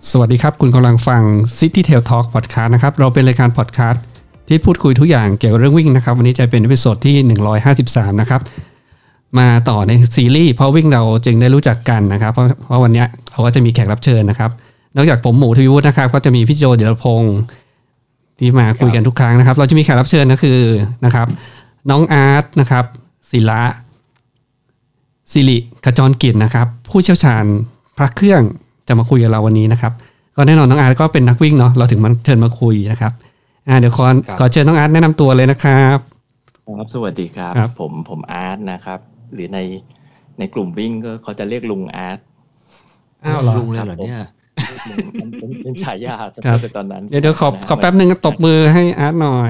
สวัสดีครับคุณกำลังฟัง City Tail Talk Podcast นะครับเราเป็นรายการ podcast ที่พูดคุยทุกอย่างเกี่ยวกับเรื่องวิ่งนะครับวันนี้จะเป็นเอพิโซดที่153นะครับมาต่อในซีรีส์เพราะวิ่งเราจึงได้รู้จักกันนะครับเพราะวันนี้เราก็จะมีแขกรับเชิญนะครับนอกจากผมหมูทวีวุฒินะครับก็จะมีพี่โจเดลพงศ์ที่มาคุยกันทุกครั้งนะครับเราจะมีแขกรับเชิญก็คือนะครับน้องอาร์ตนะครับศิระสิริขจรกิจนะครับผู้เชี่ยวชาญพระเครื่องจะมาคุยกับเราวันนี้นะครับก็แน่นอนน้องอาร์ตก็เป็นนักวิ่งเนาะเราถึงมาเชิญมาคุยนะครับเดี๋ยวขอเชิญน้องอาร์ตแนะนำตัวเลยนะครับครับสวัสดีครับผมอาร์ตนะครับหรือในกลุ่มวิ่งก็เขาจะเรียกลุงอาร์ตอ้าวเหรอลุงเลยเหรอเนี่ยเป็นฉายาตอนนั้นเดี๋ยวขอแป๊บนึงตบมือให้อาร์ตหน่อย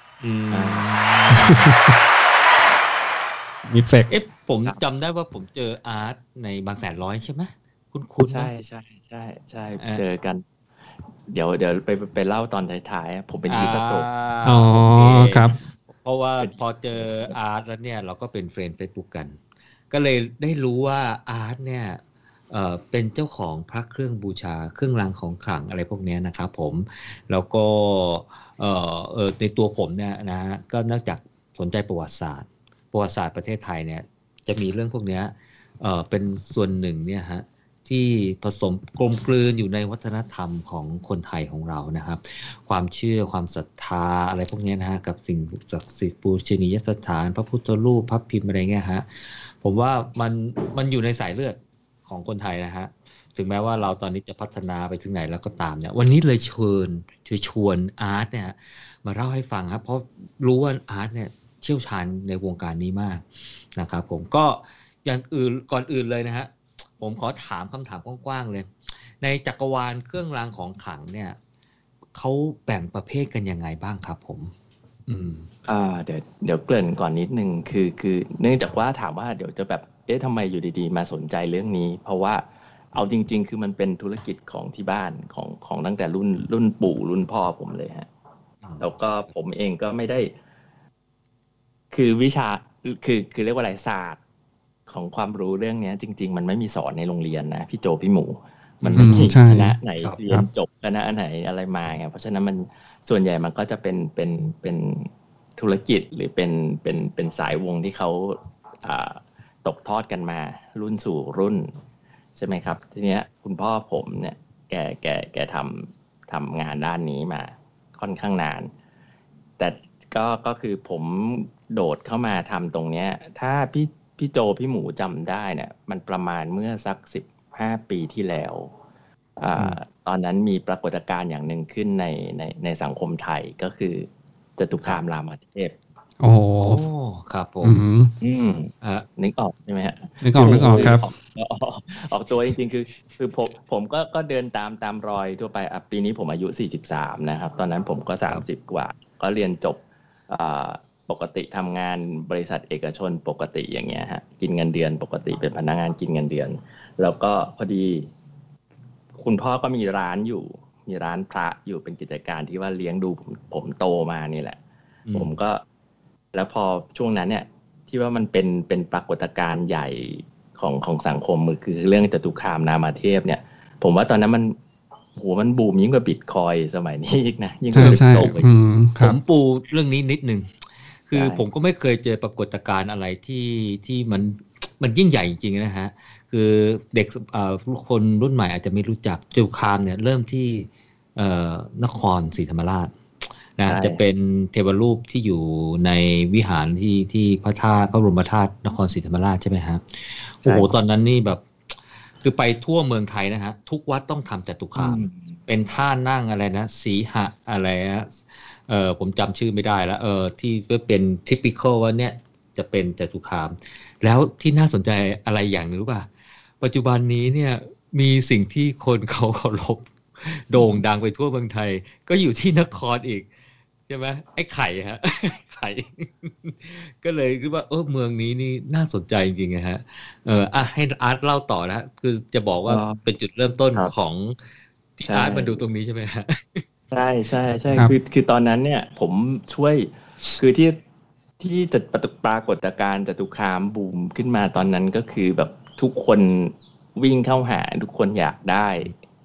มีเฟกผมจำได้ว่าผมเจออาร์ตในบางแสนร้อยใช่ไหมคุ้นใช่เจอกันเดี๋ยวไปเล่าตอนท้ายๆผมเป็นอีสโตรอ๋อครับเพราะว่าพอเจออาร์ตแล้วเนี่ยเราก็เป็นเฟรนด์ Facebook กันก็เลยได้รู้ว่าอาร์ตเนี่ยเป็นเจ้าของพระเครื่องบูชาเครื่องรางของขลังอะไรพวกนี้นะครับผมแล้วก็ในตัวผมเนี่ยนะก็นอกจากสนใจประวัติศาสตร์ประเทศไทยเนี่ยจะมีเรื่องพวกนี้เป็นส่วนหนึ่งเนี่ยฮะที่ผสมกลมกลืนอยู่ในวัฒนธรรมของคนไทยของเรานะครับความเชื่อความศรัทธาอะไรพวกนี้นะฮะกับสิ่งศักดิ์สิทธิ์ปูชนียสถานพระพุทธรูปพระพิมพ์อะไรเงี้ยฮะผมว่ามันอยู่ในสายเลือดของคนไทยนะฮะถึงแม้ว่าเราตอนนี้จะพัฒนาไปถึงไหนแล้วก็ตามเนี่ยวันนี้เลยชวนอาร์ตเนี่ยมาเล่าให้ฟังครับเพราะรู้ว่าอาร์ตเนี่ยเชี่ยวชาญในวงการนี้มากนะครับผมก็อย่างอื่นก่อนอื่นเลยนะฮะผมขอถามคำถามกว้างๆเลยในจักรวาลเครื่องรางของขลังเนี่ยเขาแบ่งประเภทกันยังไงบ้างครับผมเดี๋ยวเกริ่นก่อนนิดนึงคือเนื่องจากว่าถามว่าเดี๋ยวจะแบบทำไมอยู่ดีๆมาสนใจเรื่องนี้เพราะว่าเอาจริงๆคือมันเป็นธุรกิจของที่บ้านของตั้งแต่รุ่นปู่รุ่นพ่อผมเลยฮะแล้วก็ผมเองก็ไม่ได้คือวิชาคือเรียกว่าอะไรศาสตร์ของความรู้เรื่องนี้จริงๆมันไม่มีสอนในโรงเรียนนะพี่โจพี่หมูมันไม่มีคณะไหนเรียนจบคณะไหนอะไรมาไงเพราะฉะนั้นมันส่วนใหญ่มันก็จะเป็นธุรกิจหรือเป็นสายวงที่เขาตกทอดกันมารุ่นสู่รุ่นใช่ไหมครับทีเนี้ยคุณพ่อผมเนี่ยแกทำงานด้านนี้มาค่อนข้างนานแต่ก็คือผมโดดเข้ามาทำตรงเนี้ยถ้าพี่โจพี่หมูจำได้เนี่ยมันประมาณเมื่อสัก15 ปีที่แล้วตอนนั้นมีปรากฏการณ์อย่างหนึ่งขึ้นในสังคมไทยก็คือจตุคามรามเทพโอ้ครับผมนึกออกใช่ไหมฮะนึกออกครับออกตัวจริงๆคือผมก็เดินตามรอยทั่วไปปีนี้ผมอายุ43นะครับตอนนั้นผมก็30กว่าก็เรียนจบปกติทำงานบริษัทเอกชนปกติอย่างเงี้ยฮะกินเงินเดือนปกติเป็นพนักงานกินเงินเดือนแล้วก็พอดีคุณพ่อก็มีร้านพระอยู่เป็นกิจการที่ว่าเลี้ยงดูผมโตมานี่แหละผมก็แล้วพอช่วงนั้นเนี่ยที่ว่ามันเป็นปรากฏการณ์ใหญ่ของสังคมคือเรื่องจตุคามนามเทพเนี่ยผมว่าตอนนั้นมันบูมยิ่งกว่าบิตคอยสมัยนี้อีกนะยิ่งกว่าคริปโตอีกผมปูเรื่องนี้นิดนึงคือผมก็ไม่เคยเจอปรากฏการณ์อะไรที่มันยิ่งใหญ่จริงๆนะฮะคือเด็กคนรุ่นใหม่อาจจะไม่รู้จักจตุคามเนี่ยเริ่มที่นครศรีธรรมราชนะจะเป็นเทวรูปที่อยู่ในวิหารที่พระบรมธาตุนครศรีธรรมราชใช่ไหมครับโอ้โหตอนนั้นนี่แบบคือไปทั่วเมืองไทยนะฮะทุกวัดต้องทำจตุคามเป็นท่านั่งอะไรนะสีหะอะไรนะผมจำชื่อไม่ได้แล้วที่เป็น typical ว่าเนี่ยจะเป็นจตุคามแล้วที่น่าสนใจอะไรอย่างนึงรู้ป่ะปัจจุบันนี้เนี่ยมีสิ่งที่คนเขาเคารพโด่งดังไปทั่วเมืองไทยก็อยู่ที่นครอีกใช่ไหมไอ้ไข่ฮะไข่ก็เลยคิดว่าเมืองนี้นี่น่าสนใจจริงๆนะฮะให้อาร์ตเล่าต่อนะคือจะบอกว่าเป็นจุดเริ่มต้นของที่อาร์ตมาดูตรงนี้ใช่ไหมฮะใช่คือตอนนั้นเนี่ยผมช่วยคือที่จะปรากฏการณ์จตุคามบูมขึ้นมาตอนนั้นก็คือแบบทุกคนวิ่งเข้าหาทุกคนอยากได้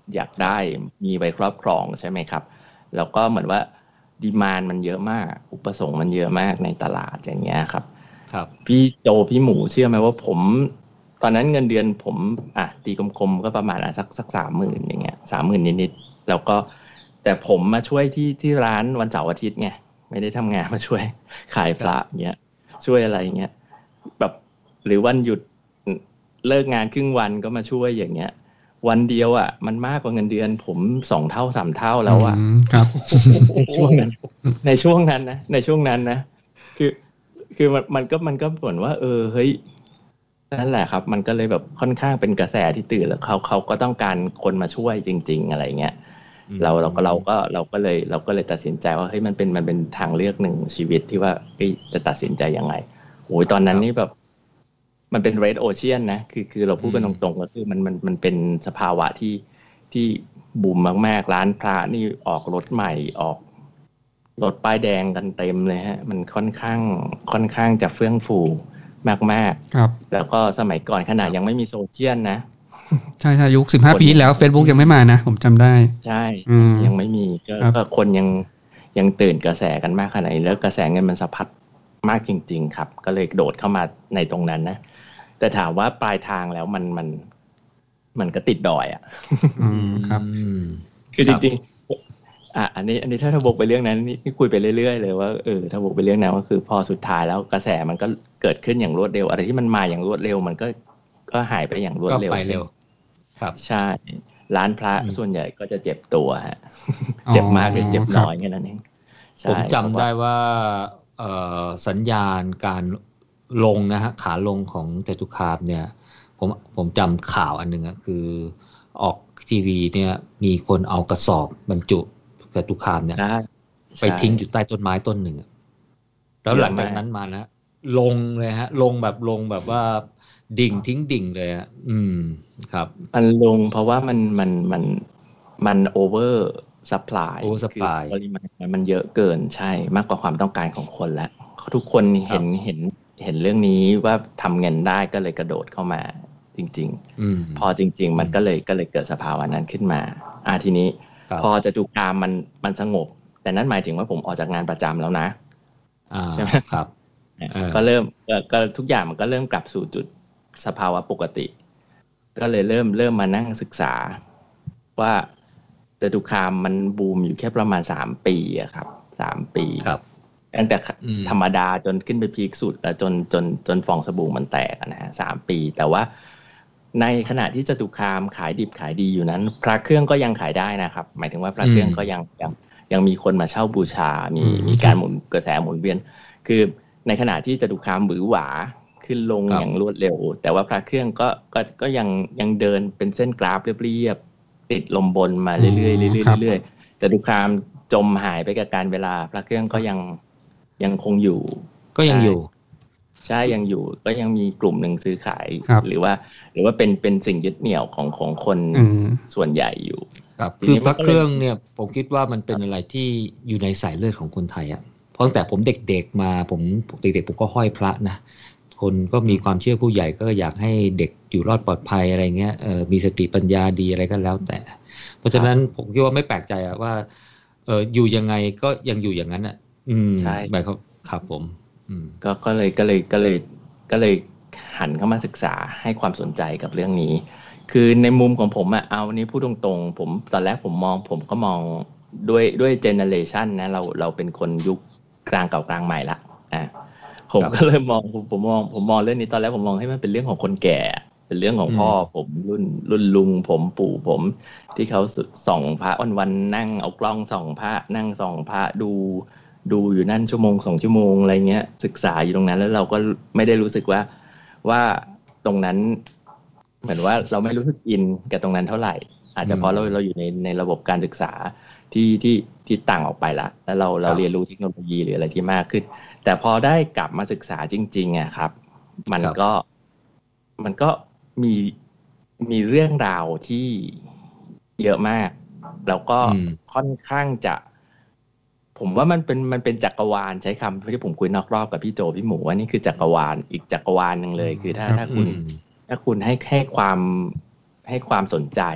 อยากได้มีไว้ครอบครองใช่ไหมครับแล้วก็เหมือนว่าดีมานด์มันเยอะมากอุปสงค์มันเยอะมากในตลาดอย่างเงี้ยครับพี่โจพี่หมูเชื่อไหมว่าผมตอนนั้นเงินเดือนผมตีกลมๆก็ประมาณสัก 30,000 อย่างเงี้ย 30,000 นิดๆแล้วก็แต่ผมมาช่วยที่ร้านวันเสาร์อาทิตย์ไงไม่ได้ทำงานมาช่วยขายพระเงี้ยช่วยอะไรเงี้ยแบบหรือวันหยุดเลิกงานครึ่งวันก็มาช่วยอย่างเงี้ยวันเดียวมันมากกว่าเงินเดือนผม2 เท่า 3 เท่าแล้วครับในช่วงนั้นนะคือมันก็เหมือนว่าเฮ้ยนั่นแหละครับมันก็เลยแบบค่อนข้างเป็นกระแสที่ตื่นแล้วเขาก็ต้องการคนมาช่วยจริงๆอะไรเงี้ยเราก็เลยตัดสินใจว่าเฮ้ยมันเป็นทางเลือกหนึ่งชีวิตที่ว่าจะตัดสินใจยังไงโอ้ยตอนนั้นนี่แบบมันเป็น red ocean นะคือเราพูดกันตรงๆก็คือมันเป็นสภาวะที่บูมมากๆร้านพระนี่ออกรถใหม่ออกรถป้ายแดงกันเต็มเลยฮะมันค่อนข้างจะเฟื่องฟูมากๆครับแล้วก็สมัยก่อนขนาดยังไม่มีโซเชียลนะใช่ยุค15 ปีที่แล้ว Facebook ยังไม่มานะผมจำได้ใช่ยังไม่มีก็คนยังตื่นกระแสกันมากขนาดนี้แล้วกระแสเงินมันสะพัดมากจริงๆครับก็เลยโดดเข้ามาในตรงนั้นนะแต่ถามว่าปลายทางแล้วมันก็ติดดอยครับคือจริงๆอันนี้ถ้าบกไปเรื่องนั้นนี่คุยไปเรื่อยๆเลยว่าถ้าบกไปเรื่องนั้นก็คือพอสุดท้ายแล้วกระแสมันก็เกิดขึ้นอย่างรวดเร็วอะไรที่มันมาอย่างรวดเร็วมันก็หายไปอย่างรวดเร็วครับใช่ร้านพระส่วนใหญ่ก็จะเจ็บตัวฮะเจ็บมากหรือเจ็บน้อยแค่นั้นเองผมจำได้ว่าสัญญาณการลงนะฮะขาลงของจตุคามเนี่ยผมจำข่าวอันหนึ่งคือออกทีวีเนี่ยมีคนเอากระสอบบรรจุจตุคามเนี่ยไปทิ้งอยู่ใต้ต้นไม้ต้นหนึ่งแล้วหลังจากนั้นมานะลงเลยฮะลงแบบว่าดิ่งทิ้งดิ่งเลยครับมันลงเพราะว่ามันโอเวอร์ซัพพลายปริมาณมันเยอะเกินใช่มากกว่าความต้องการของคนแล้วทุกคนเห็นเรื่องนี้ว่าทำเงินได้ก็เลยกระโดดเข้ามาจริงๆพอจริงๆมันก็เลยเกิดสภาวะนั้นขึ้นมาทีนี้พอจตุคามมันสงบแต่นั่นหมายถึงว่าผมออกจากงานประจำแล้วนะใช่ไหมครับก็เริ่มก็ทุกอย่างมันก็เริ่มกลับสู่จุดสภาวะปกติก็เลยเริ่มมานั่งศึกษาว่าจตุคามมันบูมอยู่แค่ประมาณ3 ปีครับ3 ปีตั้งแต่ธรรมดาจนขึ้นไปพีคสุดแล้วจนฟองสบู่มันแตกนะฮะ3 ปีแต่ว่าในขณะที่จตุคามขายดิบขายดีอยู่นั้นพระเครื่องก็ยังขายได้นะครับหมายถึงว่าพระเครื่องก็ยังมีคนมาเช่าบูชามีการหมุนกระแสหมุนเวียนคือในขณะที่จตุคามหวือหวาขึ้นลงอย่างรวดเร็วแต่ว่าพระเครื่องก็ยังเดินเป็นเส้นกราฟเรียบๆติดลมบนมาเรื่อยๆเรื่อยๆจตุคามจมหายไปกับการเวลาพระเครื่องก็ยังคงอยู่ก็ยังอยู่ใช่ยังอยู่ก็ยังมีกลุ่มหนึ่งซื้อขายหรือว่าเป็นสิ่งยึดเหนี่ยวของคนส่วนใหญ่อยู่คือพระเครื่องเนี่ยผมคิดว่ามันเป็นอะไรที่อยู่ในสายเลือดของคนไทยเพราะตั้งแต่ผมเด็กๆมาผมเด็กๆผมก็ห้อยพระนะคนก็มีความเชื่อผู้ใหญ่ก็อยากให้เด็กอยู่รอดปลอดภัยอะไรเงี้ยมีสติปัญญาดีอะไรก็แล้วแต่เพราะฉะนั้นผมคิดว่าไม่แปลกใจว่าอยู่ยังไงก็ยังอยู่อย่างนั้นใช่หมายครับผมก็เลยหันเข้ามาศึกษาให้ความสนใจกับเรื่องนี้คือในมุมของผมเอาวันนี้พูดตรงๆผมตอนแรกผมก็มองด้วยเจเนอเรชันนะเราเป็นคนยุคกลางเก่ากลางใหม่ละผมก็เลยผมมองเรื่องนี้ตอนแรกผมมองให้มันเป็นเรื่องของคนแก่เป็นเรื่องของพ่อผมรุ่นลุงผมปู่ผมที่เขาส่องพระวันๆนั่งเอากล้องส่องพระนั่งส่องพระดูอยู่นั่นชั่วโมง2 ชั่วโมงอะไรเงี้ยศึกษาอยู่ตรงนั้นแล้วเราก็ไม่ได้รู้สึกว่าตรงนั้นเหมือนว่าเราไม่รู้สึกอินกับตรงนั้นเท่าไหร่อาจจะเพราะเราอยู่ในระบบการศึกษาที่ต่างออกไปละแล้วเราเรียนรู้เทคโนโลยีหรืออะไรที่มากขึ้นแต่พอได้กลับมาศึกษาจริงๆครับมันก็มีเรื่องราวที่เยอะมากแล้วก็ค่อนข้างจะผมว่ามันเป็นจักรวาลใช้คำที่ผมคุยนอกรอบกับพี่โจพี่หมูว่านี่คือจักรวาลอีกจักรวาลนึงเลยคือถ้าคุณให้ความสนใจ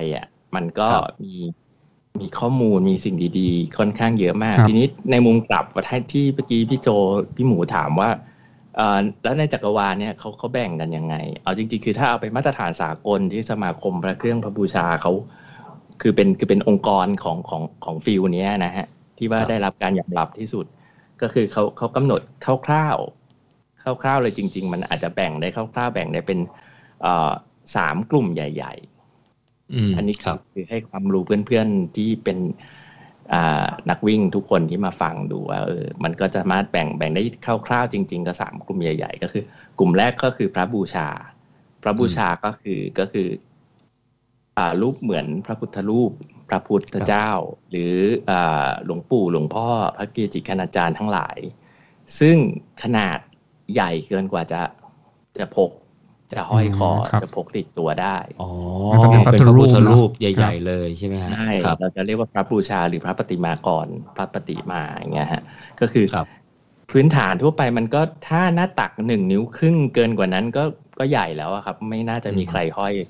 มันก็มีข้อมูลมีสิ่งดีๆค่อนข้างเยอะมากทีนี้ในมุมกลับที่เมื่อกี้พี่หมูถามว่าแล้วในจักรวาลเนี่ยเขาแบ่งกันยังไงเอาจริงๆคือถ้าเอาไปมาตรฐานสากลที่สมาคมพระเครื่องพระบูชาเขาคือเป็นองค์กรของฟิลนี้นะฮะที่ว่าได้รับการยอมรับที่สุดก็คือเขากำหนดคร่าวๆเลยจริงๆมันอาจจะแบ่งได้คร่าวๆแบ่งได้เป็น3 กลุ่มใหญ่ๆอันนี้คือให้ความรู้เพื่อนๆที่เป็นนักวิ่งทุกคนที่มาฟังดูว่ามันก็จะสามารถแบ่งได้คร่าวๆจริงๆก็3 กลุ่มใหญ่ๆก็คือกลุ่มแรกก็คือพระบูชาก็คือรูปเหมือนพระพุทธรูปพระพุทธเจ้าหรือหลวงปู่หลวงพ่อพระเกจิคณาจารย์ทั้งหลายซึ่งขนาดใหญ่เกินกว่าจะพกจะห้อยคอจะพกติดตัวได้เป็นพระพุทธรูปใหญ่ๆเลยใช่ไหมฮะใช่เราจะเรียกว่าพระบูชาหรือพระปฏิมากรพระปฏิมาอย่างเงี้ยฮะก็คือพื้นฐานทั่วไปมันก็ถ้าหน้าตัก1 นิ้วครึ่งเกินกว่านั้นก็ใหญ่แล้วครับไม่น่าจะมีใครห้อย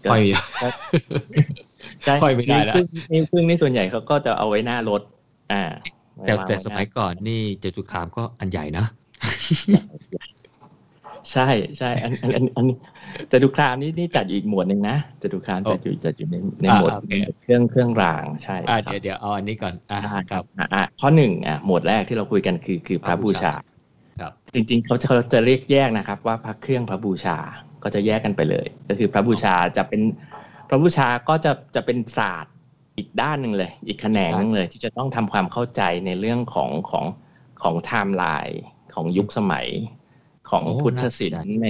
ใช่ห้อยไม่ได้แล้วนิ้วครึ่งนี่ส่วนใหญ่เขาก็จะเอาไว้หน้ารถแต่สมัยก่อนนี่จตุคามก็อันใหญ่นะใช่อันนี้จตุคามนี่จัดอยู่อีกหมวดนึงนะจตุคามจัดอยู่ในหมวดเครื่องรางใช่เดี๋ยวเอาอันนี้ก่อนครับข้อ1หมวดแรกที่เราคุยกันคือพระบูชาจริงๆเขาจะเรียกแยกนะครับว่าพระเครื่องพระบูชาก็จะแยกกันไปเลยก็คือพระบูชาจะเป็นพระบูชาก็จะเป็นศาสตร์อีกด้านนึงเลยอีกแขนงนึงเลยที่จะต้องทำความเข้าใจในเรื่องของไทม์ไลน์ของยุคสมัยของพุทธศิลป์ใน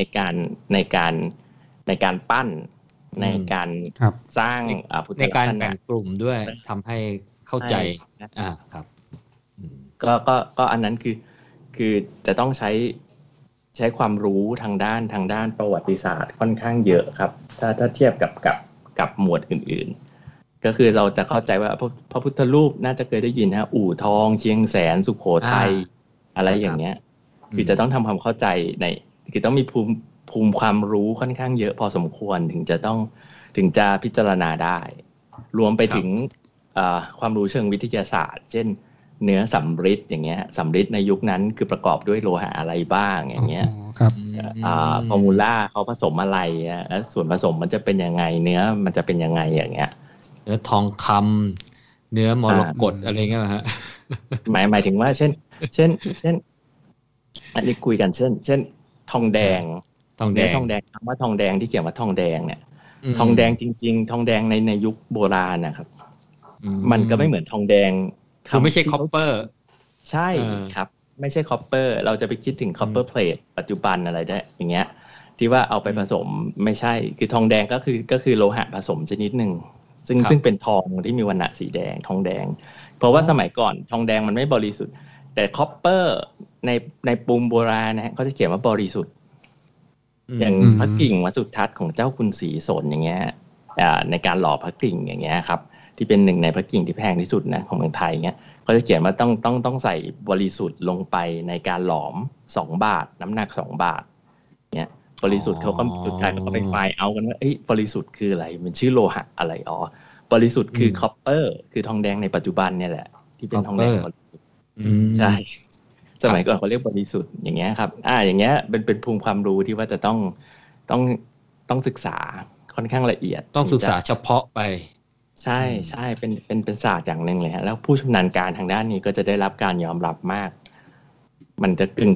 การปั้นในการสร้างพุทธในการแบ่งกลุ่มด้วยทำให้เข้าใจครับก็อันนั้นคือจะต้องใช้ความรู้ทางด้านประวัติศาสตร์ค่อนข้างเยอะครับถ้าเทียบกับหมวดอื่นๆก็คือเราจะเข้าใจว่าพระพุทธรูปน่าจะเคยได้ยินฮะอู่ทองเชียงแสนสุโขทัยอะไรอย่างเงี้ยคือจะต้องทำความเข้าใจคือต้องมีภูมิความรู้ค่อนข้างเยอะพอสมควรถึงจะพิจารณาได้รวมไปถึงความรู้เชิงวิทยาศาสตร์เช่นเนื้อสำริดอย่างเงี้ยสำริดในยุคนั้นคือประกอบด้วยโลหะอะไรบ้างอย่างเงี้ยฟอร์มูล่าเขาผสมอะไรแล้วส่วนผสมมันจะเป็นยังไงเนื้อมันจะเป็นยังไงอย่างเงี้ยเนื้อทองคำเนื้อมรกตอะไรเงี้ยฮะหมายถึงว่าเช่นอันนี้คุยกันเช่นทองแดงคำว่าทองแดงที่เขียนว่าทองแดงเนี่ยทองแดงจริงๆทองแดงในยุคโบราณนะครับมันก็ไม่เหมือนทองแดงคือไม่ใช่คอปเปอร์ใช่ครับไม่ใช่คอปเปอร์เราจะไปคิดถึงคอปเปอร์เพลทปัจจุบันอะไรได้อย่างเงี้ยที่ว่าเอาไปผสมไม่ใช่คือทองแดงก็คือโลหะผสมชนิดนึงซึ่งเป็นทองที่มีวรรณะสีแดงทองแดงเพราะว่าสมัยก่อนทองแดงมันไม่บริสุทธิ์แต่คอปเปอร์ในปุ่มโบราณนะฮะเขาจะเขียนว่าบริสุทธิ์อย่างพระกิ่งวัดสุทัศน์ของเจ้าคุณศรีสนอย่างเงี้ยในการหล่อพระกิ่งอย่างเงี้ยครับที่เป็นหนึ่งในพระกิ่งที่แพงที่สุดนะของเมืองไทยเงี้ยเขาจะเขียนว่าต้องใส่บริสุทธิ์ลงไปในการหลอม2 บาทน้ำหนัก2 บาทเงี้ยบริสุทธิ์เขาก็สุดท้ายเขาก็ไปไฟเอากันว่าบริสุทธิ์คืออะไรมันชื่อโลหะอะไรบริสุทธิ์คือคอปเปอร์คือทองแดงในปัจจุบันเนี่ยแหละที่เป็นทองแดงบริสุทธิ์ใช่สมัยก่อนเขาเรียกบริสุทธิ์อย่างเงี้ยครับอย่างเงี้ยเป็นภูมิความรู้ที่ว่าจะต้องศึกษาค่อนข้างละเอียดต้องศึกษาเฉพาะไปใช่เป็นศาสตร์อย่างนึงเลยฮะแล้วผู้ชำนาญการทางด้านนี้ก็จะได้รับการยอมรับมากมันจะกึ่ง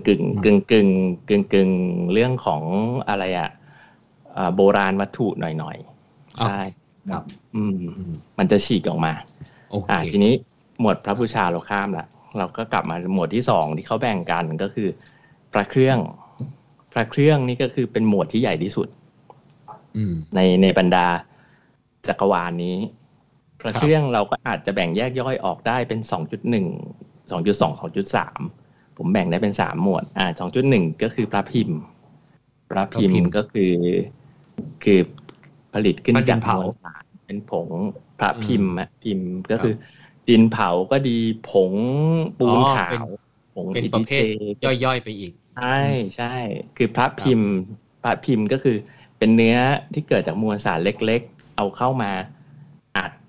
เรื่องของอะไรโบราณวัตถุหน่อยๆใช่ครับมันจะฉีกออกมาทีนี้หมวดพระบูชาเราข้ามละเราก็กลับมาหมวดที่2ที่เขาแบ่งกันก็คือพระเครื่องนี่ก็คือเป็นหมวดที่ใหญ่ที่สุดในบรรดาจักรวาลนี้พระเครื่องเราก็อาจจะแบ่งแยกย่อยออกได้เป็น 2.1 2.2 2.3 ผมแบ่งได้เป็น3หมวด2.1 ก็คือพระพิมพ์ก็คือผลิตขึ้นจากมวลสารเป็นผงพระพิมพ์ก็คือดินเผาก็ดีผงปูนขาวผงเป็นประเภทย่อยๆไปอีกใช่คือพระพิมพ์ก็คือเป็นเนื้อที่เกิดจากมวลสารเล็กๆเอาเข้ามาอัด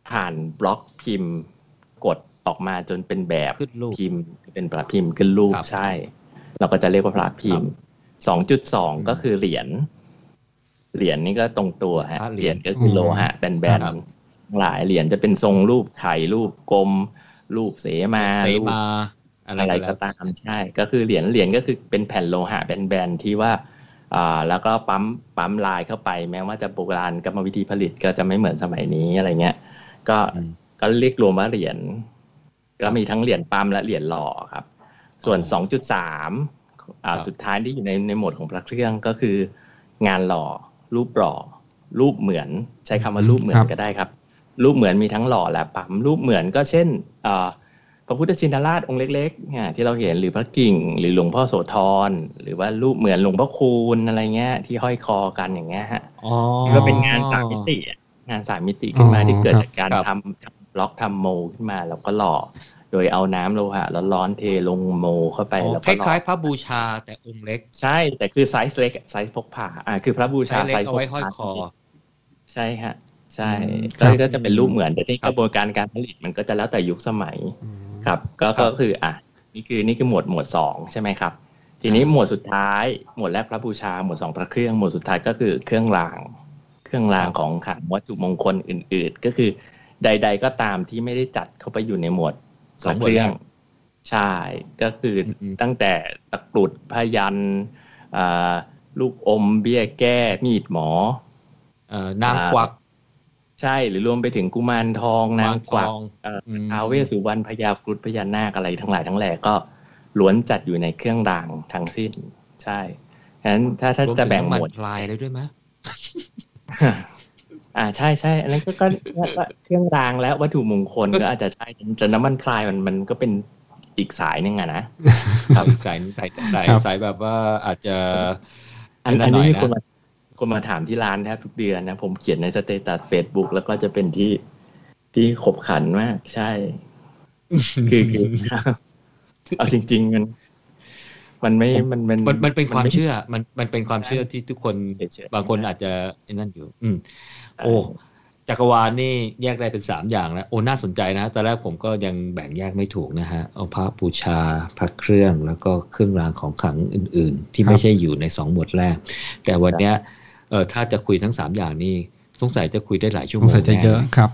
ผ่านบล็อกพิมพ์กดออกมาจนเป็นแบบพิมพ์เป็นพระพิมพ์ขึ้นรูปใช่เราก็จะเรียกว่าพระพิมพ์ 2.2 ก็คือเหรียญนี่ก็ตรงตัวฮะเหรียญก็คือโลหะแบนๆหลายเหรียญจะเป็นทรงรูปไข่รูปกลมรูปเสมาอะไรก็ตามใช่ก็คือเหรียญก็คือเป็นแผ่นโลหะแบนๆที่ว่าแล้วก็ปั๊มลายเข้าไปแม้ว่าจะโบราณกรรมวิธีผลิตก็จะไม่เหมือนสมัยนี้อะไรเงี้ยก็เรียกรวมว่าเหรียญก็มีทั้งเหรียญปั๊มและเหรียญหล่อครับส่วน 2.3 สุดท้ายที่อยู่ในโหมดของพระเครื่องก็คืองานหล่อรูปหล่อรูปเหมือนใช้คำว่ารูปเหมือนก็ได้ครับรูปเหมือนมีทั้งหล่อและปั๊มรูปเหมือนก็เช่นพระพุทธชินราชองค์เล็กๆที่เราเห็นหรือพระกิ่งหรือหลวงพ่อโสธรหรือว่ารูปเหมือนหลวงพ่อคูณอะไรเงี้ยที่ห้อยคอกันอย่างเงี้ยฮะก็เป็นงาน3 มิติงาน3 มิติขึ้นมาที่เกิดจากการทำบล็อกทำโมขึ้นมาแล้วก็หล่อโดยเอาน้ำโลหะร้อนๆเทลงโมเข้าไปแล้วก็คล้ายๆพระบูชาแต่องค์เล็กใช่แต่คือไซส์เล็กไซส์พกพาคือพระบูชาไซส์พกพาใช่ฮะใช่ก็จะเป็นรูปเหมือนแต่ที่กระบวนการผลิตมันก็จะแล้วแต่ยุคสมัยครับก็คือนี่คือหมวด2ใช่ไหมครับทีนี้หมวดสุดท้ายหมวดแรกพระบูชาหมวด2พระเครื่องหมวดสุดท้ายก็คือเครื่องรางของขลังวัตถุมงคลอื่นๆก็คือใดๆก็ตามที่ไม่ได้จัดเข้าไปอยู่ในหมวดพระเครื่องใช่ก็คือตั้งแต่ตะกรุดพยัญลูกอมเบี้ยแก้มีดหมนางกวักใช่หรือรวมไปถึงกุมารทองนางกวักท้าวเวสสุวรรณพญาครุฑพญานาคอะไรทั้งหลายทั้งแหล่ก็ล้วนจัดอยู่ในเครื่องรางทั้งสิ้นใช่ฉะนั้นถ้าจะแบ่งหมวดพลายได้ด้วยไหมใช่อันนั้นก็เครื่องรางและวัตถุมงคลก็อาจจะใช่แต่น้ำมันพลายมันก็เป็นอีกสายนึงอะนะครับสายแบบว่าอาจจะอันนี้มีคนมาถามที่ร้านแทบทุกเดือนนะผมเขียนในสเตตัส Facebook แล้วก็จะเป็นที่ขบขันมากใช่คือเอาจริงๆมันเป็นความเชื่อมันเป็นความเชื่อที่ทุกคนบางคนอาจจะนั่นอยู่โอ้จักรวาลนี่แยกได้เป็น3อย่างแล้วโอ้น่าสนใจนะตอนแรกผมก็ยังแบ่งแยกไม่ถูกนะฮะเอาพระบูชาพระเครื่องแล้วก็เครื่องรางของขลังอื่นๆที่ไม่ใช่อยู่ใน2หมวดแรกแต่วันเนี้ยถ้าจะคุยทั้ง3อย่างนี่สงสัยจะคุยได้หลายชั่วโมงสงสัยจะเยอะครับ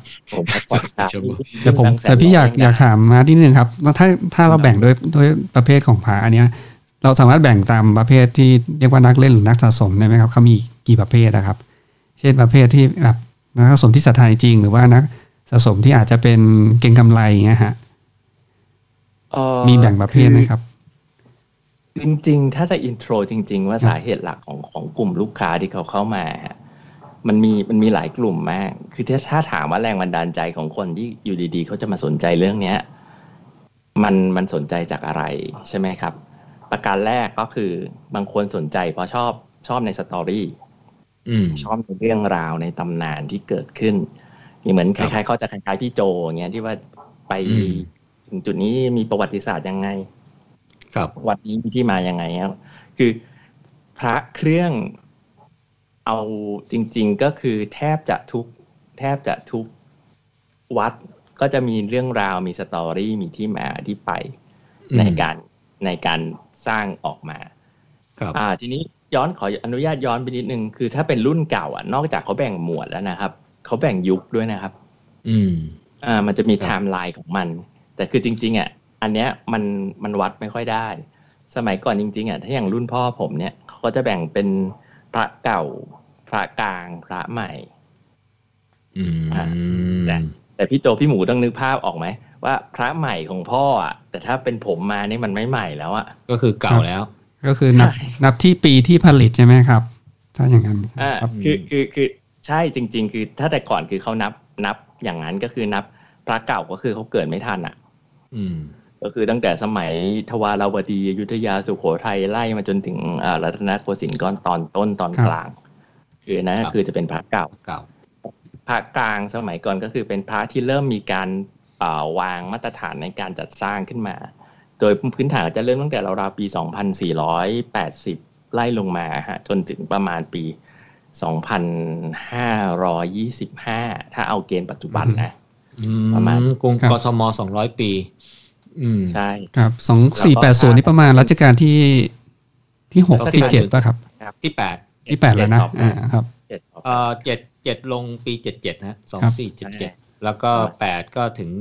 แต่พี่อยากถามมาที่นึงครับถ้าเราแบ่งด้วยประเภทของพระอันเนี้ยเราสามารถแบ่งตามประเภทที่เรียกว่านักเล่นหรือนักสะสมได้ไหมครับเขามีกี่ประเภทนะครับเช่นประเภทที่แบบนักสะสมที่ศรัทธาจริงหรือว่านักสะสมที่อาจจะเป็นเก็งกำไรเงี้ยฮะมีแบ่งประเภทไหมครับจริงๆถ้าจะอินโทรจริงๆว่าสาเหตุหลักของกลุ่มลูกค้าที่เขาเข้ามามันมีหลายกลุ่มมากคือถ้าถามว่าแรงบันดาลใจของคนที่อยู่ดีๆเขาจะมาสนใจเรื่องนี้มันสนใจจากอะไรใช่ไหมครับประการแรกก็คือบางคนสนใจเพราะชอบในสตอรี่ชอบในเรื่องราวในตำนานที่เกิดขึ้นเหมือนคล้ายๆเขาจะคล้ายๆพี่โจอย่างเงี้ยที่ว่าไปถึงจุดนี้มีประวัติศาสตร์ยังไงวัดนี้มีที่มายังไงคือพระเครื่องเอาจริงๆก็คือแทบจะทุกวัดก็จะมีเรื่องราวมีสตอรี่มีที่มาที่ไปในการสร้างออกมาทีนี้ขออนุญาตย้อนไปนิดนึงคือถ้าเป็นรุ่นเก่านอกจากเขาแบ่งหมวดแล้วนะครับเขาแบ่งยุคด้วยนะครับมันจะมีไทม์ไลน์ของมันแต่คือจริงๆอันเนี้ยมันวัดไม่ค่อยได้สมัยก่อนจริงๆถ้าอย่างรุ่นพ่อผมเนี่ยเขาก็จะแบ่งเป็นพระเก่าพระกลางพระใหม่แต่พี่โจพี่หมูต้องนึกภาพออกไหมว่าพระใหม่ของพ่อแต่ถ้าเป็นผมมานี่มันไม่ใหม่แล้วก็คือเก่าแล้วก็คือนับที่ปีที่ผลิตใช่ไหมครับถ้าอย่างนั้นคือใช่จริงๆคือถ้าแต่ก่อนคือเขานับอย่างนั้นก็คือนับพระเก่าก็คือเขาเกิดไม่ทันก็คือตั้งแต่สมัยทวารวดีอยุธยาสุโขทัยไล่มาจนถึงรัตนโกสินทร์ก่อนตอนต้นตอนกลางคือนะคือจะเป็นพระเก่าพระกลางสมัยก่อนก็คือเป็นพระที่เริ่มมีการวางมาตรฐานในการจัดสร้างขึ้นมาโดยพื้นฐานจะเริ่มตั้งแต่ราวๆปี2480ไล่ลงมาจนถึงประมาณปี2525ถ้าเอาเกณฑ์ปัจจุบันนะประมาณกรุงกทม200 ปีใช่ครับ2480นี่ประมาณรัชกาลที่6ที่7ป่ะครับที่8 แล้วนะครับ 7ลงปี77นะ2477แล้วก็8ก็ถึง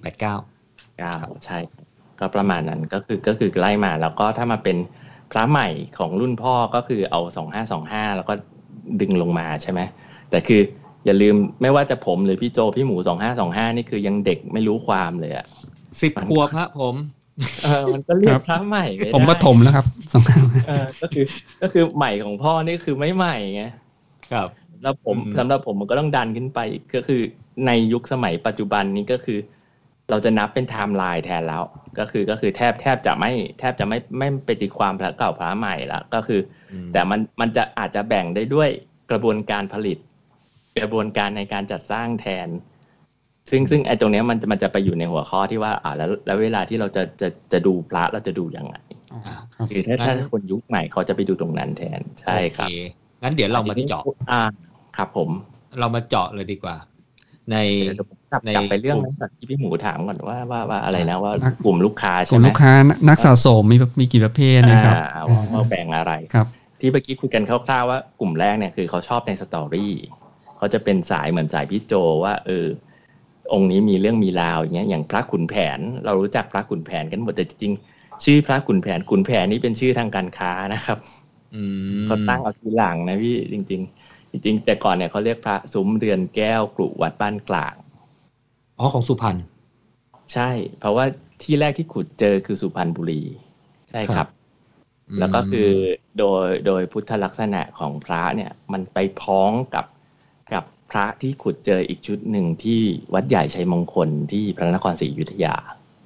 2489 ใช่ก็ประมาณนั้นก็คือไล่มาแล้วก็ถ้ามาเป็นพระใหม่ของรุ่นพ่อก็คือเอา2525แล้วก็ดึงลงมาใช่ไหมแต่คืออย่าลืมไม่ว่าจะผมหรือพี่โจพี่หมู2525นี่คือยังเด็กไม่รู้ความเลยอ่ะ 10 ขวบฮะผมมันก็เรียกพระใหม่ไม่ได้ผมประถมแล้วครับก็คือใหม่ของพ่อนี่คือไม่ใหม่ไงครับแล้วสำหรับผมมันก็ต้องดันขึ้นไปก็คือในยุคสมัยปัจจุบันนี้ก็คือเราจะนับเป็นไทม์ไลน์แทนแล้วก็คือแทบจะไม่ไปตีความพระเก่าพระใหม่ละก็คือแต่มันจะอาจจะแบ่งได้ด้วยกระบวนการผลิตกระบวนการในการจัดสร้างแทนซึ่งไอ้ตรงนี้มันจะไปอยู่ในหัวข้อที่ว่าแล้วเวลาที่เราจะดูพระเราจะดูยังไงคือถ้าคนยุคใหม่เขาจะไปดูตรงนั้นแทนใช่ครับงั้นเดี๋ยวเรามาเจาะครับผมเรามาเจาะเลยดีกว่าในกลับไปเรื่องนั้นที่พี่หมูถามก่อนว่าอะไรนะว่ากลุ่มลูกค้าใช่ไหมกลุ่มลูกค้านักสะสมมีกี่ประเภทนะครับว่าแบ่งอะไรที่เมื่อกี้คุยกันคร่าวๆว่ากลุ่มแรกเนี่ยคือเขาชอบในสตอรี่เขาจะเป็นสายเหมือนสายพี่โจว่าองค์นี้มีเรื่องมีราวอย่างเงี้ยอย่างพระขุนแผนเรารู้จักพระขุนแผนกันหมดแต่จริงๆชื่อพระขุนแผนนี่เป็นชื่อทางการค้านะครับเขาตั้งเอาทีหลังนะพี่จริงแต่ก่อนเนี่ยเขาเรียกพระซุ้มเรือนแก้วกรุวัดบ้านกลางของสุพรรณใช่เพราะว่าที่แรกที่ขุดเจอคือสุพรรณบุรีใช่ครับแล้วก็คือโดยพุทธลักษณะของพระเนี่ยมันไปพ้องกับพระที่ขุดเจออีกชุดหนึ่งที่วัดใหญ่ชัยมงคลที่พระนครศรีอยุธยา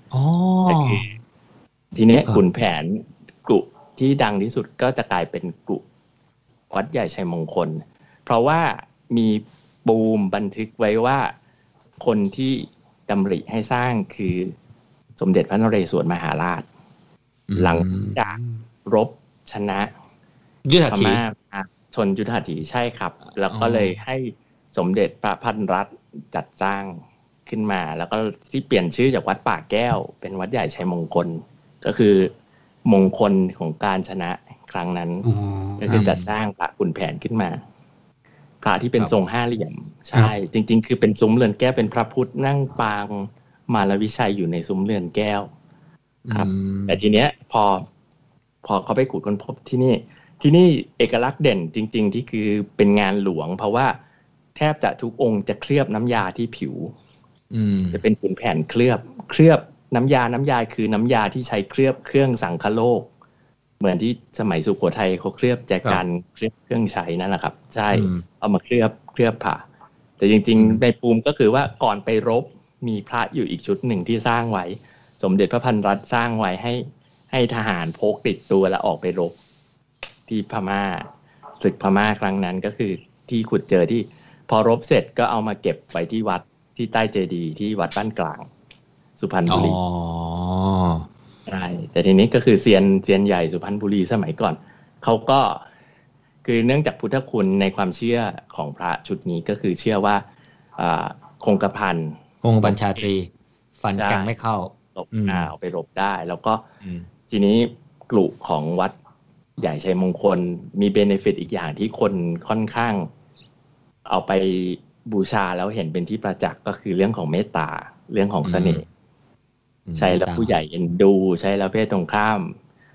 ทีนี้ขุนแผนกรุที่ดังที่สุดก็จะกลายเป็นกรุวัดใหญ่ชัยมงคลเพราะว่ามีปูมบันทึกไว้ว่าคนที่ดำริให้สร้างคือสมเด็จพระนเรศวรมหาราชหลังจากรบชนะพม่าชนยุทธหัตถีใช่ครับแล้วก็เลยให้สมเด็จพระพันรัตน์จัดสร้างขึ้นมาแล้วก็ที่เปลี่ยนชื่อจากวัดป่าแก้วเป็นวัดใหญ่ชัยมงคลก็คือมงคลของการชนะครั้งนั้นก็คือจัดสร้างพระขุนแผนขึ้นมาพระที่เป็นทรงห้าเหลี่ยมใช่จริงๆคือเป็นซุ้มเรือนแก้วเป็นพระพุทธนั่งปางมารวิชัยอยู่ในซุ้มเรือนแก้วครับแต่ทีเนี้ยพอเขาไปขุดค้นพบที่นี่เอกลักษณ์เด่นจริงๆที่คือเป็นงานหลวงเพราะว่าแทบจะทุกองค์จะเคลือบน้ำยาที่ผิวจะเป็นขุนแผนเคลือบน้ำยาคือน้ำยาที่ใช้เคลือบเครื่องสังคโลกเหมือนที่สมัยสุโขทัยเขาเคลือบแจกันเคลือบเครื่องใช้นั่นแหละครับใช่เอามาเคลือบผ่าแต่จริงๆในภูมิก็คือว่าก่อนไปรบมีพระอยู่อีกชุดหนึ่งที่สร้างไว้สมเด็จพระพันรัตน์สร้างไว้ให้ทหารพกติดตัวแล้วออกไปรบที่พม่าศึกพม่าครั้งนั้นก็คือที่ขุดเจอที่พอรบเสร็จก็เอามาเก็บไว้ที่วัดที่ใต้เจดีย์ที่วัดบ้านกลางสุพรรณบุรีใช่แต่ทีนี้ก็คือเซียนใหญ่สุพรรณบุรีสมัยก่อนเขาก็คือเนื่องจากพุทธคุณในความเชื่อของพระชุดนี้ก็คือเชื่อว่าคงกระพันบัญชาตรีฟันแทงไม่เข้าเอาไปรบได้แล้วก็ทีนี้กลุ่มของวัดใหญ่ชัยมงคลมีเบเนฟิตอีกอย่างที่คนค่อนข้างเอาไปบูชาแล้วเห็นเป็นที่ประจักษ์ก็คือเรื่องของเมตตาเรื่องของเสน่ห์ใช่แล้วผู้ใหญ่เอ็นดูใช่แล้วเพศตรงข้าม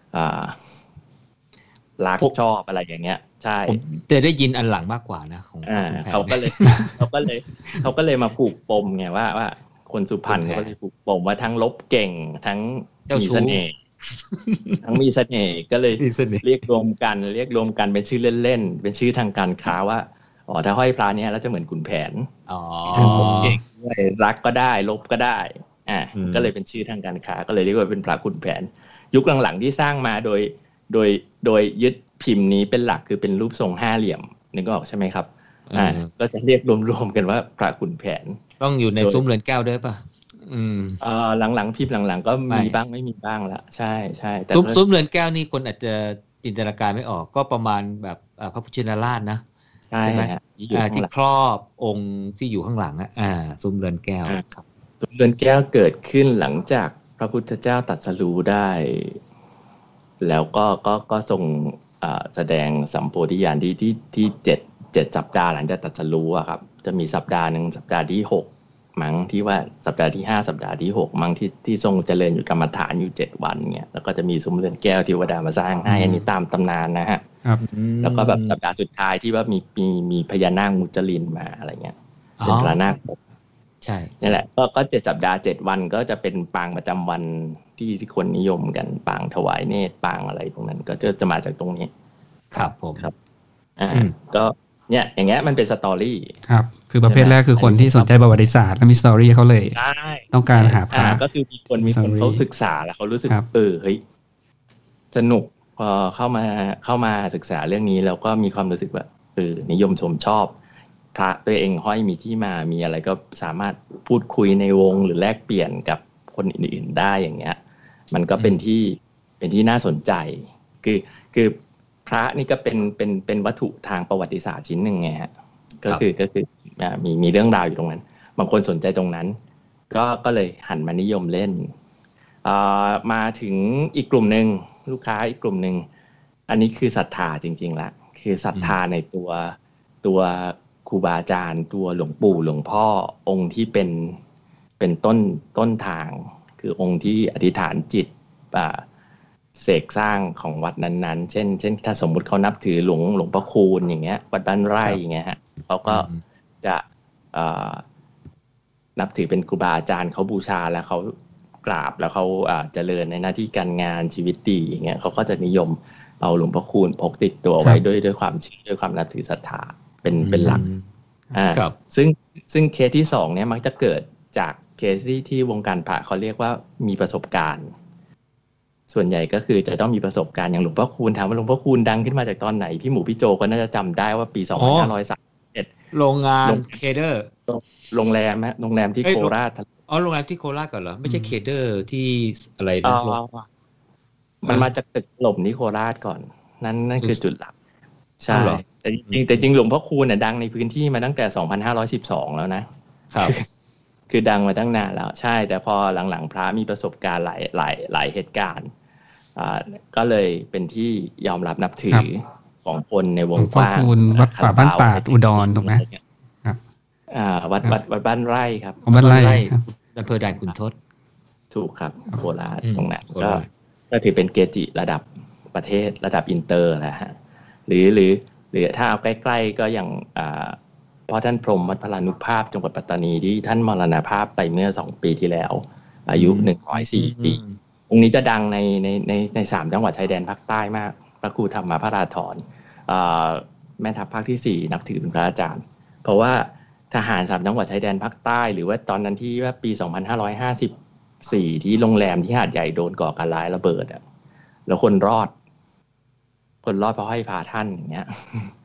รักชอบอะไรอย่างเงี้ยใช่แต่ได้ยินอันหลังมากกว่านะของเขาก็เลยมาผูกปมไงว่าคนสุพรรณเขาเลยผูกปมว่าทั้งลบเก่งทั้งมีเสน่ห์ทั้งมีเสน่ห์ก็เลยเรียกรวมกันเป็นชื่อเล่นๆเป็นชื่อทางการค้าว่าถ้าห้อยพระเนี้ยแล้วจะเหมือนขุนแผนทั้งลบเก่งด้วยรักก็ได้ลบก็ได้ก็เลยเป็นชื่อทางการค้าก็เลยเรียกว่าเป็นพระขุนแผนยุคหลังๆที่สร้างมาโดยยึดพิมพ์นี้เป็นหลักคือเป็นรูปทรงห้าเหลี่ยมนึกออกใช่ไหมครับก็จะเรียกรวมๆกันว่าพระขุนแผนต้องอยู่ในซุ้มเรือนแก้วด้วยป่ะหลังๆพิมพ์หลังๆก็มีบ้างไม่มีบ้างละใช่แต่ซุ้มเรือนแก้วนี่คนอาจจะจินตนาการไม่ออกก็ประมาณแบบพระพุทธชินราชนะใช่ไหมฮะที่อยู่ข้างที่หลังครอบองค์ที่อยู่ข้างหลังซุ้มเรือนแก้วครับซุ้มเรือนแก้วเกิดขึ้นหลังจากพระพุทธเจ้าตรัสรู้ได้ แล้วก็ทรงแสดงสัมโพธิญาณที่7สัปดาห์หลังจากตรัสรู้อะครับจะมีสัปดาห์นึงสัปดาห์ที่6มั้งที่ว่าสัปดาห์ที่5สัปดาห์ที่6มั้งที่ทรงเจริญอยู่กรรมฐานอยู่7วันเนี่ยแล้วก็จะมีซุ้มเรือนแก้วเทวดามาสร้างให้อันนี้ตามตำนานนะฮะครับแล้วก็แบบสัปดาห์สุดท้ายที่ว่ามีพญานาคมุจลินมาอะไรเงี้ยเป็นพระนาคปกใช่นี่แหละก็7สัปดาห์7วันก็จะเป็นปางประจำวันที่คนนิยมกันปางถวายเนตรปางอะไรพวกนั้นก็จะมาจากตรงนี้ครับผมครับก็เนี่ยอย่างเงี้ยมันเป็นสตอรี่ครับคือประเภทแรกคือคนที่สนใจประวัติศาสตร์และมีสตอรี่เขาเลยใช่ต้องการหาพระก็คือมีคนเขาศึกษาแล้วเขารู้สึกเฮ้ยสนุกพอเข้ามาศึกษาเรื่องนี้แล้วก็มีความรู้สึกว่านิยมชมชอบพระตัวเองห้อยมีที่มามีอะไรก็สามารถพูดคุยในวงหรือแลกเปลี่ยนกับคนอื่นๆได้อย่างเงี้ยมันก็เป็นที่น่าสนใจคือพระนี่ก็เป็นวัตถุทางประวัติศาสตร์ชิ้นหนึ่งไงฮะก็คือมีเรื่องราวอยู่ตรงนั้นบางคนสนใจตรงนั้นก็เลยหันมานิยมเล่นมาถึงอีกกลุ่มหนึ่งลูกค้าอีกกลุ่มหนึ่งอันนี้คือศรัทธาจริงๆละคือศรัทธาในตัวครูบาอาจารย์ตัวหลวงปู่หลวงพ่อองค์ที่เป็นต้นทางคือองค์ที่อธิษฐานจิตเสกสร้างของวัดนั้นๆเช่นถ้าสมมุติเขานับถือหลวงพ่อคูณอย่างเงี้ยวัดบ้านไร่อย่างเงี้ยฮะเขาก็จะนับถือเป็นครูบาอาจารย์เขาบูชาแล้วเขากราบแล้วเขาเจริญในหน้าที่การงานชีวิตดีอย่างเงี้ยเขาก็จะนิยมเอาหลวงพ่อคูณพกติดตัวไว้ด้วยความเชื่อด้วยความนับถือศรัทธาเป็นหลักซึ่งเคสที่2เนี่ยมักจะเกิดจากเคสที่วงการพระเขาเรียกว่ามีประสบการณ์ส่วนใหญ่ก็คือจะต้องมีประสบการณ์อย่างหลวงพ่อคูณถามว่าหลวงพ่อคูณดังขึ้นมาจากตอนไหนพี่หมูพี่โจก็น่าจะจำได้ว่าปี2531 โรงงานเคเดอร์โรงแรมที่โคราชโรงแรมที่โคราชก่อนเหรอไม่ใช่เคเดอร์ที่อะไรนะมันมาจากตึกถล่มที่โคราชก่อนนั่นคือจุดหลักใช่แต่จริงหลวงพ่อคูณเนี่ยดังในพื้นที่มาตั้งแต่2512แล้วนะครับคือดังมาตั้งนานแล้วใช่แต่พอหลังๆพระมีประสบการณ์หลายเหตุการณ์ก็เลยเป็นที่ยอมรับนับถือของคนในวงกว้างวัดป่าบ้านตาดอุดรถูกไหมครับวัดบ้านไร่ครับบ้านไร่อำเภอด่านขุนทดถูกครับโคราชตรงนั้นก็ถือเป็นเกจิระดับประเทศระดับอินเตอร์นะฮะหรือถ้าเอาใกล้ๆก็อย่างพ่อท่านพรหมวัดพลานุภาพจังหวัดปัตตานีที่ท่านมรณภาพไปเมื่อ2ปีที่แล้วอายุ104ปีองค์นี้จะดังใน3จังหวัดชายแดนภาคใต้มากพระครูธรรมพระราธรแม่ทัพภาคที่4นับถือเป็นพระอาจารย์เพราะว่าทหาร3จังหวัดชายแดนภาคใต้หรือว่าตอนนั้นที่ว่าปี2554ที่โรงแรมที่หาดใหญ่โดนก่อการร้ายระเบิดแล้วคนรอดเพราะให้พาท่านอย่างเงี้ย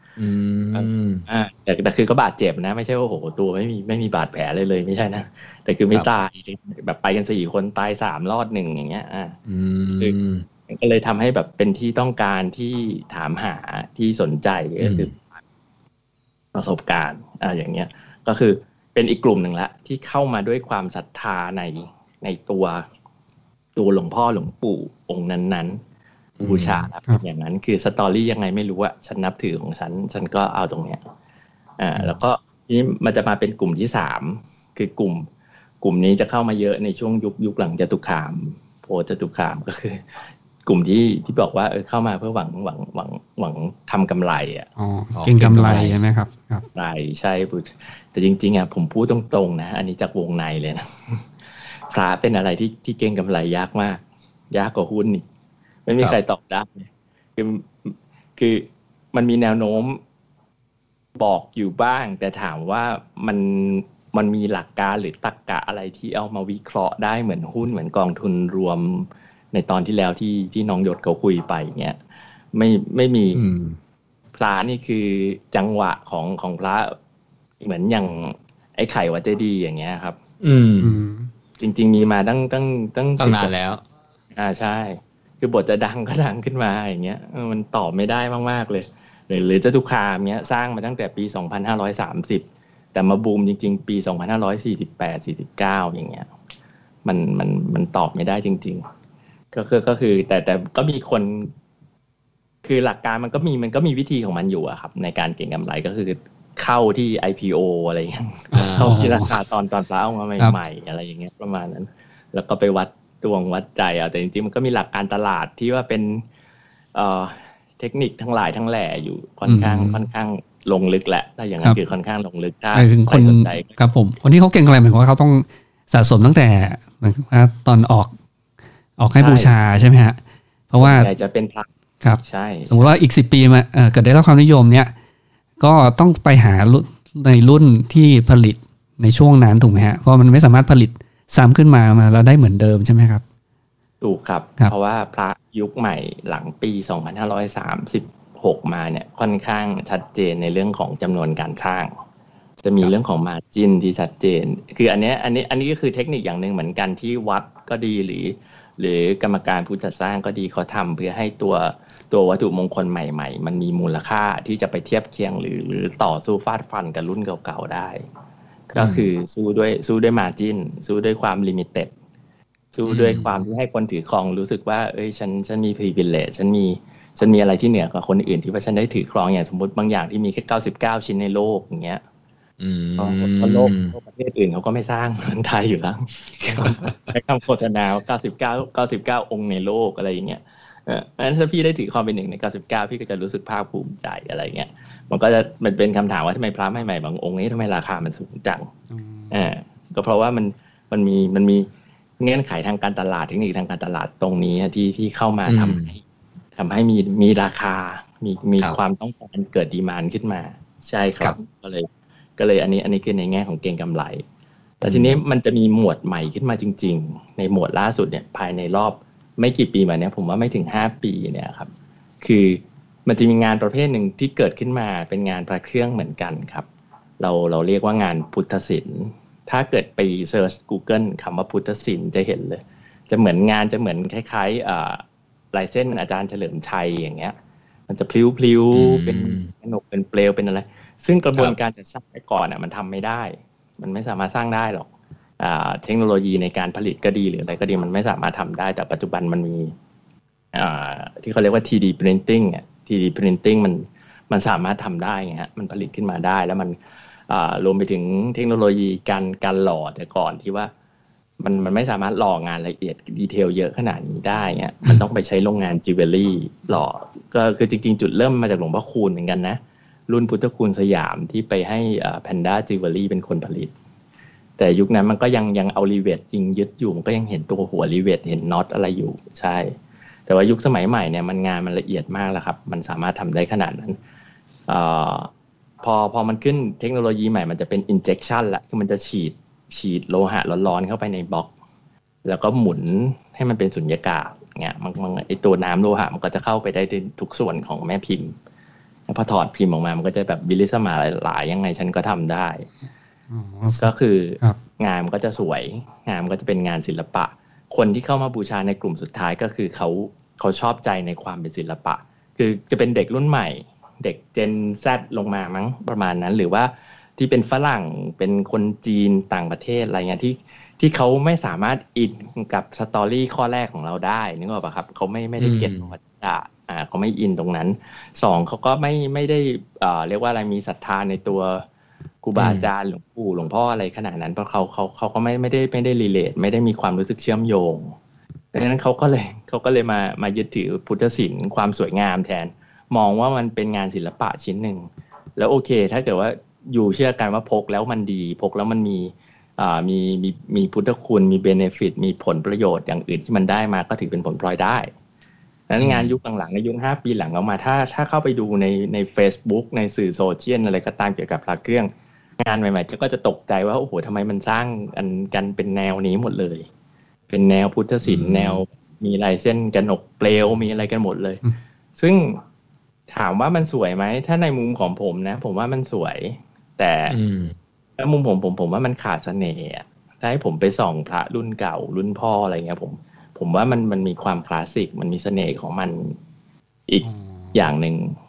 แต่คือก็บาดเจ็บนะไม่ใช่ว่าโหตัวไม่มีบาดแผลเลยไม่ใช่นะแต่คือไม่ตายแบบไปกัน4คนตาย3รอด1อย่างเงี้ยก็เลยทำให้แบบเป็นที่ต้องการที่ถามหาที่สนใจก็คือประสบการณ์อย่างเงี้ยก็คือเป็นอีกกลุ่มหนึ่งละที่เข้ามาด้วยความศรัทธาในตัวหลวงพ่อหลวงปู่องค์นั้นๆบูชาอย่างนั้นคือสตอรี่ยังไงไม่รู้อะฉันนับถือของฉันก็เอาตรงเนี้ยแล้วก็ทีนี้มันจะมาเป็นกลุ่มที่3คือกลุ่มนี้จะเข้ามาเยอะในช่วงยุคหลังจตุคามโพจตุคามก็คือกลุ่มที่บอกว่าเข้ามาเพื่อหวังทำกำไรเก่งกำไรใช่ไหมครับไรใช่แต่จริงๆผมพูดตรงๆนะอันนี้จากวงในเลยนะพระเป็นอะไรที่เก่งกำไรยากมากยากกว่าหุ้นอีกไม่มีใครตอบได้คือมันมีแนวโน้มบอกอยู่บ้างแต่ถามว่ามันมีหลักการหรือตรรกะอะไรที่เอามาวิเคราะห์ได้เหมือนหุ้นเหมือนกองทุนรวมในตอนที่แล้วที่น้องยศเขาคุยไปเงี้ยไม่มีพระนี่คือจังหวะของพระเหมือนอย่างไอ้ไข่วัดเจดีย์อย่างเงี้ยครับจริงๆมีมาตั้งนานแล้วใช่คือบทจะดังก็ดังขึ้นมาอย่างเงี้ยมันตอบไม่ได้มากๆเลยหรือจตุคามเนี้ยสร้างมาตั้งแต่ปี2530แต่มาบูมจริงๆปี2548 49อย่างเงี้ยมันตอบไม่ได้จริงๆก็คือแต่ก็มีคนคือหลักการมันก็มีวิธีของมันอยู่อะครับในการเก็งกำไรก็คือเข้าที่ IPO อะไรอย่างเงี้ยเข้าที่ราคาตอนปลาออกมาใหม่ๆอะไรอย่างเงี้ยประมาณนั้นแล้วก็ไปวัดดวงวัดใจเอาแต่จริงๆมันก็มีหลักการตลาดที่ว่าเป็นเทคนิคทั้งหลายทั้งแหล่อยู่ค่อนข้างลงลึกแหละถ้าอย่างนั้นคือค่อนข้างลงลึกถ้าใครสนใจครับผมคนที่เขาเก่งอะไรหมายความว่าเขาต้องสะสมตั้งแต่เหมือนตอนออกให้บูชาใช่ไหมฮะเพราะว่าจะเป็นพระครับใช่สมมติว่าอีก10 ปีมาเกิดได้รับความนิยมเนี่ยก็ต้องไปหาในรุ่นที่ผลิตในช่วงนั้นถูกไหมฮะเพราะมันไม่สามารถผลิตซ้ำขึ้นมาแล้วได้เหมือนเดิมใช่ไหมครับถูกครับเพราะว่าพระยุคใหม่หลังปี2536มาเนี่ยค่อนข้างชัดเจนในเรื่องของจำนวนการสร้างจะมีเรื่องของ margin ที่ชัดเจนคืออันนี้ก็คือเทคนิคอย่างนึงเหมือนกันที่วัดก็ดีหรือกรรมการผู้จัดสร้างก็ดีเขาทำเพื่อให้ตัววัตถุมงคลใหม่ๆมันมีมูลค่าที่จะไปเทียบเคียงหรือต่อสู้ฟาดฟันกับรุ่นเก่าๆได้ก็คือสู้ด้วย margin สู้ด้วยความ limited สู้ด้วยความที่ให้คนถือครองรู้สึกว่าเอ้ยฉันมี privilege ฉันมีอะไรที่เหนือกว่าคนอื่นที่ว่าฉันได้ถือครองอย่างสมมติบางอย่างที่มีแค่99ชิ้นในโลกอย่างเงี้ยเพราะโลกประเทศอื่นเขาก็ไม่สร้างเหมือนไทยอยู่แล้วใช้คำโฆษณา99องค์ในโลกอะไรอย่างเงี้ยงั้นถ้าพี่ได้ถือครองเป็น1ใน99พี่ก็จะรู้สึกภาคภูมิใจอะไรเงี้ยมันเป็นคำถามว่าทำไมพระใหม่ๆบางองค์นี้ทำไมราคามันสูงจังก็เพราะว่ามันมีเงื่อนไขทางการตลาดเทคนิคทางการตลาดตรงนี้ที่เข้ามาทำให้มีราคามีความต้องการเกิดดีมานด์ขึ้นมาใช่ครับก็เลยอันนี้คือในแง่ของเก็งกำไรแต่ทีนี้มันจะมีหมวดใหม่ขึ้นมาจริงๆในหมวดล่าสุดเนี่ยภายในรอบไม่กี่ปีมาเนี้ยผมว่าไม่ถึง5 ปีเนี่ยครับคือมันจะมีงานประเภทหนึ่งที่เกิดขึ้นมาเป็นงานพระเครื่องเหมือนกันครับเราเรียกว่างานพุทธศิลป์ถ้าเกิดไปเซิร์ช Google คำว่าพุทธศิลป์จะเห็นเลยจะเหมือนคล้ายๆลายเส้นอาจารย์เฉลิมชัยอย่างเงี้ยมันจะพลิ้วๆเป็นขนกเป็นเปลวเป็นอะไรซึ่งกระบวนการจะสร้างก่อนมันทำไม่ได้มันไม่สามารถสร้างได้หรอกเทคโนโลยีในการผลิตก็ดีหรืออะไรก็ดีมันไม่สามารถทำได้แต่ปัจจุบันมันมีที่เขาเรียกว่า 3D printing 3D printing มันสามารถทำได้ไงฮะมันผลิตขึ้นมาได้แล้วมันรวมไปถึงเทคโนโลยีการหล่อแต่ก่อนที่ว่ามันไม่สามารถหล่องานละเอียดดีเทลเยอะขนาดนี้ได้เงี้ยมันต้องไปใช้โรงงานจิวเวลรี่หล่อก็คือจริงๆจุดเริ่มมาจากหลวงพ่อคูณเหมือนกันนะรุ่นพุทธคูณสยามที่ไปให้แพนด้าจิวเวลรี่เป็นคนผลิตแต่ยุคนั้นมันก็ยังเอารีเวทยิงยึดอยู่มันก็ยังเห็นตัวหัวรีเวทเห็นน็อตอะไรอยู่ใช่แต่ว่ายุคสมัยใหม่เนี่ยงานมันละเอียดมากแล้วครับมันสามารถทำได้ขนาดนั้นพอมันขึ้นเทคโนโลยีใหม่มันจะเป็น injection ละคือมันจะฉีดโลหะร้อนๆเข้าไปในบล็อกแล้วก็หมุนให้มันเป็นสุญญากาศเงี้ยมันไอตัวน้ำโลหะมันก็จะเข้าไปได้ทุกส่วนของแม่พิมพ์พอถอดพิมพ์ออกมามันก็จะแบบวิลิสมาหลายยังไงฉันก็ทำได้ก็คืองานมันก็จะสวยงานมันก็จะเป็นงานศิลปะคนที่เข้ามาบูชาในกลุ่มสุดท้ายก็คือเขาชอบใจในความเป็นศิลปะคือจะเป็นเด็กรุ่นใหม่เด็กเจน Z ลงมามั้งประมาณนั้นหรือว่าที่เป็นฝรั่งเป็นคนจีนต่างประเทศอะไรเงี้ยที่เขาไม่สามารถอินกับสตอรี่ข้อแรกของเราได้นึกออกป่ะครับเขาไม่ได้เก็ตประวัติศาสตร์เขาไม่อินตรงนั้น2เขาก็ไม่ได้เรียกว่าอะไรมีศรัทธาในตัวครูบาอาจารย์หลวงปู่หลวงพ่ออะไรขนาดนั้นเพราะเขาก็ไม่ได้รีเลทไม่ได้มีความรู้สึกเชื่อมโยงดังนั้นเขาก็เลยมายึดถือพุทธศิลป์ความสวยงามแทนมองว่ามันเป็นงานศิลปะชิ้นหนึ่งแล้วโอเคถ้าเกิดว่าอยู่เชื่อกันว่าพกแล้วมันดีพกแล้วมันมีพุทธคุณมีเบเนฟิตมีผลประโยชน์อย่างอื่นที่มันได้มาก็ถือเป็นผลพลอยได้ดังนั้นงานยุคหลังๆในยุค5 ปีหลังออกมาถ้าเข้าไปดูใน Facebook ในสื่อโซเชียลอะไรก็ตามเกี่ยวกับพระเครื่องงานใหม่ๆก็จะตกใจว่าโอ้โหทำไมมันสร้างกันเป็นแนวนี้หมดเลยเป็นแนวพุทธศิลป์แนวมีลายเส้นกนกเปลวมีอะไรกันหมดเลยซึ่งถามว่ามันสวยไหมถ้าในมุมของผมนะผมว่ามันสวยแต่ถ้ามุมผมว่ามันขาดเสน่ห์ถ้าให้ผมไปส่องพระรุ่นเก่ารุ่นพ่ออะไรเงี้ยผมว่ามันมีความคลาสสิกมันมีเสน่ห์ของมันอีกอย่างหนึ่ง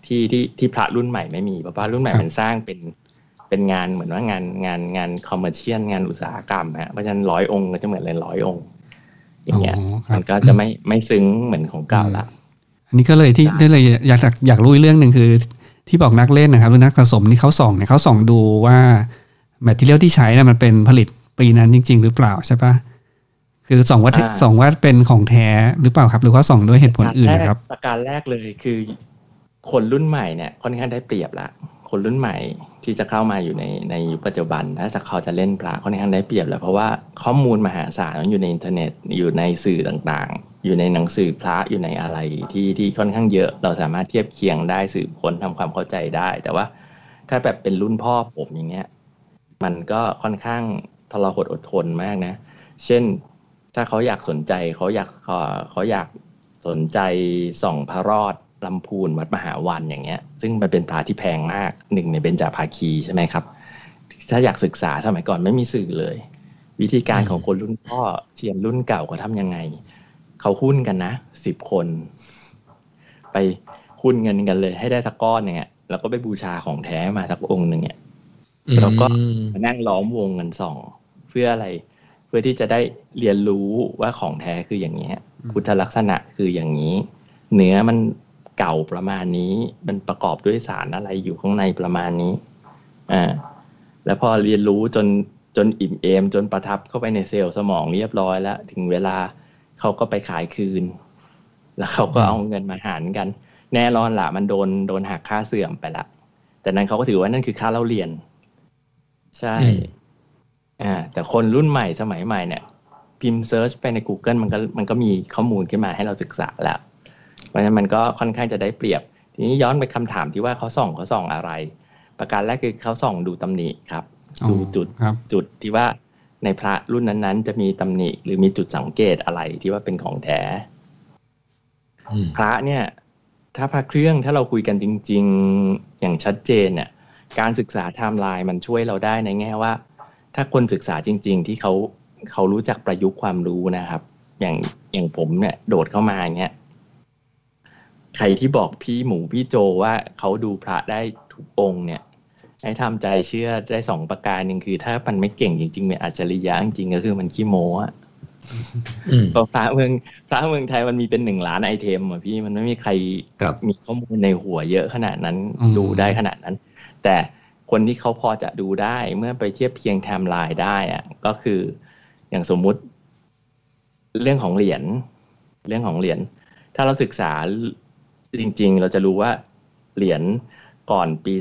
ที่พระรุ่นใหม่ไม่มีเพราะพระรุ่นใหม่มันสร้างเป็นงานเหมือนว่างานคอมเมอร์เชียลงานอุตสาหกรรมฮะเพราะฉะนั้น100 องค์ก็จะเหมือนเลย100 องค์อย่างเงี้ยมันก็จะไม่ซึ้งเหมือนของเก่าละอันนี้ก็เลยที่ได้เลยอยากรู้อีกเรื่องนึงคือที่บอกนักเล่นนะครับหรือนักสะสมนี่เขาส่องดูว่าแมททีเรียลที่ใช้น่ะมันเป็นผลิตปีนั้นจริงๆหรือเปล่าใช่ปะคือส่องว่าเป็นของแท้หรือเปล่าครับหรือว่าส่องด้วยเหตุผลอื่นนะครับประการแรกเลยคือคนรุ่นใหม่เนี่ยค่อนข้างได้เปรียบละคนรุ่นใหม่ที่จะเข้ามาอยู่ในยุคปัจจุบันถ้าเขาจะเล่นพระค่อนข้างได้เปรียบแล้วเพราะว่าข้อมูลมหาศาลมันอยู่ในอินเทอร์เน็ตอยู่ในสื่อต่างๆอยู่ในหนังสือพระอยู่ในอะไรที่ค่อนข้างเยอะเราสามารถเทียบเคียงได้สืบค้นทำความเข้าใจได้แต่ว่าถ้าแบบเป็นรุ่นพ่อผมอย่างเงี้ยมันก็ค่อนข้างทรหดอดทนมากนะเช่นถ้าเขาอยากสนใจเขาอยากสนใจส่องพระรอดลำพูนวัดมหาวันอย่างเงี้ยซึ่งมันเป็นพระที่แพงมากหนึ่งในเบญจภาคีใช่ไหมครับถ้าอยากศึกษาสมัยก่อนไม่มีสื่อเลยวิธีการของคนรุ่นพ่อเซียนรุ่นเก่าเขาทำยังไงเขาหุ้นกันนะ10 คนไปหุ้นเงินกันเลยให้ได้สักก้อนเนี่ยแล้วก็ไปบูชาของแท้มาสักองค์หนึ่งเนี่ยแล้วก็มานั่งล้อมวงกันส่องเพื่ออะไรเพื่อที่จะได้เรียนรู้ว่าของแท้คืออย่างนี้พุทธลักษณะคืออย่างนี้เนื้อมันเก่าประมาณนี้มันประกอบด้วยสารอะไรอยู่ข้างในประมาณนี้แล้วพอเรียนรู้จนอิ่มเอมจนประทับเข้าไปในเซลล์สมองเรียบร้อยแล้วถึงเวลาเขาก็ไปขายคืนแล้วเขาก็เอาเงินมาหารกันแน่นอนล่ะมันโดนหักค่าเสื่อมไปละแต่นั้นเขาก็ถือว่านั่นคือค่าเล่าเรียนใช่แต่คนรุ่นใหม่สมัยใหม่เนี่ยพิมพ์เซิร์ชไปใน Google มันก็มีข้อมูลขึ้นมาให้เราศึกษาแล้วเพราะฉะนั้นมันก็ค่อนข้างจะได้เปรียบทีนี้ย้อนไปคำถามที่ว่าเขาส่องอะไรประการแรกคือเขาส่องดูตำหนิครับดูจุดที่ว่าในพระรุ่นนั้นๆจะมีตำหนิหรือมีจุดสังเกตอะไรที่ว่าเป็นของแท้พระเนี่ยถ้าพระเครื่องถ้าเราคุยกันจริงๆอย่างชัดเจนเนี่ยการศึกษาไทม์ไลน์มันช่วยเราได้ในแง่ว่าถ้าคนศึกษาจริงๆที่เขารู้จักประยุกต์ความรู้นะครับอย่างผมเนี่ยโดดเข้ามาอย่างเงี้ยใครที่บอกพี่หมูพี่โจว่าเขาดูพระได้ทุกองค์เนี่ยให้ทำใจเชื่อได้2 ประการหนึ่งคือถ้ามันไม่เก่งจริงๆเป็นอัจฉริยะจริงๆก็คือมันขี้โม้อะเพราะพระเมืองไทยมันมีเป็น1 ล้านไอเทมอ่ะพี่มันไม่มีใครมีข้อมูลในหัวเยอะขนาดนั้นดูได้ขนาดนั้นแต่คนที่เขาพอจะดูได้เมื่อไปเทียบเคียงไทม์ไลน์ได้อ่ะก็คืออย่างสมมุติเรื่องของเหรียญถ้าเราศึกษาจริงๆเราจะรู้ว่าเหรียญก่อนปี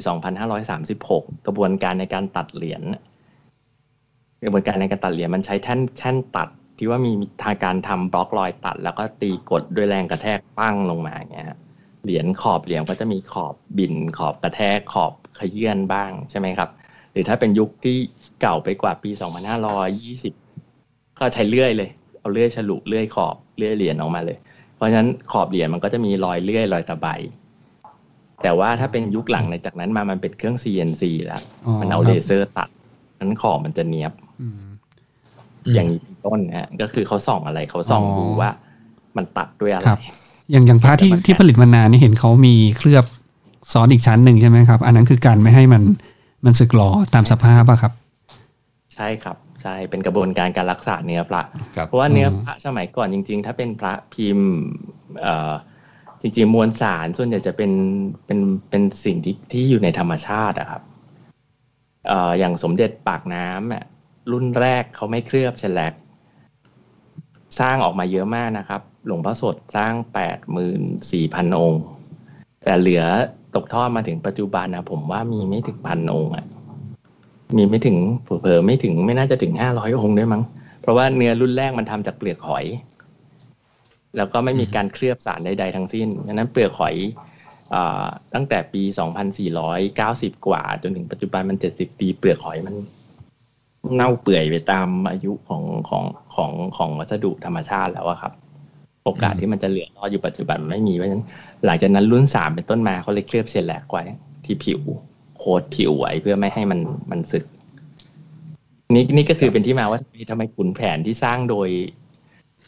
2536กระบวนการในการตัดเหรียญมันใช้แท่นตัดที่ว่ามีทางการทำบล็อกรอยตัดแล้วก็ตีกดด้วยแรงกระแทกปั้งลงมาอย่างเงี้ยเหรียญขอบเหรียญก็จะมีขอบบิ่นขอบกระแทกขอบขยื่นบ้างใช่ไหมครับหรือถ้าเป็นยุคที่เก่าไปกว่าปี2520ก็ใช้เลื่อยเลยเอาเลื่อยฉลุเลื่อยขอบเลื่อยเหรียญออกมาเลยเพราะฉะนั้นขอบเหรียญมันก็จะมีรอยเลื่อยรอยตะไบแต่ว่าถ้าเป็นยุคหลังในจากนั้นมามันเป็นเครื่อง CNC แล้วมันเอาเลเซอร์ตัดนั้นขอบมันจะเนียบอย่างนี้เป็นต้นนะก็คือเขาส่องอะไรเขาส่องดูว่ามันตัดด้วยอะไรอย่างพระที่ผลิตมานานนี่เห็นเขามีเคลือบซ้อนอีกชั้นหนึ่งใช่ไหมครับอันนั้นคือการไม่ให้มันสึกหรอตามสภาพป่ะครับใช่ครับใช่เป็นกระบวนการรักษาเนื้อพระเพราะว่าเนื้อพระสมัยก่อนจริงๆถ้าเป็นพระพิมพ์จริงๆมวลสารส่วนใหญ่จะเป็นสิ่งที่อยู่ในธรรมชาติอะครับอย่างสมเด็จปากน้ำรุ่นแรกเขาไม่เคลือบแฉลกสร้างออกมาเยอะมากนะครับหลวงพ่อสดสร้าง 84,000 องค์แต่เหลือตกทอดมาถึงปัจจุบันนะผมว่ามีไม่ถึง 1,000 องค์อะมีไม่ถึงเผลอๆไม่น่าจะถึง500 องค์ด้วยมั้งเพราะว่าเนื้อรุ่นแรกมันทำจากเปลือกหอยแล้วก็ไม่มีการเคลือบสารใดๆทั้งสิ้นดังนั้นเปลือกหอยตั้งแต่ปี2490กว่าจนถึงปัจจุบันมัน70ปีเปลือกหอยมันเน่าเปื่อยไปตามอายุของวัสดุธรรมชาติแล้วอะครับโอกาสที่มันจะเหลือรอดอยู่ปัจจุบันไม่มีเพราะฉะนั้นหลังจากนั้นรุ่น3เป็นต้นมาเขาเลยเคลือบเซลแลกไว้ที่ผิวโค้ดผิวไว้เพื่อไม่ให้มันสึกนี่ก็คือเป็นที่มาว่าทำไมขุนแผนที่สร้างโดย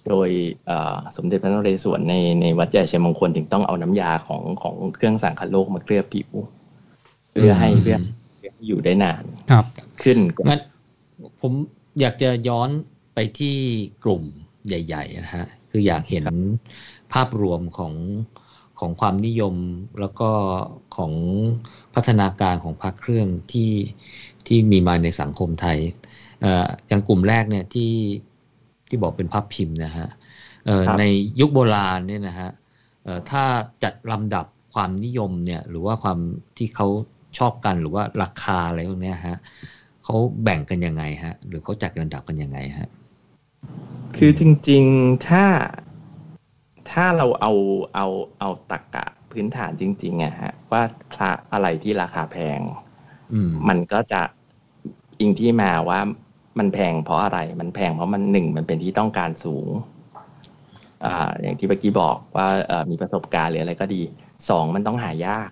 โดยสมเด็จพระนเรศวรในวัดใหญ่ชัยมงคลถึงต้องเอาน้ำยาของเครื่องสังคโลกมาเคลือบผิวเพื่อให้อยู่ได้นานขึ้นงั้นผมอยากจะย้อนไปที่กลุ่มใหญ่ๆนะฮะคืออยากเห็นภาพรวมของความนิยมแล้วก็ของพัฒนาการของพระเครื่องที่มีมาในสังคมไทยอย่างกลุ่มแรกเนี่ยที่บอกเป็นภาพพิมพ์นะฮะในยุคโบราณเนี่ยนะฮะถ้าจัดลำดับความนิยมเนี่ยหรือว่าความที่เขาชอบกันหรือว่าราคาอะไรพวกนี้ฮะเขาแบ่งกันยังไงฮะหรือเขาจัดลำดับกันยังไงฮะคือจริงๆถ้าเราเอาตรรกะพื้นฐานจริงๆอะฮะว่าพระอะไรที่ราคาแพงมันก็จะอิงที่มาว่ามันแพงเพราะอะไรมันแพงเพราะมันเป็นที่ต้องการสูงอย่างที่เมื่อกี้บอกว่ามีประสบการณ์หรืออะไรก็ดี2มันต้องหายาก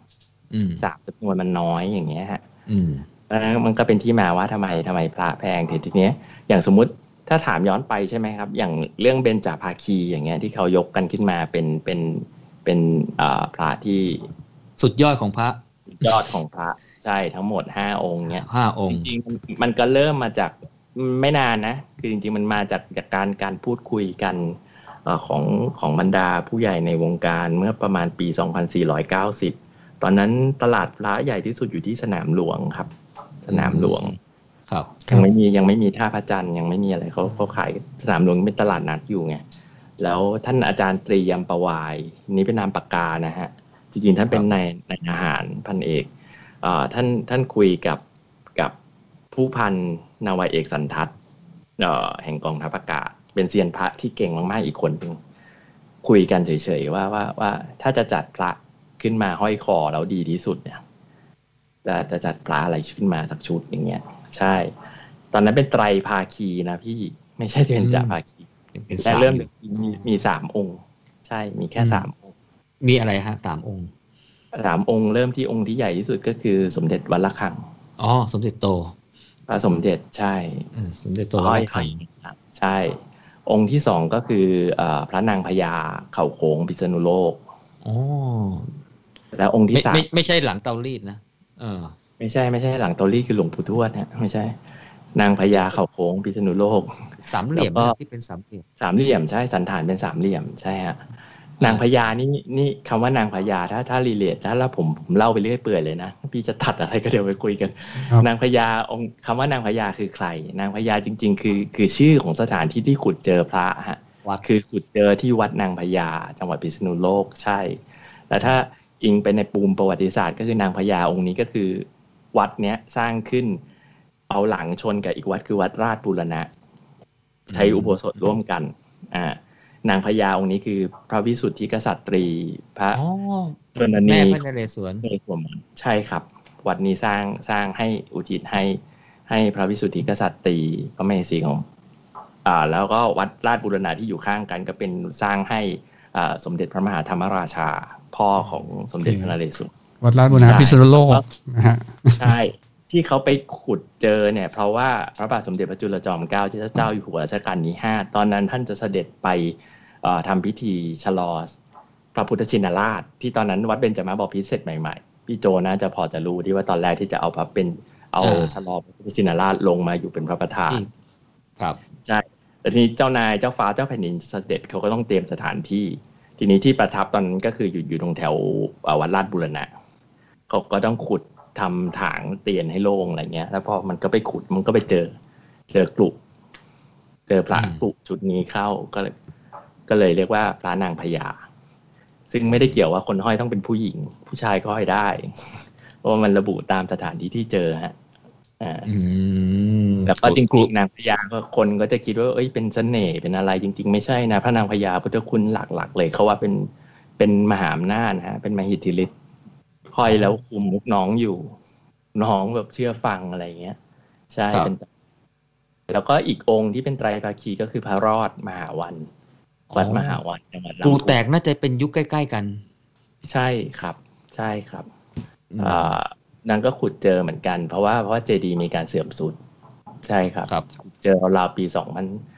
3จำนวนมันน้อยอย่างเงี้ยฮะมันก็เป็นที่มาว่าทำไมพระแพงทีนี้อย่างสมมุติถ้าถามย้อนไปใช่ไหมครับอย่างเรื่องเบญจภาคีอย่างเงี้ยที่เขายกกันขึ้นมาเป็นพระที่สุดยอดของพระยอดของพระใช่ทั้งหมด5องค์เนี้ย 5องค์จริงๆมันก็เริ่มมาจากไม่นานนะคือจริงๆมันมาจากการพูดคุยกันของบรรดาผู้ใหญ่ในวงการเมื่อประมาณปี2490ตอนนั้นตลาดพระใหญ่ที่สุดอยู่ที่สนามหลวงครับสนามหลวงครับยังไม่มีท่าพระจันทร์ยังไม่มีอะไรเขาขายสนามหลวงเป็นตลาดนัดอยู่ไงแล้วท่านอาจารย์ตรียมประวายนี้เป็นนามปากกานะฮะจริงๆท่านเป็นนายทหารพันเอกท่านคุยกับผู้พันนาวาเอกสันทัศน์แห่งกองทัพอากาศเป็นเซียนพระที่เก่งมากๆอีกคนนึงคุยกันเฉยๆว่าถ้าจะจัดพระขึ้นมาห้อยคอแล้วดีที่สุดเนี่ยจะจัดพระอะไรขึ้นมาสักชุดอย่างเงี้ยใช่ตอนนั้นเป็นไตรภาคีนะพี่ไม่ใช่เป็นเบญจภาคีแต่เริ่มมี3องค์ใช่มีแค่3องค์มีอะไรฮะ3องค์ 3องค์เริ่มที่องค์ที่ใหญ่ที่สุดก็คือสมเด็จวัดระฆังสมเด็จโตพระสมเด็จใช่สมเด็จโตวัดระฆังใช่องค์ที่2ก็คือพระนางพญาเขาโค้งพิษณุโลกแล้วองค์ที่3 ไม่ใช่หลังเตารีดนะไม่ใช่หลังเตารีดคือหลวงปู่ทวดฮะไม่ใช่นางพญาเขาโค้งพิษณุโลกสามเหลี่ยมที่เป็นสามเหลี่ยมใช่สันฐานเป็นสามเหลี่ยมใช่ฮะนางพญานี่คำว่านางพญาถ้ารีเลทถ้าแล้วผมเล่าไปเรื่อยเปื่อยเลยนะพี่จะตัดอะไรก็เดี๋ยวไปคุยกันนางพญาองค์คำว่านางพญาคือใครนางพญาจริงๆคือชื่อของสถานที่ที่ขุดเจอพระฮะคือขุดเจอที่วัดนางพญาจังหวัดพิษณุโลกใช่แล้วถ้าอิงไปในปูมประวัติศาสตร์ก็คือนางพญาองค์นี้ก็คือวัดเนี้ยสร้างขึ้นเอาหลังชนกับอีกวัดคือวัดราชบูรณะใช้อุโบสถร่วมกันนางพญาองค์นี้คือพระวิสุทธิกษัตรีพระชนนีแม่พระนเรศวรใช่ครับวัดนี้สร้างให้อุทิศให้พระวิสุทธิกษัตรีพระมเหสีของแล้วก็วัดราชบูรณะที่อยู่ข้างกันก็เป็นสร้างให้สมเด็จพระมหาธรรมราชาพ่อของสมเด็จพระนเรศวรวัดราชบูรณะพิษณุโลกนะฮะใช่ที่เขาไปขุดเจอเนี่ยเพราะว่าพระบาทสมเด็จพระจุลจอมเกล้าเจ้าอยู่หัวรัชกาลที่5ตอนนั้นท่านจะเสด็จไปทำพิธีชะลอพระพุทธชินราชที่ตอนนั้นวัดเบญจมาบพิตรเสร็จใหม่ๆพี่โจน่าจะพอจะรู้ที่ว่าตอนแรกที่จะเอาชะลอพระพุทธชินราชลงมาอยู่เป็นพระประธานครับใช่แต่ทีนี้เจ้านายเจ้าฟ้าเจ้าแผ่นดินเสด็จเขาก็ต้องเตรียมสถานที่ทีนี้ที่ประทับตอนนั้นก็คืออยู่ตรงแถววัดราชบูรณะเขาก็ต้องขุดทำถางเตียนให้โล่งอะไรเงี้ยแล้วพอมันก็ไปขุดมันก็ไปเจอกลุ่มเจอพระกลุ่มชุดนี้เข้าก็เลยเรียกว่าพระนางพญาซึ่งไม่ได้เกี่ยวว่าคนห้อยต้องเป็นผู้หญิงผู้ชายก็ห้อยได้เพราะมันระบุตามสถานที่ที่เจอฮะแล้วก็จริงๆนางพญาก็คนก็จะคิดว่าเป็นเสน่ห์เป็นอะไรจริงๆไม่ใช่นะพระนางพญาพุทธคุณหลักๆเลยเขาว่าเป็นมหาอำนาจฮะเป็นมหิทธิฤทธิ์ห้อยแล้วคุมลูกน้องอยู่น้องแบบเชื่อฟังอะไรเงี้ยใช่เป็นแล้วก็อีกองค์ที่เป็นไตรภาคีก็คือพระรอดมหาวันวัดมหาวันจังหวัดลำพูนปูแตกน่าจะเป็นยุคใกล้ๆกันใช่ครับนั่นก็ขุดเจอเหมือนกันเพราะว่าเจดีย์มีการเสื่อมทรุดใช่ครับเจอราวปี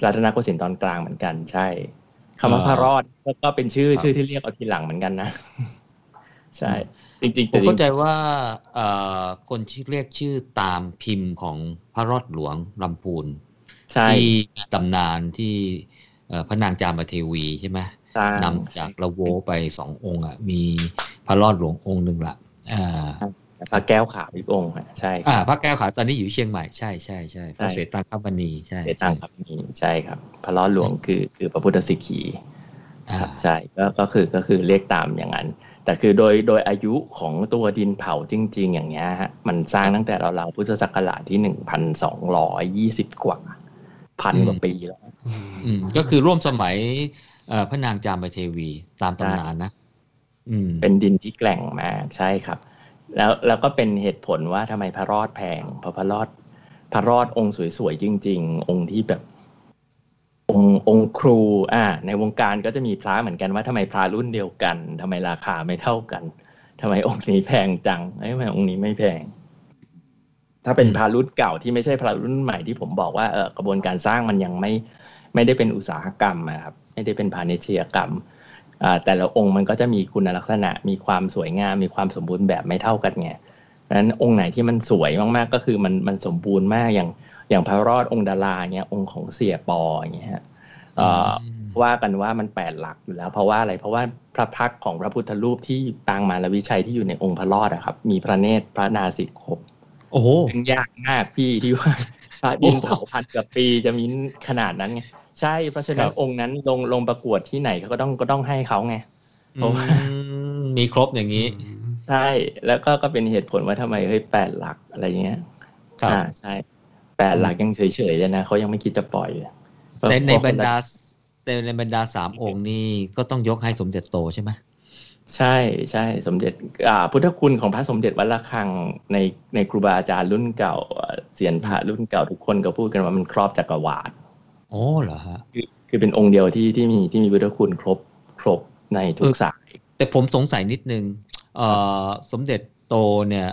รัตนโกสินทร์ตอนกลางเหมือนกันใช่คำว่าพระรอดก็เป็นชื่อที่เรียกเอาทีหลังเหมือนกันนะใช่จริงๆผมเข้าใจว่าคนที่เรียกชื่อตามพิมพ์ของพระรอดหลวงลำพูนที่ตำนานที่พระนางจามเทวีใช่ไหมนำจากละโวไป2 องค์อ่ะมีพระรอดหลวงองค์หนึ่งละพระแก้วขาวอีกองค์ใช่พระแก้วขาวตอนนี้อยู่เชียงใหม่ใช่พระเสตางคัมณีใช่เสตางคัมณีใช่ครับพระรอดหลวงคือพระพุทธสิกขีครับใช่ก็คือเรียกตามอย่างนั้นแต่คือโดยอายุของตัวดินเผาจริงๆอย่างเงี้ยฮะมันสร้างตั้งแต่เราพุทธศักราชที่1,220 กว่าพันกว่าปีแล้วก็คือร่วมสมัยพระนางจามเทวีตามตำนานนะเป็นดินที่แกร่งมากใช่ครับแล้วก็เป็นเหตุผลว่าทำไมพระรอดแพงเพราะพระรอดองค์สวยๆจริงๆองค์ที่แบบองค์ครูในวงการก็จะมีพระเหมือนกันว่าทำไมพระรุ่นเดียวกันทำไมราคาไม่เท่ากันทำไมองค์นี้แพงจังทำไมองค์นี้ไม่แพงถ้าเป็นพระรุ่นเก่าที่ไม่ใช่พระรุ่นใหม่ที่ผมบอกว่ากระบวนการสร้างมันยังไม่ได้เป็นอุตสาหกรรมครับไม่ได้เป็นพาณิชยกรรมแต่ละองค์มันก็จะมีคุณลักษณะมีความสวยงามมีความสมบูรณ์แบบไม่เท่ากันไงเพราะฉะนั้นองค์ไหนที่มันสวยมากๆก็คือมันสมบูรณ์มากอย่างพระรอดองค์ดาราเงี้ยองค์ของเสียปออย่างเงี้ยว่ากันว่ามัน8 หลักอยู่แล้วเพราะว่าอะไรเพราะว่าพระพักตร์ของพระพุทธรูปที่ปางมารวิชัยที่อยู่ในองค์พระรอดอะครับมีพระเนตรพระนาสิกครบโอ้โหยากมากพี่ที่ว่าพระดินเผาพันกว่าปีจะมีขนาดนั้นไงใช่เพราะฉะนั้นองค์นั้นลงประกวดที่ไหนเขาก็ต้องให้เขาไงเพราะว่ามีครบอย่างนี้ใช่แล้วก็เป็นเหตุผลว่าทำไม8 หลักอะไรเงี้ยใช่8 หลักยังเฉยๆเลยนะเขายังไม่คิดจะปล่อยในบรรดา3 องค์นี่ก็ต้องยกให้สมเด็จโตใช่ไหมใช่สมเด็จพุทธคุณของพระสมเด็จวัดระฆังในครูบาอาจารย์รุ่นเก่าเซียนพระรุ่นเก่าทุกคนก็พูดกันว่ามันครอบจักรวาลโอ้เหรอฮะคือเป็นองค์เดียวที่มีพุทธคุณครบในทุกสายแต่ผมสงสัยนิดนึงสมเด็จโตเนี่ย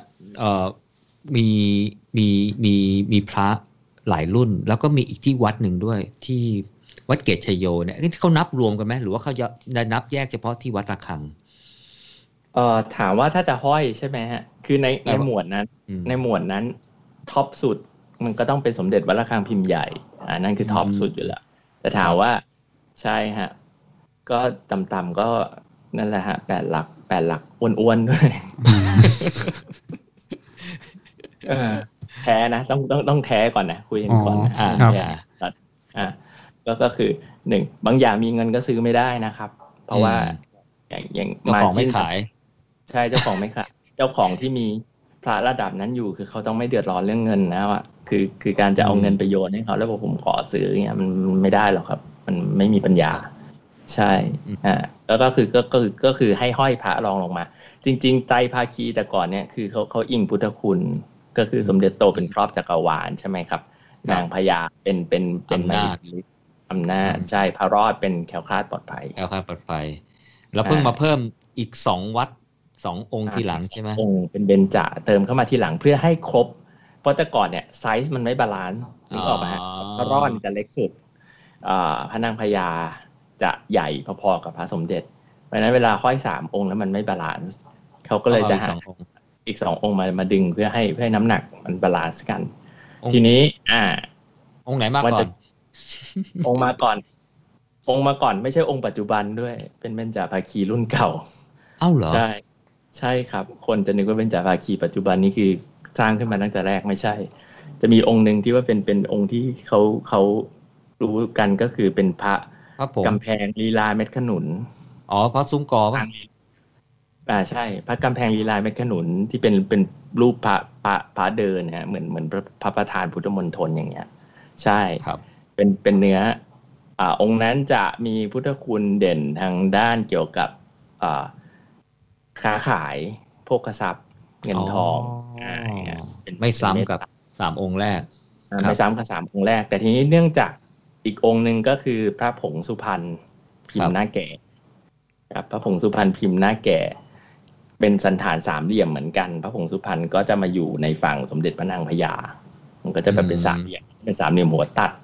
มีพระหลายรุ่นแล้วก็มีอีกที่วัดหนึ่งด้วยที่วัดเกตชัยโยเนี่ยเขานับรวมกันไหมหรือว่าเขาจะนับแยกเฉพาะที่วัดระฆังถามว่าถ้าจะห้อยใช่ไหมฮะคือในหมวดนั้นท็อปสุดมันก็ต้องเป็นสมเด็จวัดระฆังพิมพ์ใหญ่นั่นคือท็อปสุดอยู่แล้วแต่ถามว่าใช่ฮะก็ต่ำๆก็นั่นแหละฮะ8 หลักอ้วนๆด้วยแท้นะต้องแท้ก่อนนะคุยกันก่อนก็คือ1บางอย่างมีเงินก็ซื้อไม่ได้นะครับเพราะว่าอย่างเจ้าของไม่ขายใช่เจ้าของไม่ขายเจ้าของที่มีพระระดับนั้นอยู่คือเขาต้องไม่เดือดร้อนเรื่องเงินนะว่าคือการจะเอาเงินไปโยนให้เขาแล้วบอกผมขอซื้อเงี้ยมันไม่ได้หรอกครับมันไม่มีปัญญาใช่แล้วก็คือให้ห้อยพระรองลงมาจริงๆไตรภาคีแต่ก่อนเนี่ยคือเขาอิงพุทธคุณก็คือสมเด็จโตเป็นครอบจักรวาลใช่ไหมครับนางพญาเป็นมหิทธิอำนาจใช่พระรอดเป็นแคล้วคลาดปลอดภัยแล้วเพิ่งมาเพิ่มอีก2 วัด2 องค์ทีหลังใช่ไหมองค์เป็นเบญจเติมเข้ามาทีหลังเพื่อให้ครบเพราะแต่ก่อนเนี่ยไซส์มันไม่บาลานซ์นึกออกไหมพระรอดจะเล็กสุดพระนางพญาจะใหญ่พอๆกับพระสมเด็จเพราะฉะนั้นเวลาห้อย3 องค์แล้วมันไม่บาลานซ์เขาก็เลยจะหาอีก2 องค์มาดึงเพื่อให้น้ำหนักมันบาลานซ์กันทีนี้องค์ไหนมาก่อนองค์มาก่อนไม่ใช่องค์ปัจจุบันด้วยเป็นเบญจภาคีรุ่นเก่าเอ้าเหรอใช่ครับคนจะนึกว่าเบญจภาคีปัจจุบันนี้คือสร้างขึ้นมาตั้งแต่แรกไม่ใช่จะมีองค์นึงที่ว่าเป็นองค์ที่เขารู้กันก็คือเป็นพระกำแพงลีลาเม็ดขนุนพระซุ้มกอป่ะใช่พระกำแพงลีลาเม็ดขนุนที่เป็นรูปพระเดินฮะเหมือนพระประธานพุทธมณฑลอย่างเงี้ยใช่ครับเป็นเนื้อองค์นั้นจะมีพุทธคุณเด่นทางด้านเกี่ยวกับค้าขายโภคทรัพย์เงินทองไม่ซ้ำกับ3 องค์แรกไม่ซ้ำกับ3 องค์แรกแต่ทีนี้เนื่องจากอีกองค์นึงก็คือพระผงสุพรรณพิมพ์หน้าแก่ครับพระผงสุพรรณพิมพ์หน้าแก่เป็นสันฐาน3 เหลี่ยมเหมือนกันพระผงสุพรรณก็จะมาอยู่ในฝั่งสมเด็จพระนางพญามันก็จะแบบเป็น3 เหลี่ยมเป็น3 เหลี่ยมหัวตัด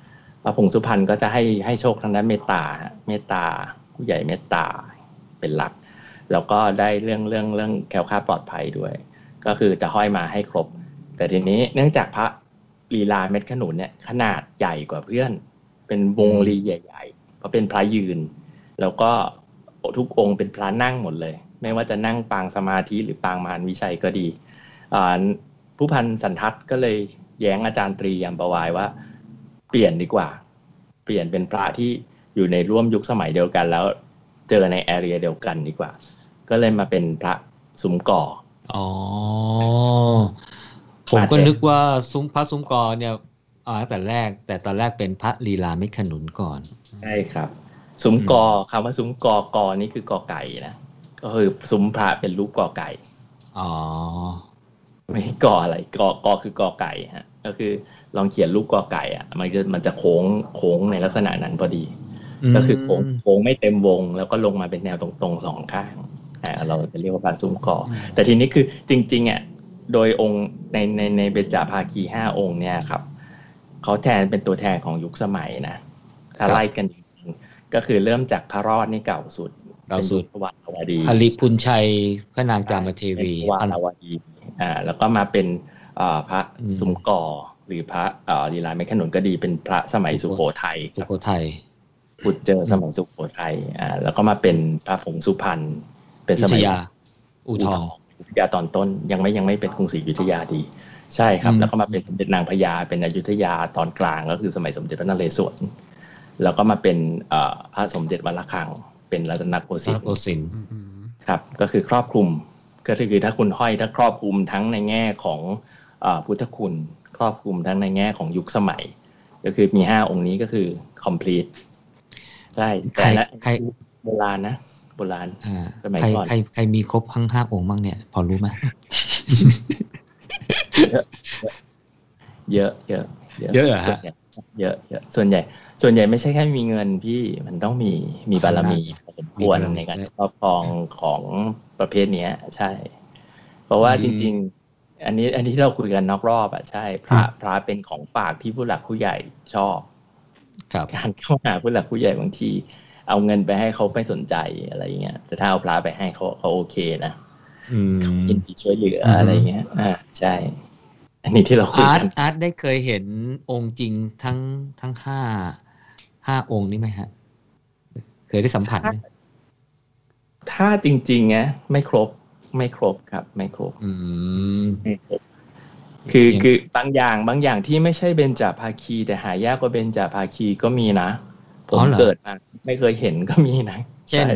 พระผงสุพรรณก็จะให้โชคทางด้านเมตตาผู้ใหญ่เมตตาเป็นหลักแล้วก็ได้เรื่องแคล้วคลาดปลอดภัยด้วยก็คือจะห้อยมาให้ครบแต่ทีนี้เนื่องจากพระลีลาเม็ดขนุนเนี่ยขนาดใหญ่กว่าเพื่อนเป็นวงลีใหญ่ๆเพราะเป็นพระยืนแล้วก็ทุกองค์เป็นพระนั่งหมดเลยไม่ว่าจะนั่งปางสมาธิหรือปางมารวิชัยก็ดีผู้พันสันทัดก็เลยแย้งอาจารย์ตรียามประวายว่าเปลี่ยนดีกว่าเปลี่ยนเป็นพระที่อยู่ในร่วมยุคสมัยเดียวกันแล้วเจอในแอเรียเดียวกันดีกว่าก็เลยมาเป็นพระสุมก่ออ๋อผมก็นึกว่าพระซุ้มกอเนี่ยแต่ตอนแรกเป็นพระลีลาเม็ดขนุนก่อนใช่ครับซุ้มกอคำว่าซุ้มกอกอนี่คือกอไก่นะก็คือซุ้มพระเป็นรูปกอไก่อ๋อไม่กออะไรกอคือกอไก่ฮะก็คือลองเขียนรูปกอไก่อ่ะมันจะโค้งในลักษณะนั้นพอดีก็คือโค้งไม่เต็มวงแล้วก็ลงมาเป็นแนวตรงๆสองข้างเราจะเรียกว่าพระซุ้มกอแต่ทีนี้คือจริงๆอ่ะโดยองค์ในเบญจภาคี5องค์เนี่ยครับเขาแทนเป็นตัวแทนของยุคสมัยนะถ้าไล่กันก็คือเริ่มจากพระรอดนี่เก่าสุดพระวราวดีพลิพุนชัยพระนางจามเทวีพระวราวดีแล้วก็มาเป็นพระซุ้มกอหรือพระลีลาเม็ดขนุนก็ดีเป็นพระสมัยสุโขทัยพุทธเจอสมัยสุโขทัยแล้วก็มาเป็นพระผงสุพรรณเป็นสมัยอู่ทองอยุธยาตอนต้นยังไม่เป็นกรุงศรีอยุธยาดีใช่ครับแล้วก็มาเป็นสมเด็จนางพญาเป็นอยุธยาตอนกลางก็คือสมัยสมเด็จพระนเรศวรแล้วก็มาเป็นพระสมเด็จวัดระฆังเป็นรัตนโกสินทร์ครับก็คือครอบคลุมก็คือถ้าคุณห้อยถ้าครอบคลุมทั้งในแง่ของพุทธคุณครอบคลุมทั้งในแง่ของยุคสมัยก็คือมี5องค์นี้ก็คือ complete ใช่แต่ละโบราณนะโบราณสมัยก่อนใครมีครบทั้ง5องค์บ้างเนี่ยพอรู้ไหมเยอะเหรอฮะเยอะส่วนใหญ่ไม่ใช่แค่มีเงินพี่มันต้องมีบารมีพอสมควรในการครอบครองของประเภทนี้ใช่เพราะว่าจริงๆอันนี้ที่เราคุยกันนอกรอบอ่ะใช่พระเป็นของฝากที่ผู้หลักผู้ใหญ่ชอบการเข้าหาผู้หลักผู้ใหญ่บางทีเอาเงินไปให้เขาไม่สนใจอะไรเงี้ยแต่ถ้าเอาพระไปให้เขาโอเคนะยินดีช่วยเหลืออะไรเงี้ยใช่อันนี้ที่เราคุยกันอาร์ตได้เคยเห็นองค์จริงทั้ง5องค์นี้ไหมฮะเคยได้สัมผัสไหมถ้าจริงๆนะไม่ครบครับไม่ครบคือบางอย่างที่ไม่ใช่เบญจภาคีแต่หายากกว่าเบญจภาคีก็มีนะผมเกิดมาไม่เคยเห็นก็มีนะใช่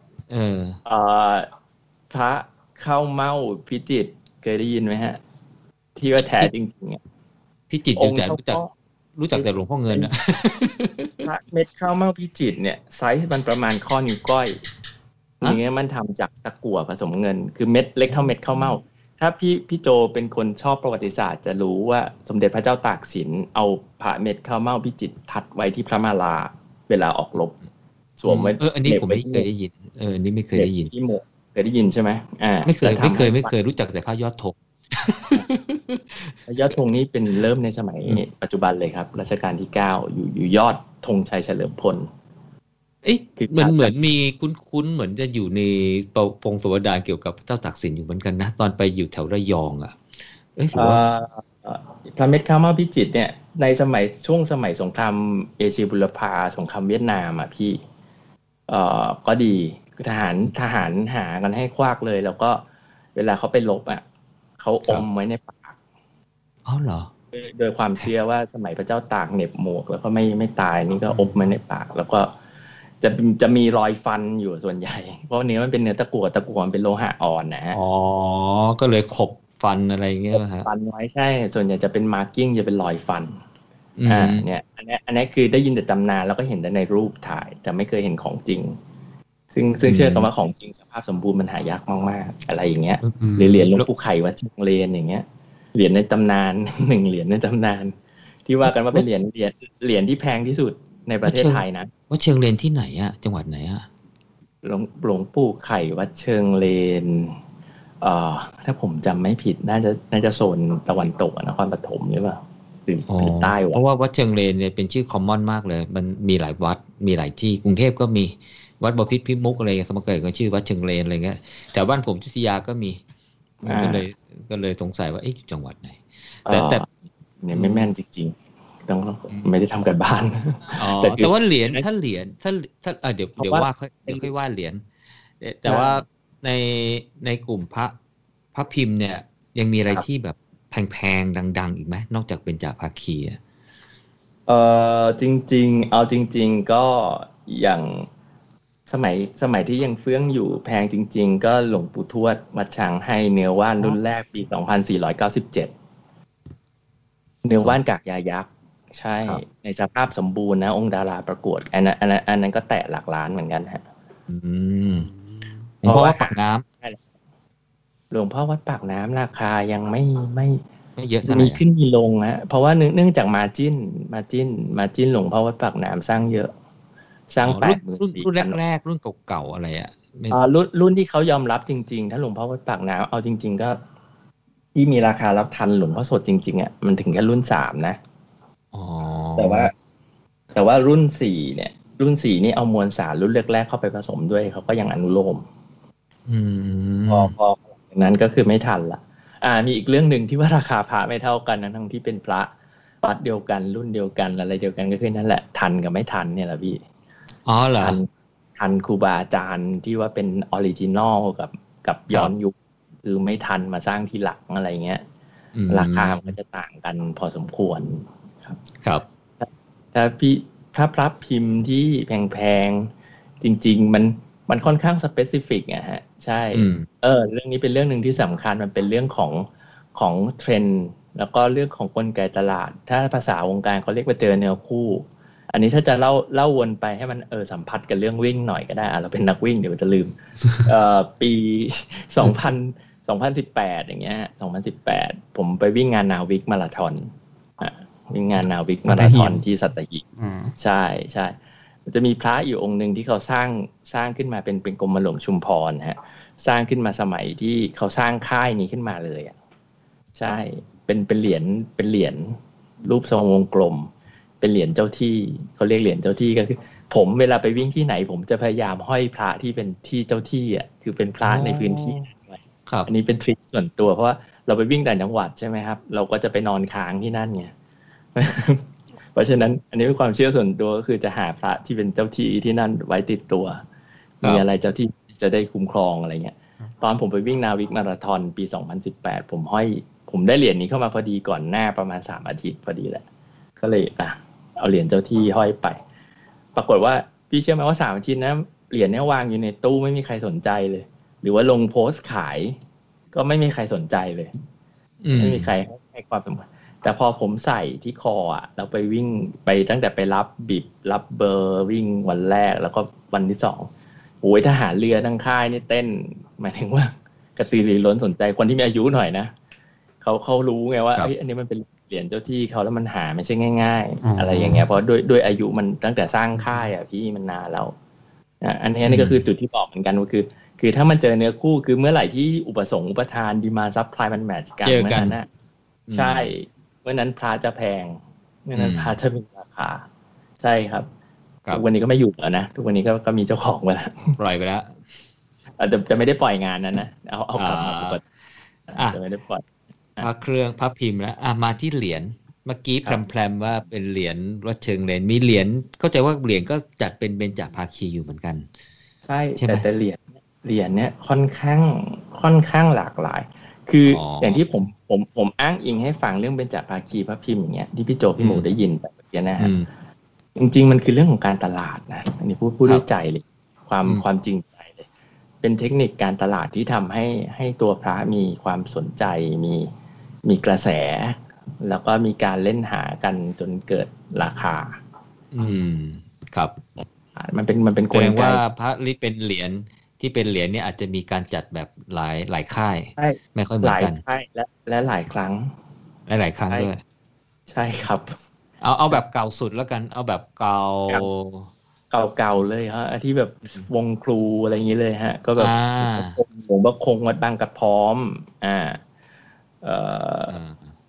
พระเข้าเม้าพิจิตรเคยได้ยินไหมฮะที่ว่าแท้จริงๆอ่ะพิจิตรรู้จักแต่หลวงพ่อเงินอ่ะพระเม็ดข้าวเม่าพิจิตรเนี่ยไซส์มันประมาณข้อนิ้วก้อยอย่างเงี้ยมันทำจากตะกั่วผสมเงินคือเม็ดเล็กเท่าเม็ดข้าวเม่าถ้าพี่โจเป็นคนชอบประวัติศาสตร์จะรู้ว่าสมเด็จพระเจ้าตากสินเอาพระเม็ดข้าวเม่าพิจิตรทัดไว้ที่พระมาลาเวลาออกรบสวมไว้อันนี้ผมไม่เคยได้ยินนี่ไม่เคยได้ยินที่หมวกเคยได้ยินใช่ไหมไม่เคยรู้จักแต่พระยอดธงยอดธงนี้เป็นเริ่มในสมัยปัจจุบันเลยครับรัชกาลที่9อยู่ยอดธงชัยเฉลิมพลเหมือนมีคุ้นเหมือนจะอยู่ในพงศาวดารเกี่ยวกับเจ้าตากสินอยู่เหมือนกันนะตอนไปอยู่แถวระยองพระเม็ดข้าวเม่าพิจิตรเนี่ยในช่วงสมัยสงครามเอเชียบุรพาสงครามเวียดนามอ่ะพี่ก็ดีทหารหากันให้ควักเลยแล้วก็เวลาเขาไปรบอ่ะเขาอมไว้ในปากเหรอโดยความเชื่อว่าสมัยพระเจ้าตากเหน็บหมวกแล้วก็ไม่ตายนี่ก็อมไว้ในปากแล้วก็จะมีรอยฟันอยู่ส่วนใหญ่เพราะเนื้อมันเป็นเนื้อตะกั่วมันเป็นโลหะอ่อนนะฮะก็เลยขบฟันอะไรอย่างเงี้ยฮะฟันไว้ใช่ส่วนใหญ่จะเป็นมาร์กิ้งจะเป็นรอยฟันเนี่ยอันนี้คือได้ยินแต่ตำนานแล้วก็เห็นแต่ในรูปถ่ายแต่ไม่เคยเห็นของจริงซึ่งเชื่อกันว่าของจริงสภาพสมบูรณ์มันหายากมากๆอะไรอย่างเงี้ยหรือเหรียญหลวงปู่ไข่วัดเชียงเลนอย่างเงี้ยเหรียญในตำนาน1เหรียญในตำนานที่ว่ากันว่าเป็นเหรียญที่แพงที่สุดในประเทศไทยนะวัดเชียงเลนที่ไหนอะจังหวัดไหนอะหลวงปู่ไข่วัดเชิงเลนถ้าผมจำไม่ผิดน่าจะโซนตะวันตกนครปฐมหรือเปล่าหรือใต้วัดเพราะว่าวัดเชิงเลนเนี่ยเป็นชื่อคอมมอนมากเลยมันมีหลายวัดมีหลายที่กรุงเทพก็มีวัดบพิตรพิมุกอะไรสมัยก่อนก็ชื่อวัดเชิงเลนอะไรเงี้ยแต่บ้านผมอยุธยาก็มีก็เลยสงสัยว่าเอ๊ะจังหวัดไหนแต่เนี่ยไม่แม่นจริงๆต้องไม่ได้ทำกันบ้านแต่ว่าเหรียญถ้าเดี๋ยวว่าค่อยว่าเหรียญแต่ว่าในกลุ่มพระพิมพ์เนี่ยยังมีอะไรที่แบบแพงๆดังๆอีกไหมนอกจากเบญจภาคีจริงๆเอาจริงๆก็อย่างสมัยที่ยังเฟื่องอยู่แพงจริงๆก็หลวงปู่ทวดวัดช้างให้เนื้อว่านรุ่นแรกปี 2497 เนื้อว่านกากยายักษ์ใช่ในสภาพสมบูรณ์นะองค์ดาราประกวดอันนั้นก็แตะหลักล้านเหมือนกันฮะหลวงพ่อวัดปากน้ำหลวงพ่อวัดปากน้ำราคายังไม่เยอะมีขึ้นมีลงฮะเพราะว่าเนื่องจากมาจิ้นหลวงพ่อวัดปากน้ำสร้างเยอะสร้างรุ่นแรกรุ่นเก่าๆอะไรอ่ะรุ่นที่เขายอมรับจริงๆถ้าหลวงพ่อวัดปากน้ำเอาจริงๆก็ที่มีราคารับทันหลวงพ่อสดจริงๆอ่ะมันถึงแค่รุ่น3นะแต่ว่ารุ่น4เนี่ยรุ่น4นี่เอามวลสารรุ่นแรกๆเข้าไปผสมด้วยเขาก็ยังอนุโลมพอนั้นก็คือไม่ทันละมีอีกเรื่องนึงที่ว่าราคาพระไม่เท่ากันทั้งที่เป็นพระวัดเดียวกันรุ่นเดียวกันอะไรเดียวกันก็คือนั่นแหละทันกับไม่ทันเนี่ยแหละพี่เหรอทันครูบาอาจารย์ที่ว่าเป็นออริจินอลกับย้อนยุคคือไม่ทันมาสร้างทีหลังอะไรเงี้ยราคามันก็จะต่างกันพอสมควรครับถ้าพระพิมพ์ที่แพงๆจริงๆมันค่อนข้างสเปซิฟิกอะฮะใช่เรื่องนี้เป็นเรื่องนึงที่สำคัญมันเป็นเรื่องของเทรนด์แล้วก็เรื่องของกลไกตลาดถ้าภาษาวงการเขาเรียกว่าเจอแนวคู่อันนี้ถ้าจะเล่าวนไปให้มันสัมพัทธ์กับเรื่องวิ่งหน่อยก็ได้เราเป็นนักวิ่งเดี๋ยวจะลืมปี2018อย่างเงี้ย2018ผมไปวิ่งงานนาวิกมาราธอนวิ่งงานนาวิกมาราธอนที่สัตหีบใช่มันจะมีพระอยู่องค์นึงที่เขาสร้างขึ้นมาเป็นกรมหลวงชุมพรฮะสร้างขึ้นมาสมัยที่เขาสร้างค่ายนี้ขึ้นมาเลยอ่ะใช่เป็นเหรียญรูปทรงวงกลมเป็นเหรียญเจ้าที่เขาเรียกเหรียญเจ้าที่ก็คือผมเวลาไปวิ่งที่ไหนผมจะพยายามห้อยพระที่เป็นที่เจ้าที่อ่ะคือเป็นพระในพื้นที่อันนี้เป็นทริคส่วนตัวเพราะว่าเราไปวิ่งต่างจังหวัดใช่ไหมครับเราก็จะไปนอนค้างที่นั่นไงเพราะฉะนั้นอันนี้เป็นความเชื่อส่วนตัวก็คือจะหาพระที่เป็นเจ้าที่ที่นั่นไว้ติดตัวมีอะไรเจ้าที่จะได้คุ้มครองอะไรเงี้ยตอนผมไปวิ่งนาวิกมาราธอนปี2018ผมได้เหรียญนี้เข้ามาพอดีก่อนหน้าประมาณ3 อาทิตย์พอดีแหละก็เลยเอาเหรียญเจ้าที่ห้อยไปปรากฏว่าพี่เชื่อไหมว่า3 อาทิตย์นะเหรียญนี้วางอยู่ในตู้ไม่มีใครสนใจเลยหรือว่าลงโพสต์ขายก็ไม่มีใครสนใจเลยไม่มีใครให้ความสำคัญแต่พอผมใส่ที่คอเราไปวิ่งไปตั้งแต่ไปรับเบอร์วิ่งวันแรกแล้วก็วันที่2โอ้ยทหารเรือทั้งค่ายนี่เต้นหมายถึงว่ากระตือรือร้นสนใจคนที่มีอายุหน่อยนะเขารู้ไงว่าอันนี้มันเป็นเหรียญเจ้าที่เขาแล้วมันหาไม่ใช่ง่ายๆอะไรอย่างเงี้ยเพราะด้วยอายุมันตั้งแต่สร้างค่ายพี่มันนานแล้วอันนี้ก็คือจุดที่บอกเหมือนกันก็คือถ้ามันเจอเนื้อคู่คือเมื่อไหร่ที่อุปสงค์อุปทานดีมานด์ซัพพลายมันแมทช์กันเมื่อนั้นนะใช่เมื่อนั้นพระจะแพงเมื่อนั้นพระจะมีราคาใช่ครับทุกวันนี้ก็ไม่อยู่แล้วนะทุกวันนี้ก็มีเจ้าของไปแล้วปล่อยไปแล้วแต่ไม่ได้ปล่อยงานนั้นนะเอากลับมาปกติจะไม่ได้ปล่อยพระเครื่องพระพิมพ์แล้วมาที่เหรียญเมื่อกี้แพรมๆว่าเป็นเหรียญวัดเชิงเลนมีเหรียญเข้าใจว่าเหรียญก็จัดเป็นเบญจภาคีอยู่เหมือนกันใช่แต่เหรียญเนี่ยค่อนข้างหลากหลายคืออย่างที่ผมอ้างอิงให้ฟังเรื่องเบญจภาคีพระพิมพ์อย่างเงี้ยที่พี่โจพี่หมูได้ยินแบบเมื่อกี้นะฮะจริงๆมันคือเรื่องของการตลาดนะอันนี้พูดด้วยใจเลยความจริงใจเลยเป็นเทคนิคการตลาดที่ทำให้ตัวพระมีความสนใจมีกระแสแล้วก็มีการเล่นหากันจนเกิดราคาครับมันเป็นกลไกว่าพระที่เป็นเหรียญเนี่ยอาจจะมีการจัดแบบหลายค่ายไม่ค่อยเหมือนกันหลายค่ายและหลายครั้งหลายครั้งด้วยใช่ครับเอาแบบเก่าสุดแล้วกันเอาแบบเก่าเลยฮะที่แบบวงครูอะไรอย่างนี้เลยฮะก็แบบผมว่าคงวัดบางกระพร้อม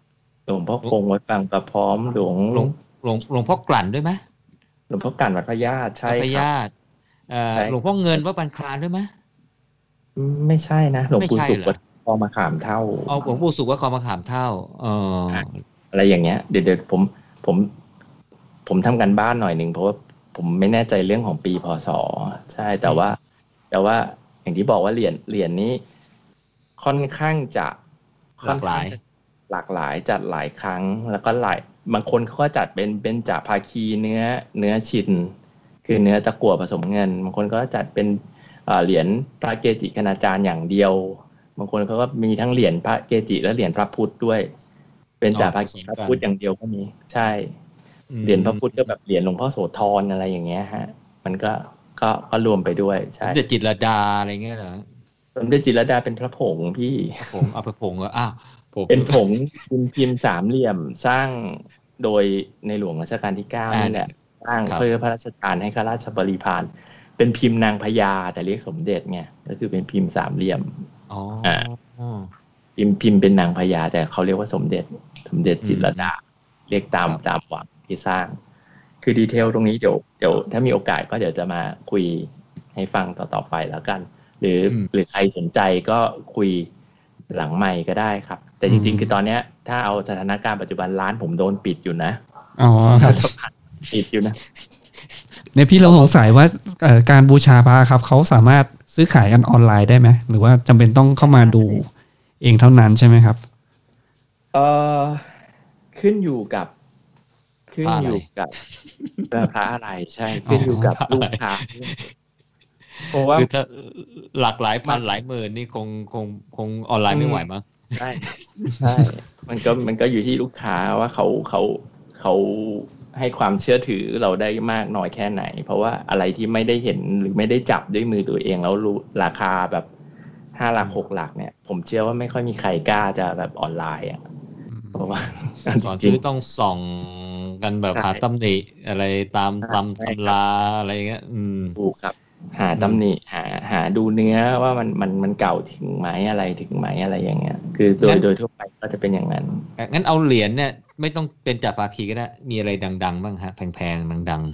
หลวงพ่อคงวัดบางกระพร้อมหลวงพ่อกลั่นด้วยไหมหลวงพ่อกลั่นวัดพระญาติใช่ครับหลวงพ่อเงินวัดบางคลานด้วยไหมไม่ใช่นะหลวงปู่สุขวัดคลองมะขามเท่าหลวงปู่สุขวัดคลองมะขามเท่าอะไรอย่างเงี้ยเดี๋ยวผมทำกันบ้านหน่อยนึงเพราะว่าผมไม่แน่ใจเรื่องของปีพศใช่แต่ว่าอย่างที่บอกว่าเหรียญนี้ค่อนข้างจะหลากหลายจัดหลายครั้งแล้วก็บางคนเขาก็จัดเป็นเบญจภาคีเนื้อชินคือเนื้อตะกั่วผสมเงินบางคนก็จัดเป็นเหรียญพระเกจิคณาจารย์อย่างเดียวบางคนเขาก็มีทั้งเหรียญพระเกจิและเหรียญพระพุทธด้วยเป็นจาภาคีพระพุทธอย่างเดียวก็มีใช่เหรียญพระพุทธก็แบบเหรียญหลวงพ่อโสธรอะไรอย่างเงี้ยฮะมันก็รวมไปด้วยใช่สมเด็จจิตรลดาอะไรเงี้ยเหรอสมเด็จจิตรลดาเป็นพระผงพี่ผงพระผงเป็นผงพิมพ์สามเหลี่ยมสร้างโดยในหลวงรัชกาลที่9นี่แหละสร้างเพื่อพระราชทานให้ข้าราชบริพารเป็นพิมพ์นางพญาแต่เรียกสมเด็จไงก็คือเป็นพิมพ์สามเหลี่ยมพิมพ์เป็นนางพญาแต่เขาเรียกว่าสมเด็จจิตรลดาเรียกตามหวังที่สร้างคือดีเทลตรงนี้เดี๋ยวถ้ามีโอกาสก็เดี๋ยวจะมาคุยให้ฟังต่อไปแล้วกันหรือใครสนใจก็คุยหลังไมค์ก็ได้ครับแต่จริงๆคือตอนนี้ถ้าเอาสถานการณ์ปัจจุบันร้านผมโดนปิดอยู่นะครับปิดอยู่นะเนี่ยพี่เราสงสัยว่าการบูชาพระครับเขาสามารถซื้อขายกันออนไลน์ได้ไหมหรือว่าจำเป็นต้องเข้ามาดูเองเท่านั้นใช่ไหมครับขึ้นอยู่กับพระอะไรใช่ขึ้นอยู่กับลูกค้าเพราะว่าหลากหลายพันหลายหมื่นนี่คงออนไลน์ไม่ไหวมั้งใช่มันก็อยู่ที่ลูกค้าว่าเขาให้ความเชื่อถือเราได้มากน้อยแค่ไหนเพราะว่าอะไรที่ไม่ได้เห็นหรือไม่ได้จับด้วยมือตัวเองแล้วรู้ราคาแบบ5 หลัก6 หลักเนี่ยผมเชื่อว่าไม่ค่อยมีใครกล้าจะแบบออนไลน์อ่ะเพราะว่าตอนที่ต้องส่องกันแบบหาตำหนิอะไรตามตำราอะไรเงี้ยถูกครับหาตำหนิหาดูเนื้อว่ามันเก่าถึงไหมอะไรถึงไหมอะไรอย่างเงี้ยคือโดยทั่วไปก็จะเป็นอย่างนั้นงั้นเอาเหรียญเนี่ยไม่ต้องเป็นจาภาคีก็ได้มีอะไรดังๆบ้างฮะแพงๆดัง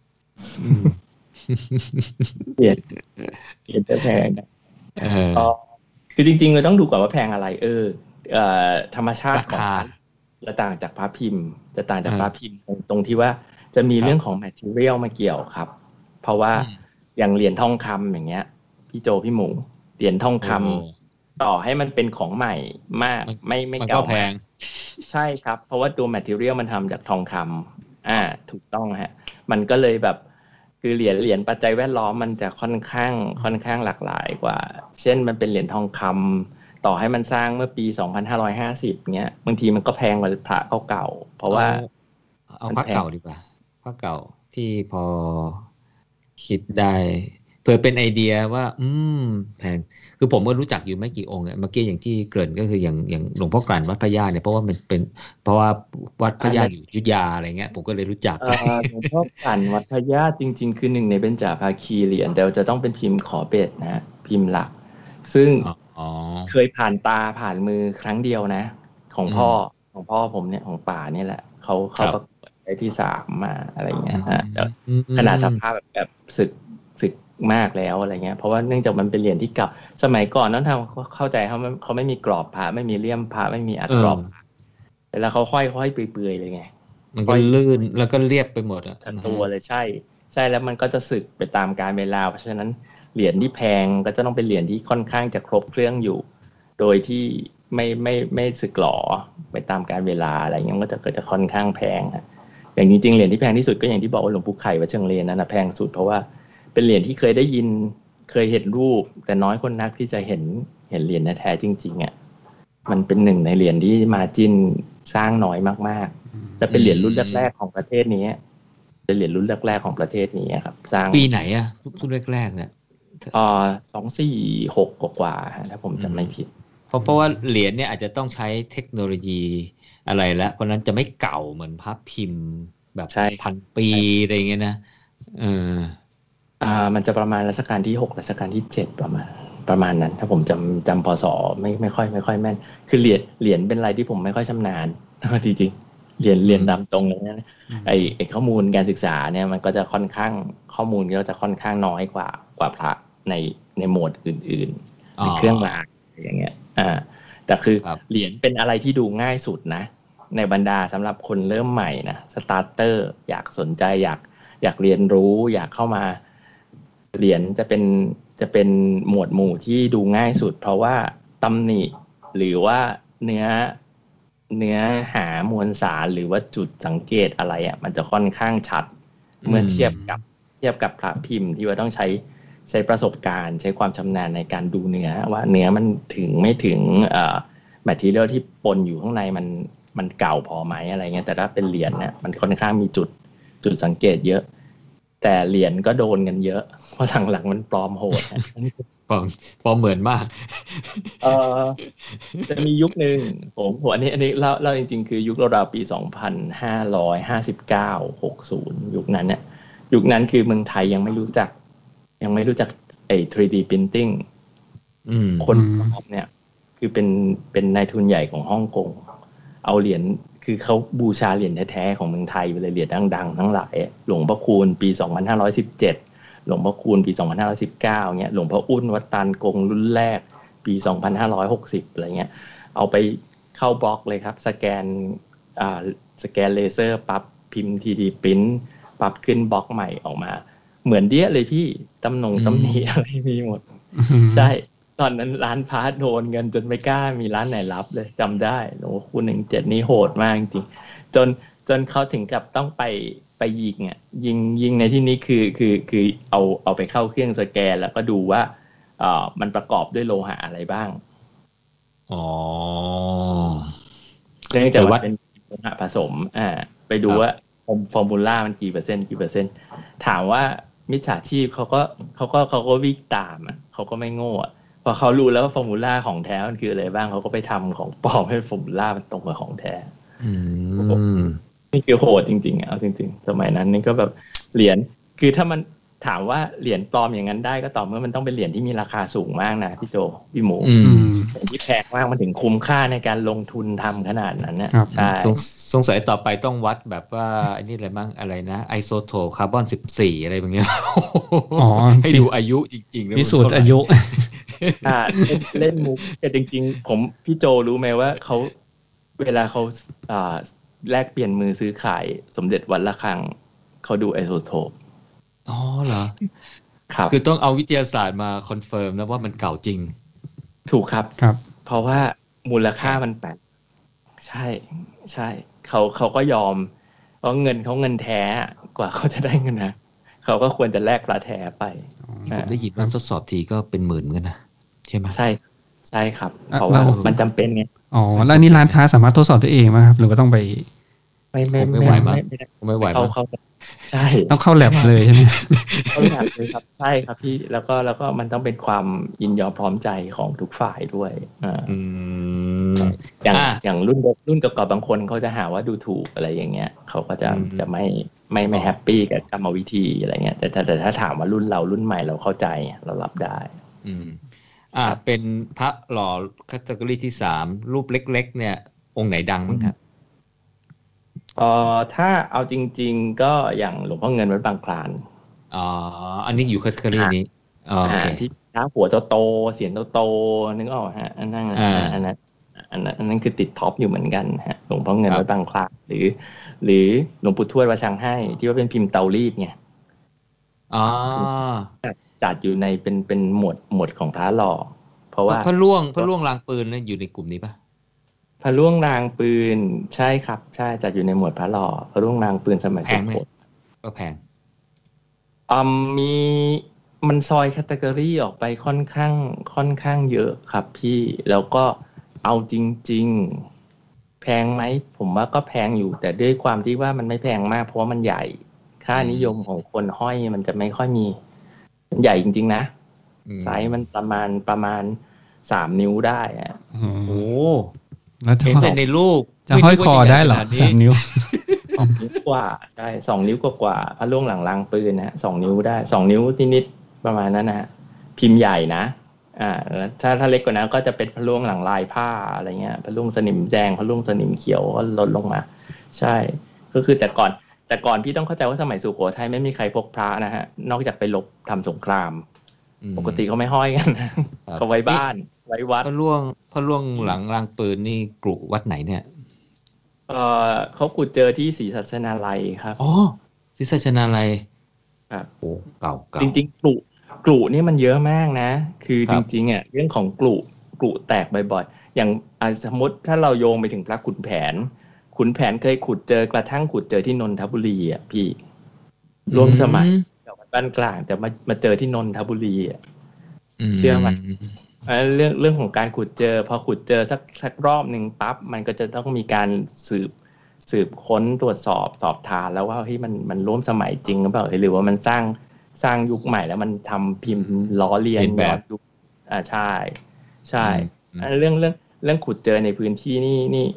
ๆเหรียญแพงคือจริงๆเราต้องดูก่อนว่าแพงอะไรธรรมชาติของจะต่างจากพระพิมพ์ตรงที่ว่าจะมีเรื่องของ material มาเกี่ยวครับเพราะว่าอย่างเหรียญทองคำอย่างเงี้ยพี่โจพี่หมูเหรียญทองคำต่อให้มันเป็นของใหม่มากไม่เก่าแพงใช่ครับเพราะว่าตัว material มันทำจากทองคำถูกต้องฮะมันก็เลยแบบคือเหรียญปัจจัยแวดล้อมมันจะค่อนข้างหลากหลายกว่าเช่นมันเป็นเหรียญทองคำต่อให้มันสร้างเมื่อปี2550เงี้ยบางทีมันก็แพงกว่าพระเก่าเพราะว่าเอาพระเก่าดีกว่าพระเก่าที่พอคิดได้เผื่อเป็นไอเดียว่าแพงคือผมก็รู้จักอยู่ไม่กี่องค์เมื่อกี้อย่างที่เกริ่นก็คืออย่างหลวงพ่อกลั่นวัดพระญาติเนี่ยเพราะว่าวัดพระญาติอยู่อยุธยาอะไรเงี้ยผมก็เลยรู้จักหลวงพ่อกลั่นวัดพระญาติจริงๆคือหนึ่งในเบญจภาคีเหรียญแต่จะต้องเป็นพิมพ์ขอเบ็ดนะพิมพ์หลักซึ่งเคยผ่านมือครั้งเดียวนะของพ่อผมเนี่ยของป่านี่แหละเขาประกวดได้ที่3มาอะไรเงี้ยฮะขนาดสภาพแบบศึกมากแล้วอะไรเงี้ยเพราะว่าเนื่องจากมันเป็นเหรียญที่เก่าสมัยก่อนนั้นทำเข้าใจเขาไม่มีกรอบพระไม่มีเลี่ยมพระไม่มีอัดกรอบแล้วเขาค่อยๆเปื่อยๆเลยไงมันก็ลื่นแล้วก็เรียบไปหมดตัวเลยใช่แล้วมันก็จะสึกไปตามกาลเวลาเพราะฉะนั้นเหรียญที่แพงก็จะต้องเป็นเหรียญที่ค่อนข้างจะครบเครื่องอยู่โดยที่ไม่สึกหรอไปตามกาลเวลาอะไรเงี้ยก็จะค่อนข้างแพงอย่างจริงๆเหรียญที่แพงที่สุดก็อย่างที่บอกว่าหลวงปู่ไข่วัดเชิงเลนนั่นนะแพงสุดเพราะว่าเป็นเหรียญที่เคยได้ยินเคยเห็นรูปแต่น้อยคนนักที่จะเห็นเหรียญแท้จริงๆอ่ะมันเป็นหนึ่งในเหรียญที่มาจิ้นสร้างน้อยมากๆแต่เป็นเหรียญรุ่นแรกๆของประเทศนี้เป็นเหรียญรุ่นแรกๆของประเทศนี้ครับสร้างปีไหนอ่ะรุ่นแรกๆเนี่ย 246กว่าถ้าผมจำไม่ผิดเพราะว่าเหรียญเนี่ยอาจจะต้องใช้เทคโนโลยีอะไรแล้วเพราะนั้นจะไม่เก่าเหมือนพระพิมพ์แบบพันปีอะไรเงี้ยนะมันจะประมาณรัชกาลที่6รัชกาลที่7ประมาณประมาณนั้นถ้าผมจำพศไม่ค่อยแม่นคือเหรียญเป็นอะไรที่ผมไม่ค่อยชำนาญจริงๆเรียนตามตรงเลยนะไอ้ข้อมูลการศึกษาเนี่ยมันก็จะค่อนข้างข้อมูลก็จะค่อนข้างน้อยกว่าพระในโหมดอื่นๆหรือเครื่องรางอย่างเงี้ยแต่คือเหรียญเป็นอะไรที่ดูง่ายสุดนะในบรรดาสำหรับคนเริ่มใหม่นะสตาร์เตอร์อยากสนใจอยากเรียนรู้อยากเข้ามาเหรียญจะเป็นหมวดหมู่ที่ดูง่ายสุดเพราะว่าตำหนิหรือว่าเนื้อหามวลสารหรือว่าจุดสังเกตอะไรอ่ะมันจะค่อนข้างชัดเมื่อเทียบกับพระพิมพ์ที่ว่าต้องใช้ประสบการณ์ใช้ความชำนาญในการดูเนื้อว่าเนื้อมันถึงไม่ถึงแมททีเรียลที่ปนอยู่ข้างในมันเก่าพอไหมอะไรเงี้ยแต่ถ้าเป็นเหรียญเนี่ยมันค่อนข้างมีจุดสังเกตเยอะแต่เหรียญก็โดนกันเยอะเพราะหลังๆมันปลอมโหดนะปลอมเหมือนมากจะมียุคนึงผมอันนี้เล่าจริงๆคือยุคราวๆปี2559 60ยุคนั้นคือเมืองไทยยังไม่รู้จักไอ้ 3D printing คนเนี่ยคือเป็นนายทุนใหญ่ของฮ่องกงเอาเหรียญคือเขาบูชาเหรียญแท้ๆของเมืองไทยไปเลยเหรียญดังๆทั้งหลายหลวงพ่อคูณปี2517หลวงพ่อคูณปี2519เงี้ยหลวงพ่ออุ้นวัดตานกงรุ่นแรกปี2560อะไรเงี้ยเอาไปเข้าบล็อกเลยครับสแกนเลเซอร์ปั๊บพิมพ์ 3D print ปั๊บขึ้นบล็อกใหม่ออกมาเหมือนเดี้ยเลยพี่ตำหนิอะไรมีหมดใช่ตอนนั้นร้านพาร์ทโดนเงินจนไม่กล้ามีร้านไหนรับเลยจำได้หลวงพ่อคูณ17นี่โหดมากจริงจนเขาถึงกับต้องไปยิงอ่ะยิงในที่นี้คือเอาไปเข้าเครื่องสแกนแล้วก็ดูว่ามันประกอบด้วยโลหะอะไรบ้างเนื่องจากว่าเป็นโลหะผสมไปดูว่าฟอร์มูล่ามันกี่เปอร์เซ็นต์ถามว่ามิจฉาชีพเขาก็วิ่งตามเขาก็ไม่โง่พอเขารู้แล้วว่าฟอร์มูล่าของแท้มันคืออะไรบ้างเขาก็ไปทำของปลอมให้ฟอร์มูล่ามันตรงกับของแท้นี่คือโหดจริงๆเอาจริงๆสมัยนั้นนี่ก็แบบเหรียญคือถ้ามันถามว่าเหรียญปลอมอย่างนั้นได้ก็ต่อเมื่อมันต้องเป็นเหรียญที่มีราคาสูงมากนะพี่โจพี่หมูเหรียญที่แพงมากมันถึงคุ้มค่าในการลงทุนทำขนาดนั้นเนี่ยใช่สงสัยต่อไปต้องวัดแบบว่าอันนี้อะไรบ้างอะไรนะไอโซโทปคาร์บอน14อะไรแบบเนี้ยให้ดูอายุจริงๆพิสูจน์อายุเล่นมุกแต่จริงๆผมพี่โจรู้ไหมว่าเขาเวลาเขาแลกเปลี่ยนมือซื้อขายสมเด็จวัดระฆังเขาดูไอโซโทปเหรอครับคือต้องเอาวิทยาศาสตร์มาคอนเฟิร์มนะว่ามันเก่าจริงถูกครับเพราะว่ามูลค่ามันแปดใช่เขาก็ยอมเพราะเงินแท้กว่าเขาจะได้เงินนะเขาก็ควรจะแลกพระแท้ไปผมได้ยินว่าทดสอบทีก็เป็นหมื่นเหมือนกันนะใช่ไหมใช่ครับเพราะว่ามันจำเป็นไงแล้วนี่ร้านค้าสามารถทดสอบได้เองไหมครับหรือว่าต้องไปไม่ไหวมั้ยไม่ไหวมั้ยใช่ต้องเข้าแลบเลยใช่ไหมเข้าแลบเลยครับใช่ครับพี่แล้วก็มันต้องเป็นความยินยอมพร้อมใจของทุกฝ่ายด้วยอย่างรุ่นเก่าๆบางคนเขาจะหาว่าดูถูกอะไรอย่างเงี้ยเขาก็จะไม่แฮปปี้กับกรรมวิธีอะไรเงี้ยแต่ถ้าถามว่ารุ่นเรารุ่นใหม่เราเข้าใจเรารับได้เป็นพระหล่อแคตตากรีที่3รูปเล็กๆเนี่ยองค์ไหนดังมั้งครับถ้าเอาจริงๆก็อย่างหลวงพ่อเงินวัดบางคลานอันนี้อยู่แคตตากรีนี้ที่ท้าหัวโตเสียงโตนึกออกฮะอันนั้นคือติดท็อปอยู่เหมือนกันฮะหลวงพ่อเงินวัดบางคลานหรือหลวงปู่ทวดวัดช้างให้ที่ว่าเป็นพิมพ์เตารีดไงจัดอยู่ในเป็นหมวดของพระหล่อเพราะว่าพระล่วงรางปืนเนี่ยอยู่ในกลุ่มนี้ปะพระล่วงรางปืนใช่ครับใช่จัดอยู่ในหมวดพระหล่อพระล่วงรางปืนสมัยสมเด็จก็แพงมีมันซอยแคตตากรีออกไปค่อนข้างเยอะครับพี่แล้วก็เอาจริงๆแพงไหมผมว่าก็แพงอยู่แต่ด้วยความที่ว่ามันไม่แพงมากเพราะว่ามันใหญ่ค่านิยมของคนห้อยมันจะไม่ค่อยมีมันใหญ่จริงๆนะไซส์มันประมาณ3 นิ้วได้โอ้แล้วเห็นในรูปจะห้อยคอได้เหรอ3 นิ้ว 2 นิ้วกว่าใช่2 นิ้วกว่าพระล่วงหลังรางปืนนะ2 นิ้วได้2 นิ้วนิดๆประมาณนั้นนะพิมพ์ใหญ่นะแล้วถ้าเล็กกว่านั้นก็จะเป็นพระล่วงหลังลายผ้าอะไรเงี้ยพระล่วงสนิมแดงพระล่วงสนิมเขียวก็ลดลงมาใช่ก็คือแต่ก่อนพี่ต้องเข้าใจว่าสมัยสุโขทัยไม่มีใครพกพระนะฮะนอกจากไปรบทำสงครามปกติเขาไม่ห้อยกันเขาไว้บ้านไว้วัดพระล่วงหลังรางปืนนี่กรุวัดไหนเนี่ยเขาขุดเจอที่ศรีสัชนาลัยครับอ๋อศรีสัชนาลัยครับโอ้เก่าจริงๆกรุนี่มันเยอะมากนะคือจริงๆเรื่องของกรุแตกบ่อยๆอย่างสมมติถ้าเราโยงไปถึงพระขุนแผนเคยขุดเจอกระทั่งขุดเจอที่นนทบุรีอ่ะพี่ร่วมสมัยแถวบ้านกลางแต่มาเจอที่นนทบุรีอ่ะเชื่อไหมเรื่องของการขุดเจอพอขุดเจอสักรอบหนึ่งปั๊บมันก็จะต้องมีการสืบค้นตรวจสอบทานแล้วว่าเฮ้ยมันร่วมสมัยจริงหรือเปล่าหรือว่ามันสร้างยุคใหม่แล้วมันทำพิมพ์ล้อเลียนแบบยุคใช่เรื่องขุดเจอในพื้นที่นี่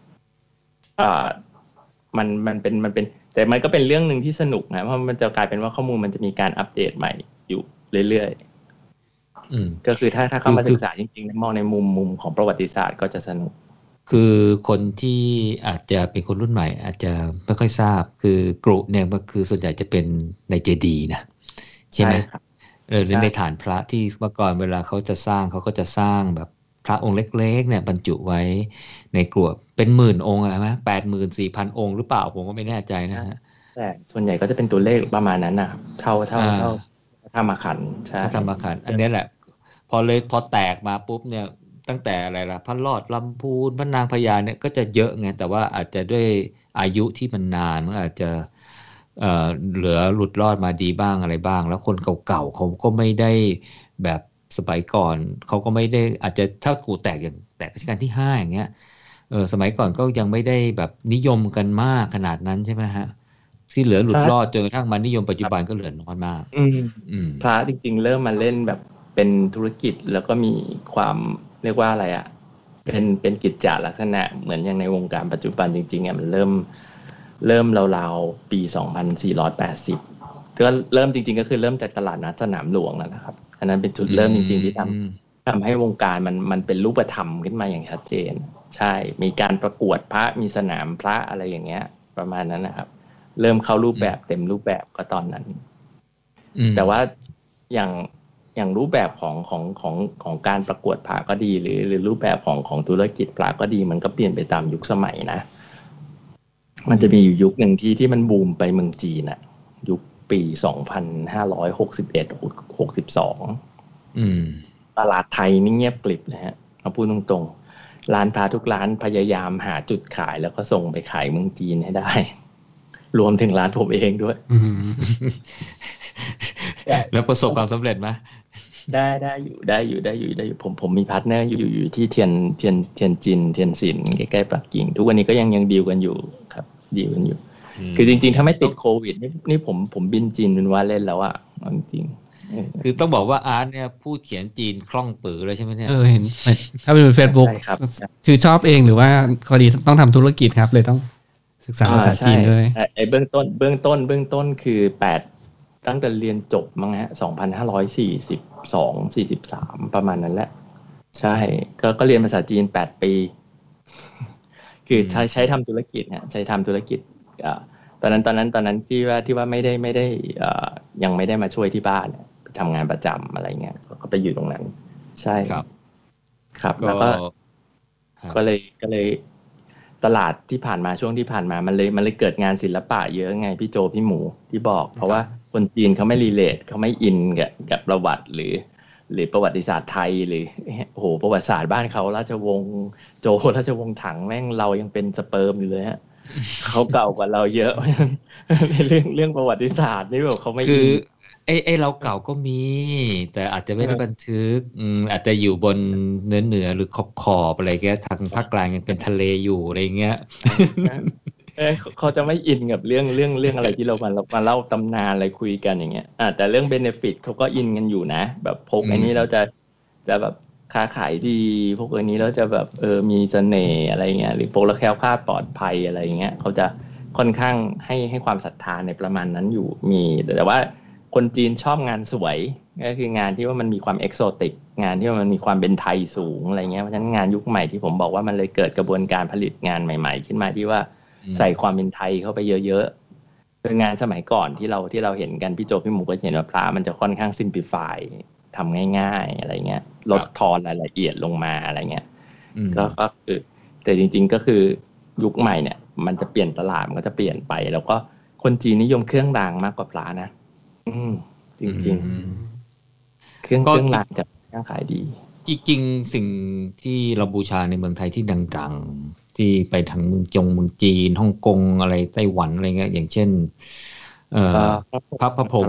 มันเป็นแต่มันก็เป็นเรื่องนึงที่สนุกนะเพราะมันจะกลายเป็นว่าข้อมูลมันจะมีการอัปเดตใหม่อยู่เรื่อยๆก็คือถ้าเข้ามาศึกษาจริงๆมองในมุมของประวัติศาสตร์ก็จะสนุกคือคนที่อาจจะเป็นคนรุ่นใหม่อาจจะไม่ค่อยทราบคือกรุเนี่ยก็คือส่วนใหญ่จะเป็นในเจดีย์นะใช่ไหมหรือในฐานพระที่เมื่อก่อนเวลาเขาจะสร้างเขาก็จะสร้างแบบพระองค์เล็กๆเนี่ยบรรจุไว้ในกรวดเป็นหมื่นองค์ใช่ไหม84,000 องค์หรือเปล่าผมก็ไม่แน่ใจนะฮะแต่ส่วนใหญ่ก็จะเป็นตัวเลขประมาณนั้นนะเท่าธรรมขันธ์ใช่ธรรมขันธ์อันนี้แหละพอแตกมาปุ๊บเนี่ยตั้งแต่อะไรล่ะพระรอดลำพูนพระนางพญาเนี่ยก็จะเยอะไงแต่ว่าอาจจะด้วยอายุที่มันนานมันอาจจะเหลือหลุดรอดมาดีบ้างอะไรบ้างแล้วคนเก่าๆเขาก็ไม่ได้แบบสมัยก่อนเขาก็ไม่ได้อาจจะถ้ากูแตกอย่างแตกรัชกาลที่5อย่างเงี้ยสมัยก่อนก็ยังไม่ได้แบบนิยมกันมากขนาดนั้นใช่ไหมฮะที่เหลือหลุดรอดจนกระทั่งมานิยมปัจจุบันก็เหลือน้อยมากพระจริงๆเริ่มมาเล่นแบบเป็นธุรกิจแล้วก็มีความเรียกว่าอะไรอ่ะเป็นกิจจลักษณะเหมือนอย่างในวงการปัจจุบันจริงๆมันเริ่มราวๆปี2480ก็เริ่มจริงๆก็คือเริ่มจากตลาดนัดสนามหลวงนะครับอันนั้นเป็นจุดเริ่มจริงๆที่ทำให้วงการมันเป็นรูปธรรมขึ้นมาอย่างชัดเจนใช่มีการประกวดพระมีสนามพระอะไรอย่างเงี้ยประมาณนั้นนะครับเริ่มเข้ารูปแบบเต็มรูปแบบก็ตอนนั้นแต่ว่าอย่างรูปแบบของการประกวดพระก็ดีหรือรูปแบบของธุรกิจพระก็ดีมันก็เปลี่ยนไปตามยุคสมัยนะมันจะมีอยู่ยุคหนึ่งที่มันบูมไปเมืองจีนน่ะยุคปี2561-62ตลาดไทยนี่เงียบกริบเลยฮะเอาพูดตรงๆร้านพระทุกร้านพยายามหาจุดขายแล้วก็ส่งไปขายเมืองจีนให้ได้รวมถึงร้านผมเองด้วยแล้วประสบความสำเร็จไหมได้อยู่ผมมีพาร์ทเนอร์อยู่ที่เทียนจินเทียนซินใกล้ๆปักกิ่งทุกวันนี้ก็ยังดีลกันอยู่ครับดีลกันอยู่คือจริงๆถ้าไม่ติดโควิดนี่ผมบินจีนเป็นว่าเล่นแล้วอะจริงคือต้องบอกว่าอาร์ตเนี่ยพูดเขียนจีนคล่องปือเลยใช่ไหมเนี่ยเห็นถ้าเป็น Facebook คือชอบเองหรือว่าพอดีต้องทำธุรกิจครับเลยต้องศึกษาภาษาจีนด้วยเบื้องต้นคือ8ตั้งแต่เรียนจบมั้งฮะ2542-43ประมาณนั้นแหละใช่ก็เรียนภาษาจีน8ปีคือใช้ทำธุรกิจฮะใช้ทำธุรกิจตอนนั้นที่ว่าไม่ได้ยังไม่ได้มาช่วยที่บ้านทำงานประจำอะไรเงี้ยก็ไปอยู่ตรงนั้นใช่ครับแล้วก็เลยตลาดที่ผ่านมาช่วงที่ผ่านมามันเลยเกิดงานศิลปะเยอะไงพี่โจพี่หมูที่บอกเพราะว่าคนจีนเขาไม่รีเลทเขาไม่อินกับประวัติหรือประวัติศาสตร์ไทยหรือโอ้โหประวัติศาสตร์บ้านเขาราชวงศ์โจราชวงศ์ถังแม่งเรายังเป็นสเปิร์มอยู่เลยฮะเขาเก่ากว่าเราเยอะในเรื่องประวัติศาสตร์นี่แบบเขาไม่คือไอ้เราเก่าก็มีแต่อาจจะไม่ได้บันทึกอาจจะอยู่บนเหนือหรือขอบอะไรเงี้ยทางภาคกลางยังเป็นทะเลอยู่อะไรเงี้ยเขาจะไม่อินกับเรื่องอะไรที่เรามาเล่าตำนานอะไรคุยกันอย่างเงี้ยแต่เรื่องเบเนฟิตเขาก็อินกันอยู่นะแบบพกอันนี้เราจะแบบค้าขายดีพวกอันนี้เราจะแบบมีเสน่ห์อะไรเงี้ยหรือพกแล้วแคล้วคลาดปลอดภัยอะไรเงี้ยเขาจะค่อนข้างให้ความศรัทธาในประมาณนั้นอยู่มีแต่ว่าคนจีนชอบงานสวยก็คืองานที่ว่ามันมีความเอกโซติกงานที่ว่ามันมีความเป็นไทยสูงอะไรเงี้ยเพราะฉะนั้นงานยุคใหม่ที่ผมบอกว่ามันเลยเกิดกระบวนการผลิตงานใหม่ๆขึ้นมาที่ว่าใส่ความเป็นไทยเข้าไปเยอะๆคืองานสมัยก่อนที่เราเห็นกันพี่โจพี่หมูก็เห็นว่าพระมันจะค่อนข้างซิมพลิฟายทำง่ายๆอะไรเงี้ยลดทอนรายละเอียดลงมาอะไรเงี้ยก็คือแต่จริงๆก็คือยุคใหม่เนี่ยมันจะเปลี่ยนตลาดมันก็จะเปลี่ยนไปแล้วก็คนจีนนิยมเครื่องรางมากกว่าพระนะจริงๆเครื่องรางจะค่อนข้างขายดีจริงๆสิ่งที่เราบูชาในเมืองไทยที่ดังๆที่ไปทางเมืองจีนฮ่องกงอะไรไต้หวันอะไรเงี้ยอย่างเช่นพระพรหม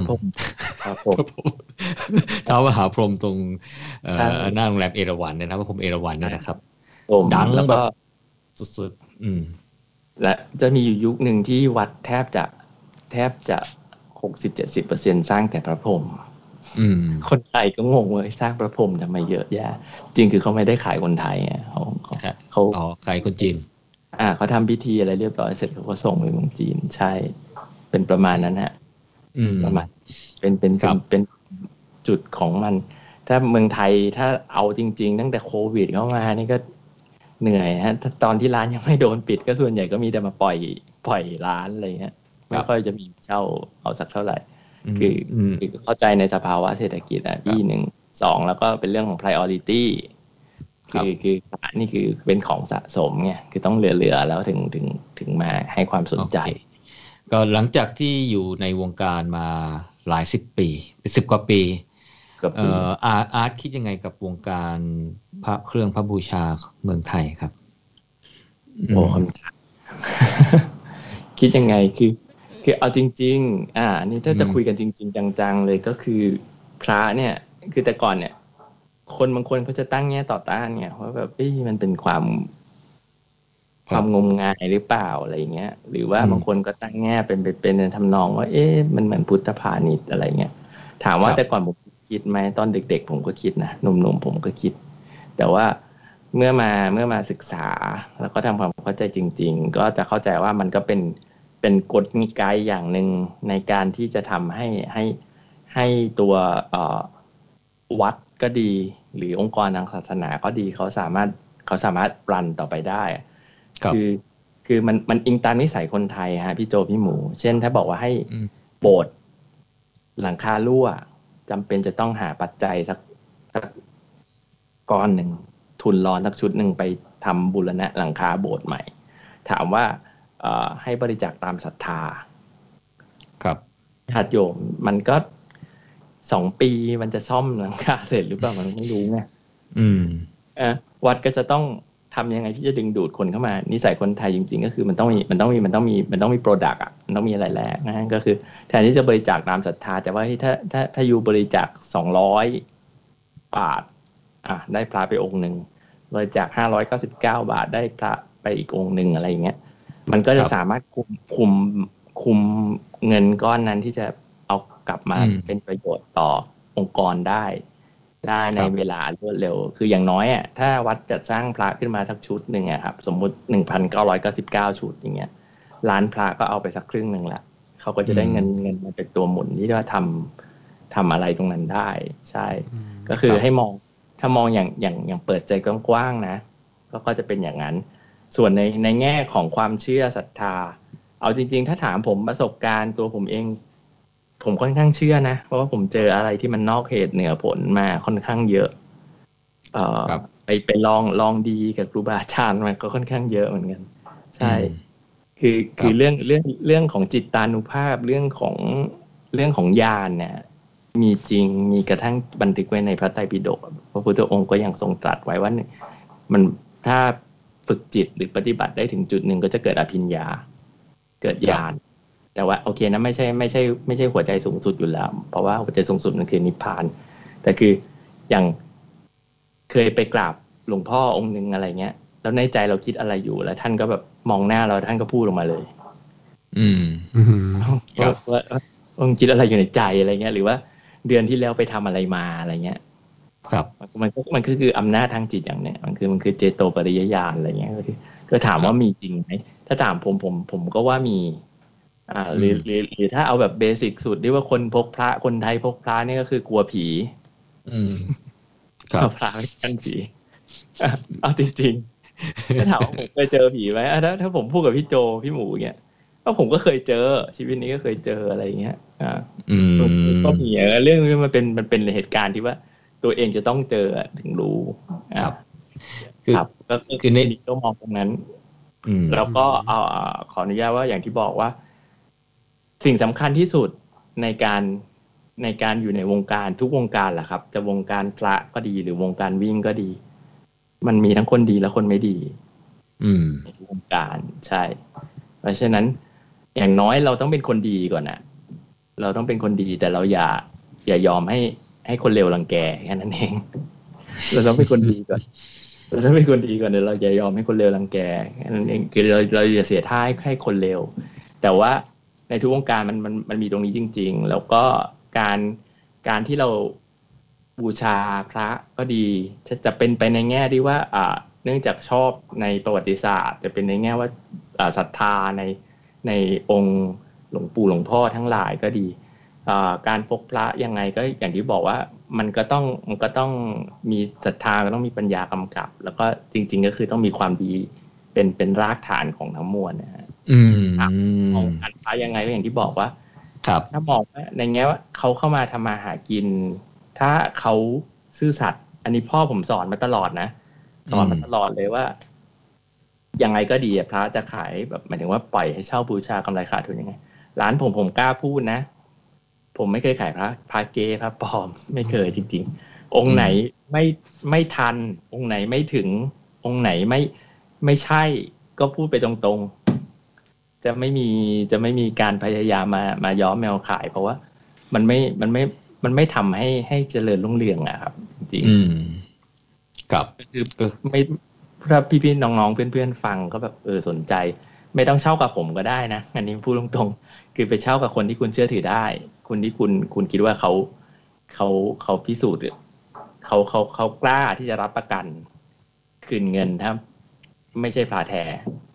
เท้ามหาพรหมตรงหน้าโรงแรมเอราวัณเนี่ยนะพระพรหมเอราวัณเนี่ยนะครับดังแบบสุดๆและจะมีอยู่ยุคหนึ่งที่วัดแทบจะ 60-70% สร้างแต่พระพรหมคนไทยก็งงเลยสร้างพระพรหมทำไมเยอะแยะจริงคือเขาไม่ได้ขายคนไทยเขาขายคนจีนเขาทำพิธีอะไรเรียบร้อยเสร็จเขาก็ส่งไปเมืองจีนใช่เป็นประมาณนั้นฮะประมาณเป็นจุดของมันถ้าเมืองไทยถ้าเอาจริงๆตั้งแต่โควิดเข้ามานี่ก็เหนื่อยฮะตอนที่ร้านยังไม่โดนปิดก็ส่วนใหญ่ก็มีแต่มาปล่อยร้านอะไรเงี้ยไม่ค่อยจะมีเช่าเอาสักเท่าไหร่คือเข้าใจในสภาวะเศรษฐกิจที่1-2แล้วก็เป็นเรื่องของ priority คือนี่คือเป็นของสะสมไงคือต้องเหลือแล้วถึงมาให้ความสนใจก็หลังจากที่อยู่ในวงการมาหลาย10 ปีเป็น10 กว่าปีอาร์ตคิดยังไงกับวงการพระเครื่องพระบูชาเมืองไทยครับโอ้คำถามคิดยังไงคือเอาจริงๆอันนี้ถ้าจะคุยกันจริงๆจังๆเลยก็คือพระเนี่ยคือแต่ก่อนเนี่ยคนบางคนเขาจะตั้งแง่ต่อต้านไงเพราะแบบมันเป็นความงมงายหรือเปล่าอะไรเงี้ยหรือว่าบางคนก็ตั้งแง่เป็นทำนองว่ามันเหมือนพุทธพาณิชย์อะไรเงี้ยถามว่าแต่ก่อนผมคิดไหมตอนเด็กๆผมก็คิดนะหนุ่มๆผมก็คิดแต่ว่าเมื่อมาศึกษาแล้วก็ทำความเข้าใจจริงๆก็จะเข้าใจว่ามันก็เป็นกฎมีไกด์อย่างหนึ่งในการที่จะทำให้ตัววัดก็ดีหรือองค์กรทางศาสนาก็ดีเขาสามารถรันต่อไปได้คือมันอิงตามนิสัยคนไทยฮะพี่โจพี่หมูเช่นถ้าบอกว่าให้โบสถ์หลังคารั่วจำเป็นจะต้องหาปัจจัยสักก้อนหนึ่งทุนร้อนสักชุดหนึ่งไปทำบูรณะหลังคาโบสถ์ใหม่ถามว่าให้บริจาคตามศรัทธาครับญาติโยมมันก็2 ปีมันจะซ่อมหลังคาเสร็จหรือเปล่ามันไม่รู้ไงวัดก็จะต้องทำยังไงที่จะดึงดูดคนเข้ามานิสัยคนไทยจริงๆก็คือมันต้องมีโปรดักต์มันต้องมีอะไรแรกนะก็คือแทนที่จะบริจาคตามศรัทธาแต่ว่าถ้าอยู่บริจาค200 บาทได้พระไปองค์นึงบริจาค599 บาทได้พระไปอีกองค์นึงอะไรอย่างเงี้ยมันก็จะสามารถคุมเงินก้อนนั้นที่จะเอากลับมาเป็นประโยชน์ต่อองค์กรได้ในเวลารวดเร็วคืออย่างน้อยถ้าวัดจะสร้างพระขึ้นมาสักชุดหนึ่งครับสมมุติ 1,999 ชุดอย่างเงี้ยร้านพระก็เอาไปสักครึ่งนึงละเขาก็จะได้เงินมาเป็นตัวหมุนที่ว่าทำอะไรตรงนั้นได้ใช่ก็คือให้ถ้ามองอย่างเปิดใจกว้างๆนะก็จะเป็นอย่างนั้นส่วนในแง่ของความเชื่อศรัทธาเอาจริงๆถ้าถามผมประสบการณ์ตัวผมเองผมค่อนข้างเชื่อนะเพราะว่าผมเจออะไรที่มันนอกเหตุเหนือผลมาค่อนข้างเยอะไปลองดีกับครูบาอาจารย์มันก็ค่อนข้างเยอะเหมือนกันใช่คือเรื่องของจิตตานุภาพเรื่องของญาณเนี่ยมีจริงมีกระทั่งบันทึกไว้ในพระไตรปิฎกพระพุทธองค์ก็ยังทรงตรัสไว้ว่ามันถ้าฝึกจิตหรือปฏิบัติได้ถึงจุดหนึ่งก็จะเกิดอภิญญาเกิดญาณแต่ว่าโอเคนะไม่ใช่หัวใจสูงสุดอยู่แล้วเพราะว่าหัวใจสูงสุดมันคือนิพพานแต่คืออย่างเคยไปกราบหลวงพ่อองค์นึงอะไรเงี้ยแล้วในใจเราคิดอะไรอยู่แล้วท่านก็แบบมองหน้าเราท่านก็พูดออกมาเลยว่าองค์คิดอะไรอยู่ในใจอะไรเงี้ยหรือว่าเดือนที่แล้วไปทำอะไรมาอะไรเงี้ยครับมันก็คืออำนาจทางจิตอย่างเนี้ยมันคือเจโตปริยญาณอะไรเงี้ยก็ถามว่ามีจริงไหมถ้าถามผมก็ว่ามีหรือถ้าเอาแบบเบสิกสุดที่ว่าคนพกพระคนไทยพกพระนี่ก็คือกลัวผีครับพระไม่กันผีเอาจริงๆถ้าถามว่าผมเคยเจอผีไหมถ้าผมพูดกับพี่โจพี่หมูเงี้ยก็ผมก็เคยเจอชีวิตนี้ก็เคยเจออะไรเงี้ยก็มีเรื่องนี้มันเป็นเหตุการณ์ที่ว่าตัวเองจะต้องเจอถึงรู้ครับคือในนี้ก็มองตรงนั้นแล้วก็ขออนุญาตว่าอย่างที่บอกว่าสิ่งสำคัญที่สุดในการอยู่ในวงการทุกวงการแหละครับจะวงการพระก็ดีหรือวงการวิ่งก็ดีมันมีทั้งคนดีและคนไม่ดีในวงการใช่เพราะฉะนั้นอย่างน้อยเราต้องเป็นคนดีก่อนนะเราต้องเป็นคนดีแต่เราอย่ายอมให้คนเลวรังแกแค่นั้นเองเราต้องเป็นคนดีก่อนเราต้องเป็นคนดีก่อนเดี๋ยวเราอย่ายอมให้คนเลวรังแกแค่นั้นเองคือเราอย่าเสียท่าให้คนเลวแต่ว่าในทุกวงการมันมีตรงนี้จริงๆแล้วก็การที่เราบูชาพระก็ดีจะเป็นไปในแง่ที่ว่าเนื่องจากชอบในประวัติศาสตร์จะเป็นในแง่ว่าศรัทธาในองค์หลวงปู่หลวงพ่อทั้งหลายก็ดีการพกพระยังไงก็อย่างที่บอกว่ามันก็ต้องมีศรัทธาก็ต้องมีปัญญากำกับแล้วก็จริงๆก็คือต้องมีความดีเป็นรากฐานของทั้งมวลนะฮะมองการพระยังไงก็อย่างที่บอกว่าถ้ามองในแง่ว่าเขาเข้ามาทำมาหากินถ้าเขาซื่อสัตย์อันนี้พ่อผมสอนมาตลอดนะสอนมาตลอดเลยว่ายังไงก็ดีพระจะขายแบบหมายถึงว่าปล่อยให้เช่าบูชากำไรขาดทุนยังไงร้านผมกล้าพูดนะผมไม่เคยขายพระเก๊พระปลอมไม่เคยจริงๆองค์ไหนไม่ทันองค์ไหนไม่ถึงองค์ไหนไม่ใช่ก็พูดไปตรงๆจะไม่มีการพยายามมาย้อมแมวขายเพราะว่ามันไม่ทำให้เจริญรุ่งเรืองอะครับจริงๆครับคือไม่ถ้าพี่ๆน้องๆเพื่อนๆฟังก็แบบสนใจไม่ต้องเช่ากับผมก็ได้นะอันนี้พูดตรงๆคือไปเช่ากับคนที่คุณเชื่อถือได้คนที่คุณคิดว่าเขาพิสูจน์เขากล้าที่จะรับประกันคืนเงินถ้าไม่ใช่พระแท้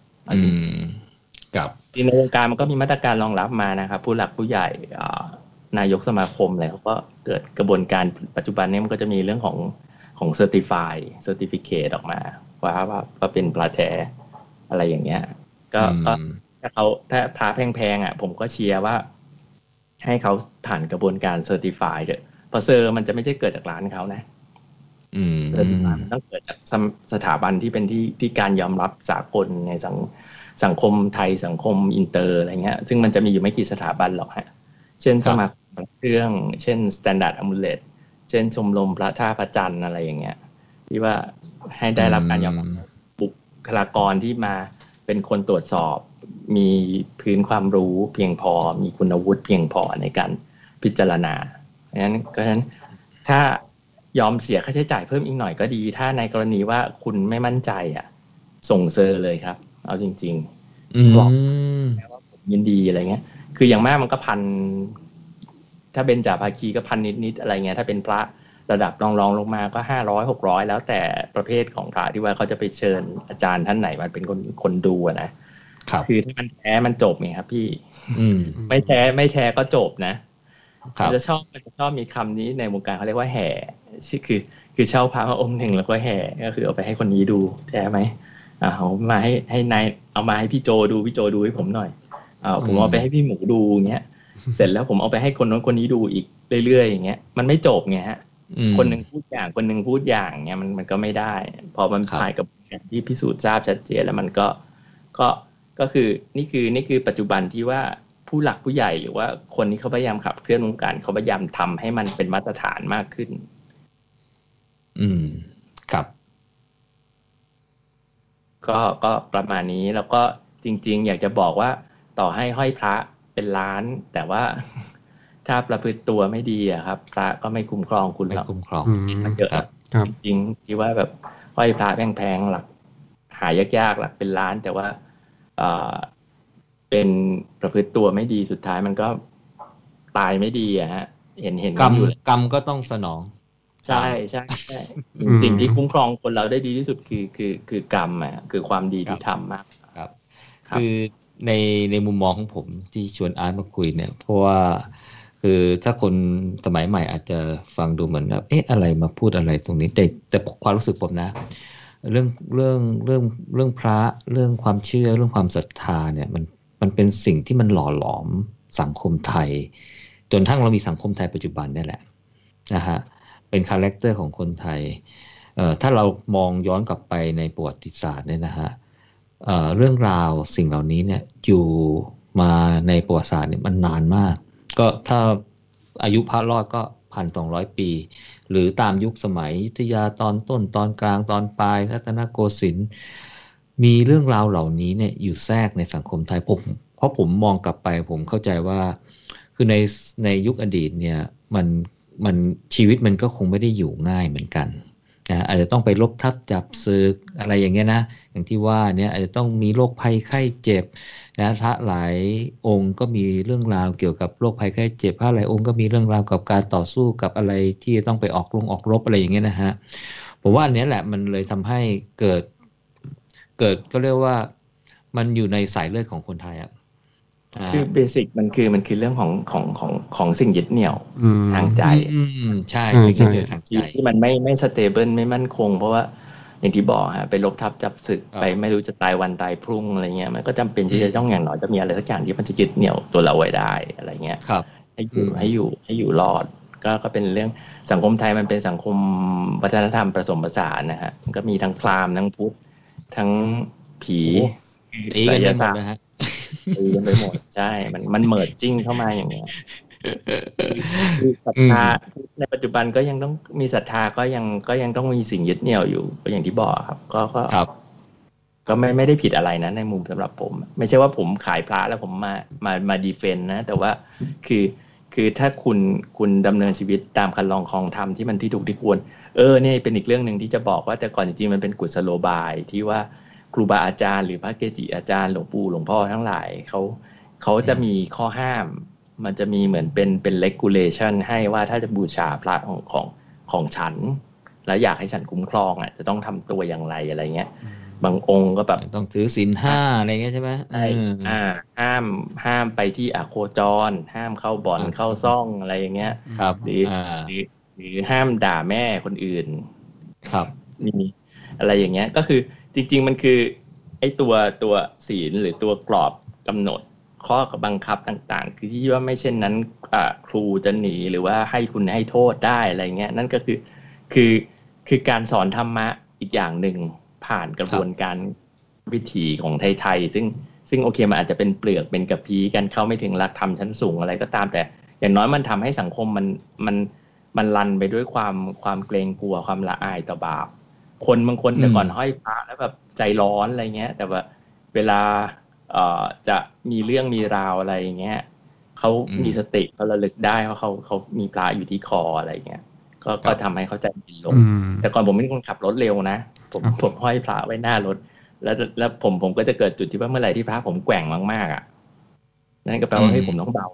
ครับในวงการมันก็มีมาตรการรองรับมานะครับผู้หลักผู้ใหญ่นายกสมาคมอะไรเขาก็เกิดกระบวนการปัจจุบันนี้มันก็จะมีเรื่องของ certificate ออกมาว่าเป็นพระแท้อะไรอย่างเงี้ยก็ถ้าพระแพงๆอ่ะผมก็เชียร์ว่าให้เขาผ่านกระบวนการเซอร์ติฟายเถอะเพราะเซอร์มันจะไม่ใช่เกิดจากร้านเขานะเซอร์ติฟายมันต้องเกิดจากสถาบันที่เป็นที่การยอมรับสากลในสังคมไทยสังคมอินเตอร์อะไรเงี้ยซึ่งมันจะมีอยู่ไม่กี่สถาบันหรอกฮะเช่นสมาคมเครื่องเช่น Standard Amulet เช่นชมรมพระท่าพระจันทร์อะไรอย่างเงี้ยที่ว่าให้ได้รับการยอมรับบุคลากรที่มาเป็นคนตรวจสอบมีพื้นความรู้เพียงพอมีคุณวุฒิเพียงพอในการพิจารณาเพราะฉะนั้นถ้ายอมเสียค่าใช้จ่ายเพิ่มอีกหน่อยก็ดีถ้าในกรณีว่าคุณไม่มั่นใจส่งเซอร์เลยครับเอาจริงๆบอกแล้วว่าผมยินดีอะไรเงี้ยคืออย่างมากมันก็พันถ้าเบญจภาคีก็พันนิดๆอะไรเงี้ยถ้าเป็นพระระดับรองลงมาก็500-600แล้วแต่ประเภทของพระที่ว่าเขาจะไปเชิญอาจารย์ท่านไหนมาเป็นคนดูนะคือถ้ามันแท้มันจบไงครับพี่ไม่แท้ก็จบนะมันจะชอบมีคำนี้ในวงการเขาเรียกว่าแห่คือเช่าพระมาองค์หนึ่งแล้วก็แห่ก็คือเอาไปให้คนนี้ดูแท้ไหมเอามาให้นายเอามาให้พี่โจดูให้ผมหน่อยผมเอาไปให้พี่หมูดูเงี้ยเสร็จแล้วผมเอาไปให้คนโน้นคนนี้ดูอีกเรื่อยๆอย่างเงี้ยมันไม่จบไงฮะคนนึงพูดอย่างคนนึงพูดอย่างเงี้ยมันก็ไม่ได้พอมันผ่านกับที่พิสูจน์ทราบชัดเจนแล้วมันก็คือนี่คือปัจจุบันที่ว่าผู้หลักผู้ใหญ่หรือว่าคนที่เขาพยายามขับเคลื่อนวงการเขาพยายามทำให้มันเป็นมาตรฐานมากขึ้นครับก็ประมาณนี้แล้วก็จริงๆอยากจะบอกว่าต่อให้ห้อยพระเป็นล้านแต่ว่าถ้าประพฤติตัวไม่ดีครับพระก็ไม่คุ้มครองคุณหรอกมันเยอะจริงๆที่ว่าแบบห้อยพระแพงๆหลักหายากๆหลักเป็นล้านแต่ว่าเป็นประพฤติตัวไม่ดีสุดท้ายมันก็ตายไม่ดีฮะเห็นกรรมก็ต้องสนองใช่สิ่งที่คุ้มครองคนเราได้ดีที่สุดคือกรรมคือความดีที่ทำมากครับคือในมุมมองของผมที่ชวนอาร์ตมาคุยเนี่ยเพราะว่าคือถ้าคนสมัยใหม่อาจจะฟังดูเหมือนแบบอะไรมาพูดอะไรตรงนี้แต่ความรู้สึกผมนะเรื่องพระเรื่องความเชื่อเรื่องความศรัทธาเนี่ยมันเป็นสิ่งที่มันหล่อหลอมสังคมไทยจนทั้งเรามีสังคมไทยปัจจุบันนี่แหละนะฮะเป็นคาแรคเตอร์ของคนไทยถ้าเรามองย้อนกลับไปในประวัติศาสตร์เนี่ยนะฮะเรื่องราวสิ่งเหล่านี้เนี่ยอยู่มาในประวัติศาสตร์เนี่ยมันนานมากก็ถ้าอายุพระรอดก็ 1,200 ปีหรือตามยุคสมัยอยุธยาตอนต้นตอนกลางตอนปลายรัตนโกสินทร์มีเรื่องราวเหล่านี้เนี่ยอยู่แทรกในสังคมไทยเพราะผมมองกลับไปผมเข้าใจว่าคือในยุคอดีตเนี่ยมันชีวิตมันก็คงไม่ได้อยู่ง่ายเหมือนกันนะอาจจะต้องไปรบทับจับศึกอะไรอย่างเงี้ยนะอย่างที่ว่าเนี่ยอาจจะต้องมีโรคภัยไข้เจ็บนะพระหลายองค์ก็มีเรื่องราวเกี่ยวกับโรคภัยไข้เจ็บพระหลายองค์ก็มีเรื่องราวกับการต่อสู้กับอะไรที่จะต้องไปออกรบอะไรอย่างเงี้ยนะฮะผมว่าอันนี้แหละมันเลยทำให้เกิดก็เรียกว่ามันอยู่ในสายเลือดของคนไทยอ่ะคือเบสิกมันคือเรื่องของสิ่งยึดเหนี่ยวทางใจใช่สิ่งยึดเหนี่ยวทางใจที่มันไม่สเตเบิลไม่มั่นคงเพราะว่าอย่างที่บอกฮะไปลบทับจับศึกไปไม่รู้จะตายวันตายพรุ่งอะไรเงี้ยมันก็จำเป็นที่จะต้องอย่างน้อยจะมีอะไรสักอย่างที่มันจะยึดเหนี่ยวตัวเราไว้ได้อะไรเงี้ยให้อยู่รอดก็เป็นเรื่องสังคมไทยมันเป็นสังคมวัฒนธรรมผสมผสานนะฮะมันก็มีทั้งพราหมณ์ทั้งพุทธทั้งผีไสยศาสตร์ตีกันไปหมดใช่มันเมิร์จจิ้งเข้ามาอย่างเงี้ยศรัทธาในปัจจุบันก็ยังต้องมีศรัทธาก็ยังต้องมีสิ่งยึดเหนี่ยวอยู่ก็อย่างที่บอกครับก็ไม่ได้ผิดอะไรนะในมุมสำหรับผมไม่ใช่ว่าผมขายพระแล้วผมมาดีเฟนต์นะแต่ว่าคือถ้าคุณดำเนินชีวิตตามคันลองครองธรรมที่มันที่ถูกที่ควรนี่เป็นอีกเรื่องนึงที่จะบอกว่าแต่ก่อนจริงๆมันเป็นกุศโลบายที่ว่าครูบาอาจารย์หรือพระเกจิอาจารย์หลวงปู่หลวงพ่อทั้งหลายเขาจะมีข้อห้ามมันจะมีเหมือนเป็น regulation ให้ว่าถ้าจะบูชาพระของฉันแล้วอยากให้ฉันคุ้มครองอ่ะจะต้องทำตัวอย่างไรอะไรเงี้ยบางองค์ก็แบบต้องถือศีล 5อะไรเงี้ยใช่ไหมห้ามไปที่อโคจรห้ามเข้าบ่อนเข้าซ่องอะไรอย่างเงี้ยหรือห้ามด่าแม่คนอื่นครับมีอะไรอย่างเงี้ยก็คือจริงๆมันคือไอ้ตัวศีลหรือตัวกรอบกำหนดข้อบังคับต่างๆคือที่ว่าไม่เช่นนั้นครูจะหนีหรือว่าให้คุณให้โทษได้อะไรเงี้ยนั่นก็คือการสอนธรรมะอีกอย่างหนึ่งผ่านกระบวนการวิถีของไทยๆซึ่งโอเคมันอาจจะเป็นเปลือกเป็นกระพี้กันเข้าไม่ถึงหลักธรรมชั้นสูงอะไรก็ตามแต่อย่างน้อยมันทำให้สังคมมันรันไปด้วยความเกรงกลัวความละอายต่อบาปคนบางคนแต่ก่อนห้อยพระแล้วแบบใจร้อนอะไรเงี้ยแต่ว่าเวลาจะมีเรื่องมีราวอะไรเงี้ยเขามีสติเขาระลึกได้ว่าเขามีพระอยู่ที่คออะไรเงี้ยก็ทำให้เขาใจเย็นลงแต่ก่อนผมเป็นคนขับรถเร็วนะผมห้อยพระไว้หน้ารถแล้วผมก็จะเกิดจุดที่ว่าเมื่อไหร่ที่พระผมแกว่งมากๆอ่ะนั่นก็แปลว่าให้ผมต้องเบา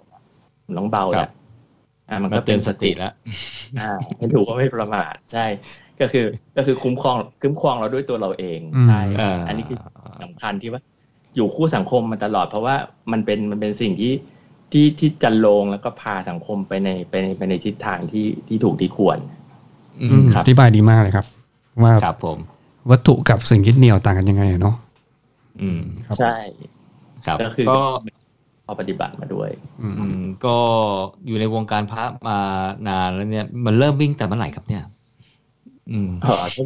แล้วมันก็เป็นสติแล้วให้รู้ว่าไม่ประมาทใช่ก็คือคุ้มครองเราด้วยตัวเราเองใช่อันนี้คือสำคัญที่ว่าอยู่คู่สังคมมาตลอดเพราะว่ามันเป็นสิ่งที่จันโลงแล้วก็พาสังคมไปในทิศทางที่ถูกที่ควรอธิบายดีมากเลยครับว่าครับผมวัตถุกับสิ่งยึดเหนี่ยวต่างกันยังไงเนาะใช่ครับก็พอปฏิบัติมาด้วยก็อยู่ในวงการพระมานานแล้วเนี่ยมันเริ่มวิ่งแต่เมื่อไหร่ครับเนี่ยถ้า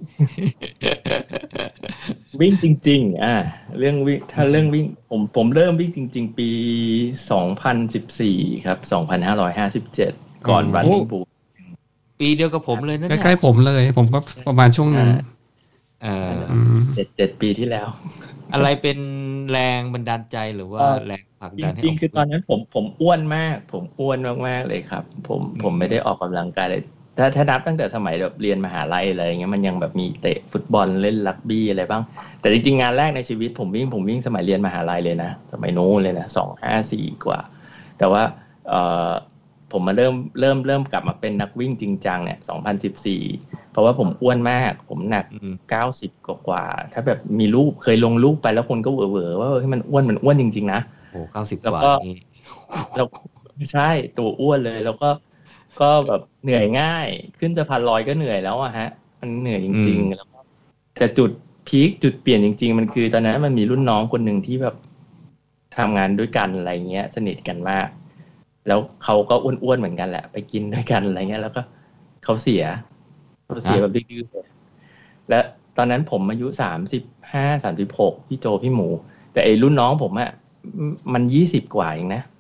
วิ่งจริงๆเรื่องวิ่งถ้าเรื่องวิ่งผมเริ่มวิ่งจริงๆปี2014ครับ2557ก่อนรันนิ่งบูปีเดียวกับผมเลยนะใกล้ๆผมเลยผมก็ประมาณช่วงนั้น 7 ปีที่แล้วอะไรเป็นแรงบันดาลใจหรือว่าแรงผลักดันจริงๆคือตอนนั้นผมอ้วนมากผมอ้วนมากๆเลยครับผมไม่ได้ออกกำลังกายเลยถ้านับตั้งแต่สมัยแบบเรียนมหาลัยอะไรอย่างเงี้ยมันยังแบบมีเตะฟุตบอลเล่นรักบี้อะไรบ้างแต่จริงๆงานแรกในชีวิตผมวิ่งสมัยเรียนมหาลัยเลยนะสมัยโน้นเลยนะ254กว่าแต่ว่าผมมาเริ่มกลับมาเป็นนักวิ่งจริงจังเนี่ย2014พราะว่าผมอ้วนมากผมหนัก90กว่าถ้าแบบมีรูปเคยลงรูปไปแล้วคนก็เหวอๆว่าให้มันอ้วนจริงๆนะโอ้90กว่านี่แล้วใช่ตัวอ้วนเลยแล้วก็แบบเหนื่อยง่ายขึ้นสะพานลอยก็เหนื่อยแล้วอะฮะมันเหนื่อยจริงๆแล้วก็แต่จุดพีคจุดเปลี่ยนจริงๆมันคือตอนนั้นมันมีรุ่นน้องคนหนึ่งที่แบบทำงานด้วยกันอะไรเงี้ยสนิทกันมากแล้วเขาก็อ้วนๆเหมือนกันแหละไปกินด้วยกันอะไรเงี้ยแล้วก็เขาเสียแบบดื้อๆและตอนนั้นผมอายุ35-36พี่โจพี่หมูแต่ไอ้รุ่นน้องผมอะมัน20กว่าเองนะ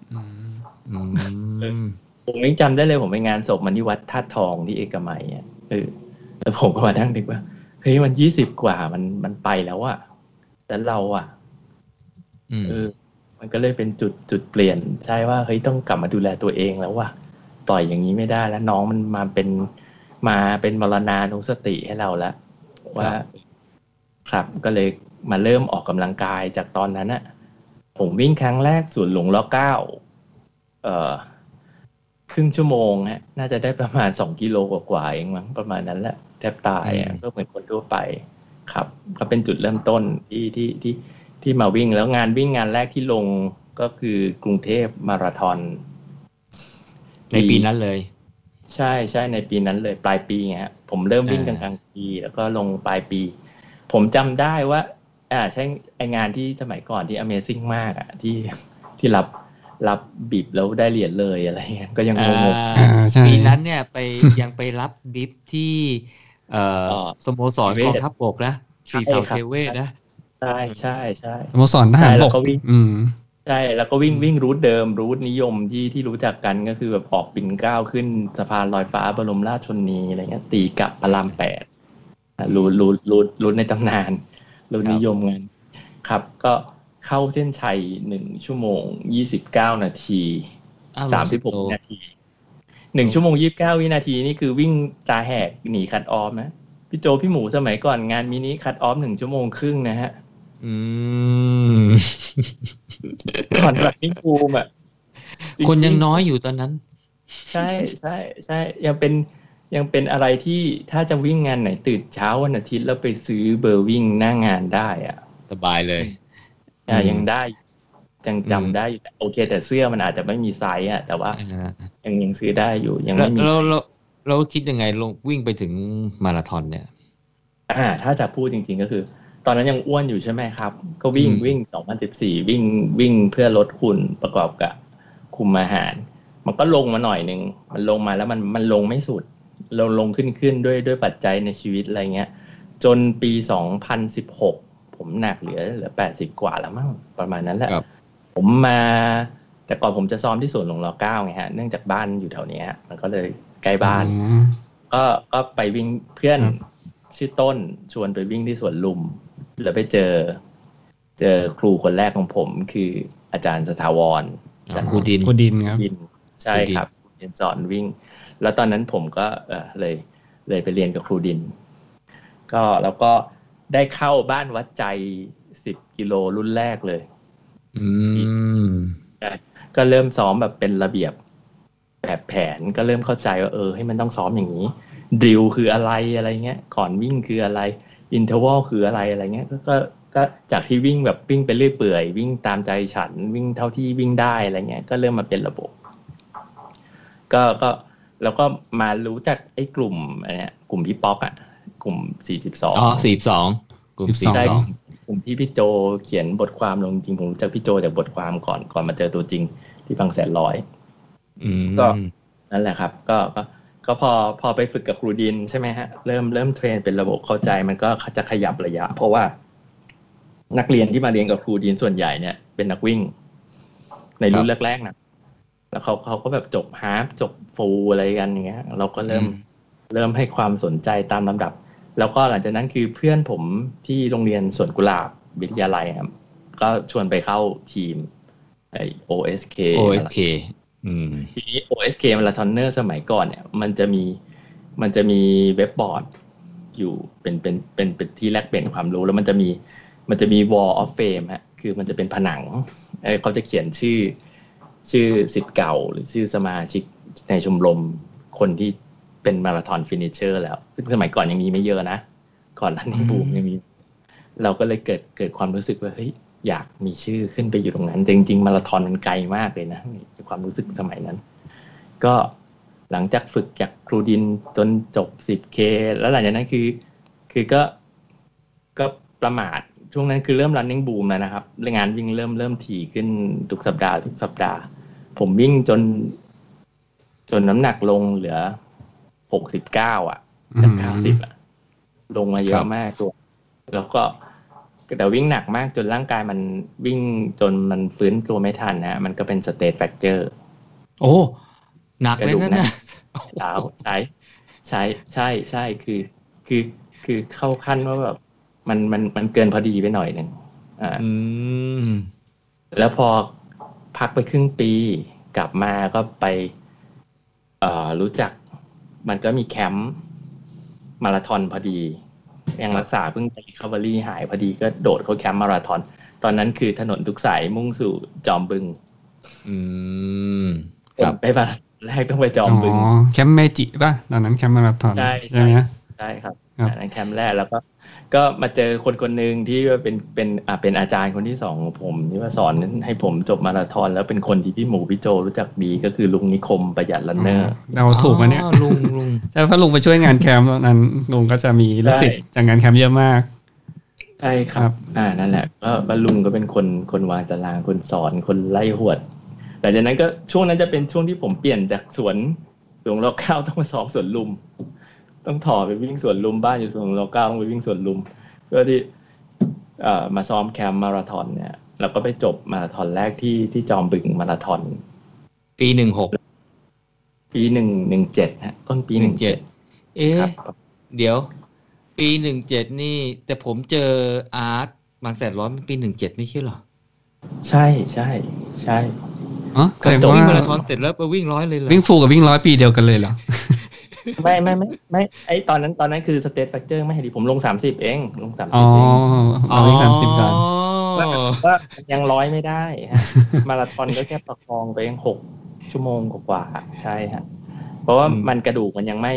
ผมยังจำได้เลยผมไปงานศพมันที่วัดธาตุทองที่เอกมัยอ่ะแล้วผมก็มานั่งนึกว่าเฮ้ยมัน20กว่ามันไปแล้วอะแล้วเราอะมันก็เลยเป็นจุดเปลี่ยนใช่ว่าเฮ้ยต้องกลับมาดูแลตัวเองแล้วว่ะปล่อยอย่างนี้ไม่ได้แล้วน้องมันมาเป็นมรณานุสติให้เราแล้วว่าครับก็เลยมาเริ่มออกกำลังกายจากตอนนั้นอะผมวิ่งครั้งแรกสวนหลวงร9ครึ่งชั่วโมงฮะน่าจะได้ประมาณ2กิโลกว่าเองมั้งประมาณนั้นแหละแทบตายก็เหมือนคนทั่วไปครับก็เป็นจุดเริ่มต้นที่มาวิ่งแล้วงานแรกที่ลงก็คือกรุงเทพมาราธอนในปีนั้นเลยใช่ในปีนั้นเลยปลายปีไงฮะผมเริ่มวิ่งกลางปีแล้วก็ลงปลายปีผมจำได้ว่าใช่ไองานที่สมัยก่อนที่ Amazing มากอ่ะที่รับบิบแล้วได้เหรียญเลยอะไรเงี้ยก็ยังงงๆปีนั้นเนี่ยยังไปรับบิบที่สโมสรกองทัพบกนะสีเสาเทเวศนะใช่สโมสรทหารบกใช่แล้วก็วิ่งรูทเดิมรูทนิยมที่รู้จักกันก็คือแบบออกปิ่นเกล้าขึ้นสะพานลอยฟ้าบรมราชชนนีอะไรเงี้ยตีกลับพระราม8รูทในตำนานรูทนิยมกันครับก็เข้าเส้นชัย1ชั่วโมง29นาที36วินาที1ชั่วโมง29วินาทีนี่คือวิ่งตาแหกหนีคัทออฟนะพี่โจพี่หมูสมัยก่อนงานมินิคัทออฟ1ชั่วโมงครึ่งนะฮะก่อนแบบนิ่งภูมิอ่ะคนยังน้อยอยู่ตอนนั้นใช่ยังเป็นอะไรที่ถ้าจะวิ่งงานไหนตื่นเช้าวันอาทิตย์แล้วไปซื้อเบอร์วิ่งหน้างานได้อ่ะสบายเลยยังได้ยังจำได้โอเคแต่เสื้อมันอาจจะไม่มีไซส์อ่ะแต่ว่ายังซื้อได้อยู่ยังไม่มีเราคิดยังไงลงวิ่งไปถึงมาราธอนเนี่ยถ้าจะพูดจริงๆก็คือตอนนั้นยังอ้วนอยู่ใช่ไหมครับก็วิ่ง2014วิ่งเพื่อลดหุ่นประกอบกับคุมอาหารมันก็ลงมาหน่อยนึงมันลงมาแล้วมันลงไม่สุดเราลงขึ้นด้วยปัจจัยในชีวิตอะไรเงี้ยจนปี2016ผมหนักเหลือ80กว่าแล้วมั้งประมาณนั้นแหละผมมาแต่ก่อนผมจะซ้อมที่สวนหลวงร9ไงฮะเนื่องจากบ้านอยู่แถวนี้มันก็เลยใกล้บ้านก็ไปวิ่งเพื่อนชื่อต้นชวนไปวิ่งที่สวนลุมแล้วไปเจอครูคนแรกของผมคืออาจารย์สถาวรครูดินครับใช่ครับเรียนสอนวิ่งแล้วตอนนั้นผมก็เลยไปเรียนกับครูดินก็แล้วก็ได้เข้าบ้านวัดใจ10กิโลรุ่นแรกเลยก็เริ่มซ้อมแบบเป็นระเบียบแบบแผนก็เริ่มเข้าใจว่าให้มันต้องซ้อมอย่างนี้ดริลคืออะไรเงี้ยก่อนวิ่งคืออะไรอินเทอร์วัลคืออะไรเงี้ยก็จากที่วิ่งแบบวิ่งไปเรื่อยเปื่อยวิ่งตามใจฉันวิ่งเท่าที่วิ่งได้อะไรเงี้ยก็เริ่มมาเป็นระบบก็แล้วก็มารู้จักไอ้กลุ่มอะไรเนี่ยกลุ่มพี่ป๊อกอ่ะกลุ่ม 42กลุ่ม42 กลุ่มที่พี่โจเขียนบทความลงจริงผมรู้จักพี่โจจากบทความก่อนมาเจอตัวจริงที่บางแสนร้อยก็นั่นแหละครับก็พอไปฝึกกับครูดินใช่ไหมฮะเริ่มเทรนเป็นระบบเข้าใจมันก็จะขยับระยะเพราะว่านักเรียนที่มาเรียนกับครูดินส่วนใหญ่เนี่ยเป็นนักวิ่งในรุ่นแรกๆนะแล้วเขาก็แบบจบฮาล์ฟจบฟูลอะไรกันอย่างเงี้ยเราก็เริ่มให้ความสนใจตามลำดับแล้วก็หลังจากนั้นคือเพื่อนผมที่โรงเรียนสวนกุหลาบวิทยาลัยครับก็ชวนไปเข้าทีมOSK ทีนี้ OSK Marathoner สมัยก่อนเนี่ยมันจะมีเว็บบอร์ดอยู่เป็นที่แลกเปลี่ยนความรู้แล้วมันจะมี Wall of Fame ฮะคือมันจะเป็นผนังเขาจะเขียนชื่อศิษย์เก่าหรือชื่อสมาชิกในชมรมคนที่เเป็นมาราธอนฟินิชเชอร์แล้วซึ่งสมัยก่อนยังมีไม่เยอะนะก่อน Running Boom ยังมีเราก็เลยเกิดความรู้สึกว่าเฮ้ยอยากมีชื่อขึ้นไปอยู่ตรงนั้นจริงๆมาราธอนมันไกลมากเลยนะในความรู้สึกสมัยนั้นก็หลังจากฝึกจากครูดินจนจบ 10K แล้วหลังจากนั้นคือก็ประมาทช่วงนั้นคือเริ่ม running boom แล้วนะครับงานวิ่งเริ่มถี่ขึ้นทุกสัปดาห์ผมวิ่งจนน้ำหนักลงเหลือ69อ่ะจาก90อ่ะลงมาเยอะมากตัวแล้วก็แต่วิ่งหนักมากจนร่างกายมันวิ่งจนมันฟื้นตัวไม่ทันนะมันก็เป็น stage fracture โอ้หนักเลยนั่นนะเท้าใช่คือเข้าขั้นว่าแบบมันเกินพอดีไปหน่อยนึงแล้วพอพักไปครึ่งปีกลับมาก็ไปรู้จักมันก็มีแคมป์มาราธอนพอดียังรักษาเพิ่งไปรีคัฟเวอรี่หายพอดีก็โดดเข้าแคมป์มาราธอนตอนนั้นคือถนนทุกสายมุ่งสู่จอมบึงครับไปมาแรกต้องไปจอมบึงแคมป์เมจิป่ะตอนนั้นแคมป์มาราธอนใช่ไหมใช่ครับอันนั้นแคมป์แรกแล้วก็มาเจอคนหนึ่งที่ว่าเป็นอาจารย์คนที่2ของผมที่ว่าสอนให้ผมจบมาราธอนแล้วเป็นคนที่พี่หมูพี่โจรู้จักดีก็คือลุงนิคมประหยัดรันเนอร์เราถูกมั้ยเนี่ยลุงใช่เพราะลุงไปช่วยงานแคมป์นั้นลุงก็จะมีลูกศิษย์จากงานแคมป์เยอะมากใช่ครับนั่นแหละก็ลุงก็เป็นคนวางตารางคนสอนคนไล่หวดหลังจากนั้นก็ช่วงนั้นจะเป็นช่วงที่ผมเปลี่ยนจากสวนหลวงรอ9ต้องมาซ้อมสวนลุมต้องถอไปวิ่งสวนลุมบ้านอยู่สวนรอ9ต้องไปวิ่งสวนลุมเพื่อที่มาซ้อมแคมป์มาราธอนเนี่ยแล้วก็ไปจบมาราธอนแรกที่จอมบึงมาราธอนปี16 ปี117ฮะต้นปี17 เดี๋ยวปี17นี่แต่ผมเจออาร์ตบางแสนร้อยมันปี17ไม่ใช่เหรอใช่ก็จบวิ่งมาราธอนเสร็จแล้วไปวิ่ง100เลยเหรอวิ่งฟูลกับวิ่ง100ปีเดียวกันเลยเหรอไม่ไอตอนนั้นคือสเตทแฟคเจอร์ไม่ให้ดีผมลง30เองลง30 เองวิ่ง30กันว่ายัง100ไม่ได้ฮะมาราธอนก็แค่ประคองไปยัง6ชั่วโมงกว่าใช่ฮะเพราะว่ามันกระดูกมันยัง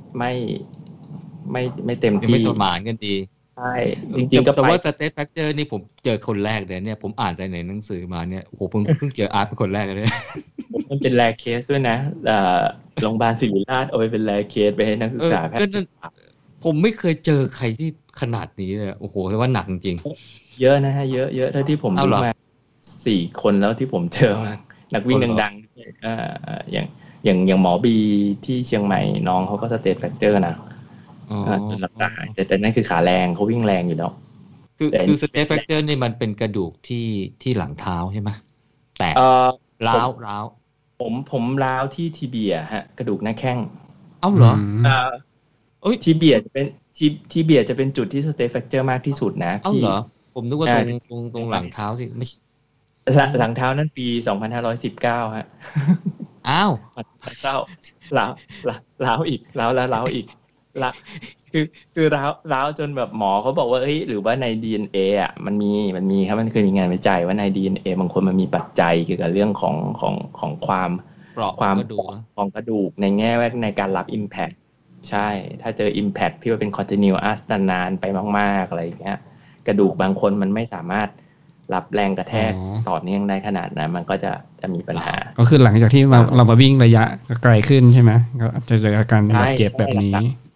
ไม่เต็มที่ไม่สมานกันดีใช่จริงๆก็แต่ว่าสเตทแฟคเจอร์นี่ผมเจอคนแรกเลยเนี่ยผมอ่านในหนังสือมาเนี่ยโอ้โหเพิ่งเจออาร์ตเป็นคนแรกเลยมันเป็นแรร์เคสด้วยนะโรงพยาบาลศิริราชเอาไปเป็นแรร์เคสไปให้นักศึกษาแพทย์ผมไม่เคยเจอใครที่ขนาดนี้เลยโอ้โหแปลว่าหนักจริงเยอะนะฮะเยอะเท่าที่ผมดูมา4คนแล้วที่ผมเจอมานักวิ่งดังๆอย่างหมอบีที่เชียงใหม่น้องเขาก็สเตทแฟคเจอร์นะจนหลับตาแต่นั่นคือขาแรงเขาวิ่งแรงอยู่แล้วคือสเตทแฟคเจอร์นี่มันเป็นกระดูกที่หลังเท้าใช่ไหมแต่ร้าวผมร้าวที่ทีเบียฮะกระดูกหน้าแข้งเอ้าเหรอทีเบียจะเป็นทีเบียจะเป็นจุดที่สเตทแฟคเจอร์มากที่สุดนะเอ้าเหรอผมนึกว่าตรงหลังเท้าสิไม่หลังเท้านั้นปี2519ฮะอ้าวเศร้าร้าวอีกร้าวอีกคือร้าวจนแบบหมอเขาบอกว่าเฮ้ยหรือว่าใน DNA อ่ะมันมีครับมันเคยมีงานวิจัยว่าใน DNA บางคนมันมีปัจจัยเกี่ยวกับเรื่องของความของกระดูกในแง่ว่าในการรับ impact ใช่ถ้าเจอ impact ที่ว่าเป็น continuous นานไปมากๆอะไรอย่างเงี้ยกระดูกบางคนมันไม่สามารถรับแรงกระแทกต่อเนื่องได้ขนาดนั้นมันก็จะมีปัญหาก็คือหลังจากที่เรามาวิ่งระยะไกลขึ้นใช่ไหมก็จะเจออาการบาดเจ็บแบบนี้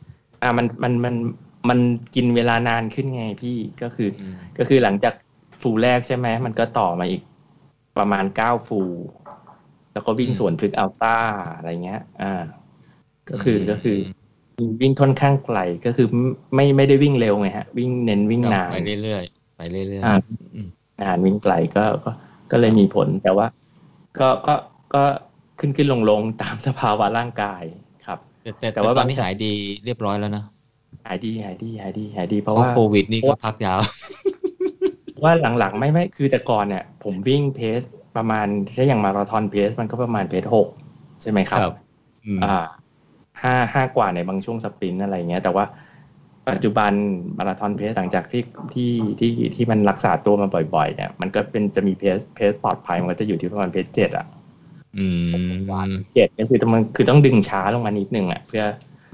มันกินเวลานานขึ้นไงพี่ก็คือหลังจากฟูลแรกใช่ไหมมันก็ต่อมาอีกประมาณ9ฟูลแล้วก็วิ่งสวนพฤกษ์อัลต้าอะไรเงี้ยก็คือวิ่งค่อนข้างไกลก็คือไม่ได้วิ่งเร็วไงฮะวิ่งเน้นวิ่งนานไปเรื่อยนานวิ่งไกลก็เลยมีผลแต่ว่าก็ขึ้นลงตามสภาวะร่างกายครับแต่ว่าตอนนี้หายดีเรียบร้อยแล้วนะหายดีเพราะว่าโควิดนี่ก็พักยาวว่าหลังๆไม่คือแต่ก่อนเนี่ยผมวิ่งเพสประมาณถ้าอย่างมาราธอนเพสมันก็ประมาณเพส6ใช่ไหมครับ5กว่าในบางช่วงสปรินต์อะไรเงี้ยแต่ว่าปัจจุบันมาราธอนเพสหลังจากที่มันรักษาตัวมาบ่อยๆเนี่ยมันก็จะมีเพสปลอดภัยมันก็จะอยู่ที่ประมาณเพส7อ่ะ7ก็คือต้องดึงช้าลงมานิดนึงอ่ะเพื่อ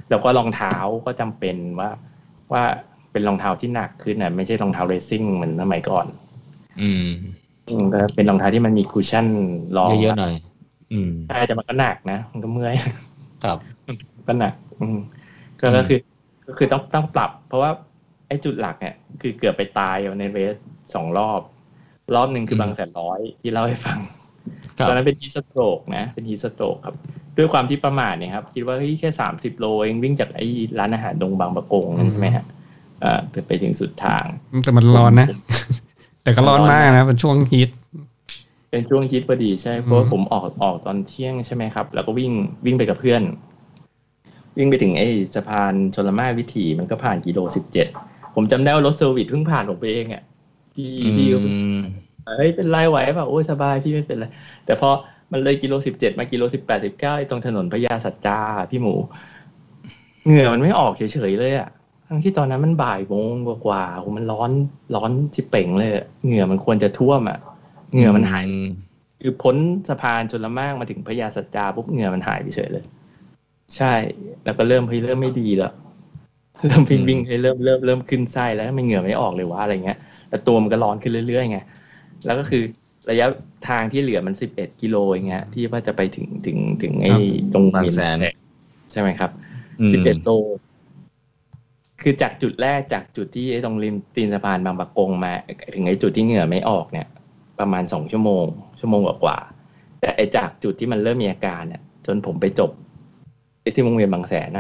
แล้วก็รองเท้าก็จำเป็นว่าเป็นรองเท้าที่หนักขึ้นไม่ใช่รองเท้าเรซซิ่งเหมือนสมัยก่อนก็เป็นรองเท้าที่มันมีคุชชั่นรองเยอะๆหน่อยใช่แต่มันก็หนักนะมันก็เมื่อยครับก็หนักก็คือต้องปรับเพราะว่าไอ้จุดหลักเนี่ยคือเกือบไปตายในเรส2 รอบนึงคือบางแสนร้อยที่เล่าให้ฟังตอนนั้นเป็นฮีทสโตรกนะเป็นฮีทสโตรกครับด้วยความที่ประมาทเนี่ยครับคิดว่าแค่30 โลเองวิ่งจากไอ้ร้านอาหารดงบางปะกงใช่ไหมฮะไปถึงสุดทางแต่มันร้อนนะแต่ก็ร้อนมากนะเป็นช่วงฮีทเป็นช่วงฮีทพอดีใช่เพราะผมออกตอนเที่ยงใช่ไหมครับแล้วก็วิ่งไปกับเพื่อนวิ่งไปถึงไอ้สะพานชลมาศวิถีมันก็ผ่านกิโล17ผมจำได้ว่ารถเซอร์วิสเพิ่งผ่านผมไปเองอ่ะพี่เฮ้ยเป็นไรไหวป่ะโอ้ยสบายพี่ไม่เป็นไรแต่พอมันเลยกิโล17มากิโล18 19ตรงถนนพญาสัจจาพี่หมูเหงื่อมันไม่ออกเฉยๆเลยอ่ะทั้งที่ตอนนั้นมันบ่ายโมงกว่าๆมันร้อนชิบเป่งเลยเหงื่อมันควรจะท่วมอ่ะเหงื่อมันหายคือพ้นสะพานชลมารมาถึงพญาสัจจาปุ๊บเหงื่อมันหายไปเฉยเลยใช่แล้วก็เริ่มไม่ดีแล้วเริ่มวิ่งให้เริ่มขึ้นไส้แล้วไม่เหงื่อไม่ออกเลยวะอะไรเงี้ยแต่ตัวมันก็ร้อนขึ้นเรื่อยๆไงแล้วก็คือระยะทางที่เหลือมัน11 กิโลอย่างเงี้ยที่ว่าจะไปถึงไอ้ตรงบางแสนใช่ไหมครับ11 โลคือจากจุดแรกจากจุดที่ไอ้ตรงริมตีนสะพานบางปะกงมาถึงไอ้จุดที่เหงื่อไม่ออกเนี่ยประมาณ2 ชั่วโมงกว่าแต่ไอ้จากจุดที่มันเริ่มมีอาการเนี่ยจนผมไปจบที่วงเวียนบางแสน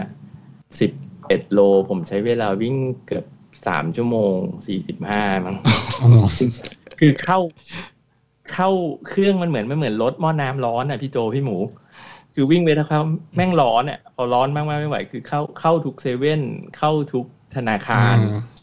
11 โลผมใช้เวลาวิ่งเกือบ3 ชั่วโมง 45มั้งคือเข้าเครื่องมันเหมือนรถหม้อน้ำร้อนพี่โจพี่หมูคือวิ่งไปแล้วครับแม่งร้อนพอร้อนมากๆไม่ไหวคือเข้าทุกเซเว่นเข้าทุกธนาคาร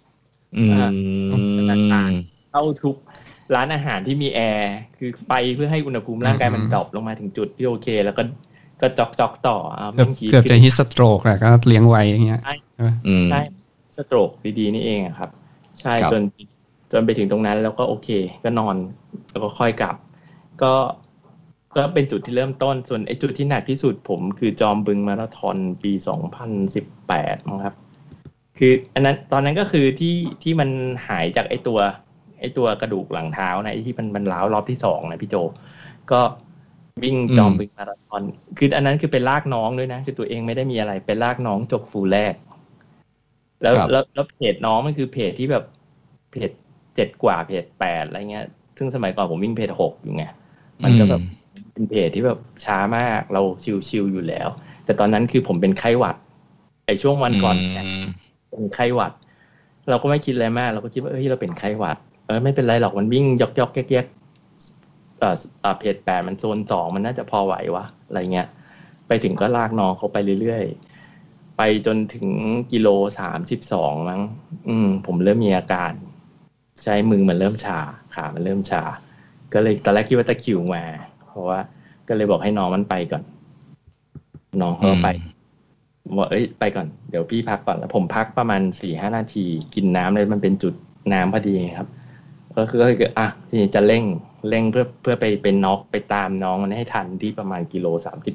เข้าทุกร้านอาหารที่มีแอร์คือไปเพื่อให้อุณหภูมิร่างกายมันดรอปลงมาถึงจุดที่โอเคแล้วก็จ็อกต่อเกือบจะฮิตสโตรกแหละก็เลี้ยงไว้อย่างเงี้ยใช่สโตรกดีๆนี่เองครับใช่จนไปถึงตรงนั้นแล้วก็โอเคก็นอนแล้วก็ค่อยกลับก็เป็นจุดที่เริ่มต้นส่วนไอ้จุดที่หนักที่สุดผมคือจอมบึงมาราธอนปี2018นะครับคืออันนั้นตอนนั้นก็คือที่มันหายจากไอ้ตัวกระดูกหลังเท้านะที่มันร้าวรอบที่2นะพี่โจก็วิ่งจอมบึงมาราธอนคืออันนั้นคือเป็นลากน้องด้วยนะคือตัวเองไม่ได้มีอะไรเป็นลากน้องจบฟูลแรกแล้วเพจน้องมันคือเพจที่แบบเพจ7 กว่าเพจ8อะไรเงี้ยซึ่งสมัยก่อนผมวิ่งเพจ6อยู่ไงมันก็แบบเป็นเพจที่แบบช้ามากเราชิวๆอยู่แล้วแต่ตอนนั้นคือผมเป็นไข้หวัดไอ้ช่วงวันก่อนเป็นไข้หวัดเราก็ไม่คิดอะไรมากเราก็คิดว่าเราเป็นไข้หวัดไม่เป็นไรหรอกมันวิ่งยอกๆแยกๆเพจ8มันโซน2มันน่าจะพอไหววะอะไรเงี้ยไปถึงก็ลากน้องเขาไปเรื่อยๆไปจนถึงกิโล32มั้งผมเริ่มมีอาการใช้มือมันเริ่มชาขามันเริ่มชาก็เลยตอนแรกคิดว่าตะคริวมาเพราะว่าก็เลยบอกให้น้องมันไปก่อนน้องเขาไปบอกไปก่อนเดี๋ยวพี่พักก่อนแล้วผมพักประมาณ 4-5 นาทีกินน้ำเลยมันเป็นจุดน้ำพอดีครับก็คือทีนี้จะเร่งเพื่อไปน็อกไปตามน้องมันให้ทันที่ประมาณกิโล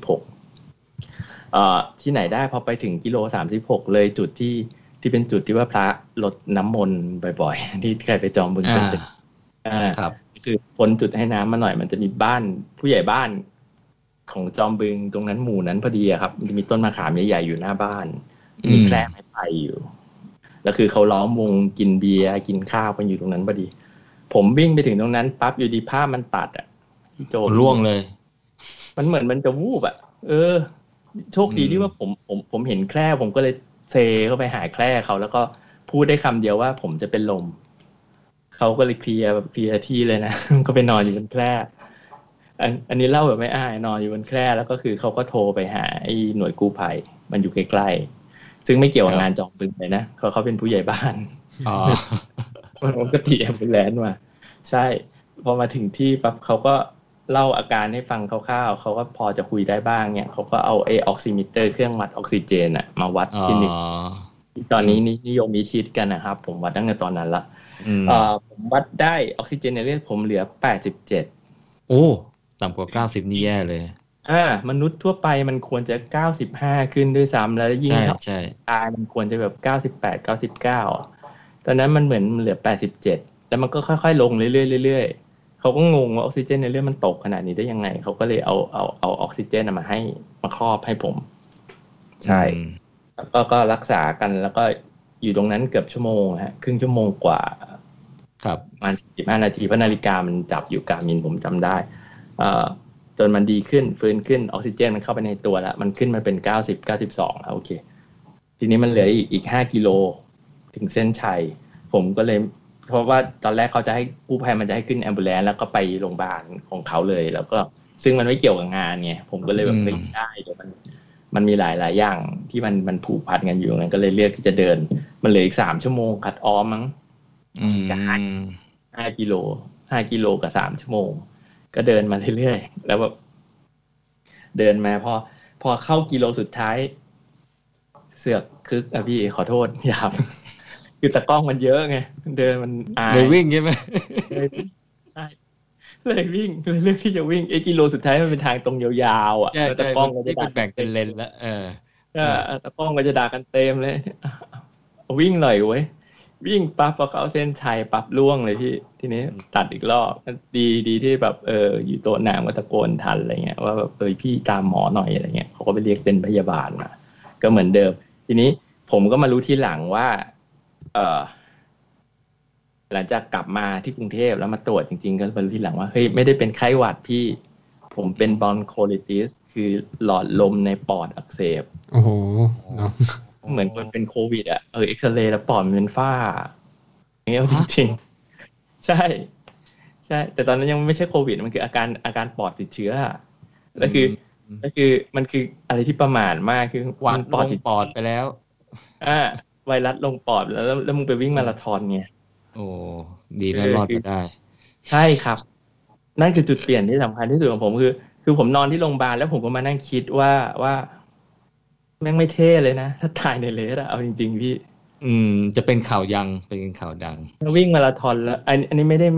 36ที่ไหนได้พอไปถึงกิโล36เลยจุดที่เป็นจุดที่ว่าพระรดน้ำมนต์บ่อยๆที่ใครไปจอมบึงกันจะครับคือพ้นจุดให้น้ำมาหน่อยมันจะมีบ้านผู้ใหญ่บ้านของจอมบึงตรงนั้นหมู่นั้นพอดีครับมันจะมีต้นมะขามใหญ่ๆอยู่หน้าบ้านมีแคร่ไม้ไผ่อยู่แล้วคือเขาล้อมวงกินเบียร์กินข้าวกันอยู่ตรงนั้นพอดีผมวิ่งไปถึงตรงนั้นปั๊บอยู่ดีภาพมันตัดโจร่วงเลยมันเหมือนมันจะวูบโชคดีที่ว่าผมเห็นแคร่ผมก็เลยเซเข้าไปหาแคร่เขาแล้วก็พูดได้คำเดียวว่าผมจะเป็นลมเขาก็เลยเคลียร์ที่เลยนะก็ไปนอนอยู่บนแคร่อันนี้เล่าแบบไม่อายนอนอยู่บนแคร่แล้วก็คือเขาก็โทรไปหาไอ้หน่วยกู้ภัยมันอยู่ใกล้ๆซึ่งไม่เกี่ยวกับงานจอมบึงเลยนะเขาเป็นผู้ใหญ่บ้านมันก็ตีแอมบูแลนซ์มาใช่พอมาถึงที่ปั๊บเขาก็เล่าอาการให้ฟังคร่าวๆเขาก็พอจะคุยได้บ้างเนี่ยเขาก็เอาไอ้ออกซิมิเตอร์เครื่องวัดออกซิเจนมาวัดที่นี่ตอนนี้นิยมมีทิศกันนะครับผมวัดตั้งแต่ตอนนั้นละผมวัดได้ออกซิเจนในเลือดผมเหลือ87 โอ้ต่ำกว่า90นี่แย่เลยมนุษย์ทั่วไปมันควรจะ95ขึ้นด้วยซ้ำแล้วยิ่งใช่ตายมันควรจะแบบ98 99ตอนนั้นมันเหมือนเหลือ87แล้วมันก็ค่อยๆลงเรื่อยๆเรื่อยๆเขาก็งงว่าออกซิเจนในเลือดมันตกขนาดนี้ได้ยังไงเขาก็เลยเอาออกซิเจนมาให้มาครอบให้ผมใช่แล้วก็รักษากันแล้วก็อยู่ตรงนั้นเกือบชั่วโมงฮะครึ่งชั่วโมงกว่าครับประมาณ15นาทีเพราะนาฬิกามันจับอยู่Garminผมจำได้จนมันดีขึ้นฟื้นขึ้นออกซิเจนมันเข้าไปในตัวแล้วมันขึ้นมาเป็น90 92แล้วโอเคทีนี้มันเหลืออีก5กิโลถึงเส้นชัยผมก็เลยเพราะว่าตอนแรกเขาจะให้กู้ภัยมันจะให้ขึ้นแอมบูเลนซ์แล้วก็ไปโรงพยาบาลของเขาเลยแล้วก็ซึ่งมันไม่เกี่ยวกับงานไงผมก็เลยแบบไม่ได้เดี๋ยวมันมีหลายอย่างที่มันผูกพันกันอยู่งั้นก็เลยเลือกที่จะเดินมันเหลืออีก3ชั่วโมงคัทออฟมั้งจะ5กิโลกับ3ชั่วโมงก็เดินมาเรื่อยๆแล้วแบบเดินมาพอเข้ากิโลสุดท้ายเสือกคึกพี่ขอโทษครับคือตะกล้องมันเยอะไงเดินมันอายเลยวิ่งใช่ไหมใช่เลยวิ่งเลยเลือกที่จะวิ่งกิโลสุดท้ายมันเป็นทางตรงยาวๆตะกล้องก็จะแบ่งเป็นเลนแล้วตะกล้องก็จะด่ากันเต็มเลยวิ่งหน่อยเว้ยวิ่งปั๊บพอเข้าเส้นชัยปั๊บล่วงเลยพี่ทีนี้ตัดอีกรอบดีที่แบบอยู่โต๊ะน้ำก็ตะโกนทันอะไรเงี้ยว่าแบบพี่ตามหมอหน่อยอะไรเงี้ยเขาก็ไปเรียกเป็นพยาบาลมาก็เหมือนเดิมทีนี้ผมก็มารู้ทีหลังว่าหลังจากกลับมาที่กรุงเทพแล้วมาตรวจจริงๆก็มารู้ทีหลังว่าเฮ้ยไม่ได้เป็นไข้หวัดพี่ผมเป็นบรอนโคลิติสคือหลอดลมในปอดอักเสบโอ้โหเหมือนคนเป็นโควิดเอ็กซเรย์แล้วปอดมันเป็นฝ้าอย่างเงี้ยจริงๆใช่แต่ตอนนั้นยังไม่ใช่โควิดมันคืออาการปอดติดเชื้อแล้วคือมันคืออะไรที่ประมาทมากคือมันปอดไปแล้วไวรัสลงปอดแล้วมึงไปวิ่งมาราธอนไงโอ้ดีแล้วรอดมาได้ใช่ครับนั่นคือจุดเปลี่ยนที่สำคัญที่สุดของผมคือผมนอนที่โรงพยาบาลแล้วผมก็มานั่งคิดว่าแม่งไม่เท่เลยนะถ้าตายในเลสเอาจริงๆพี่จะเป็นข่าวยังเป็นข่าวดังวิ่งมาราธอนแล้วอันนี้ไม่ได้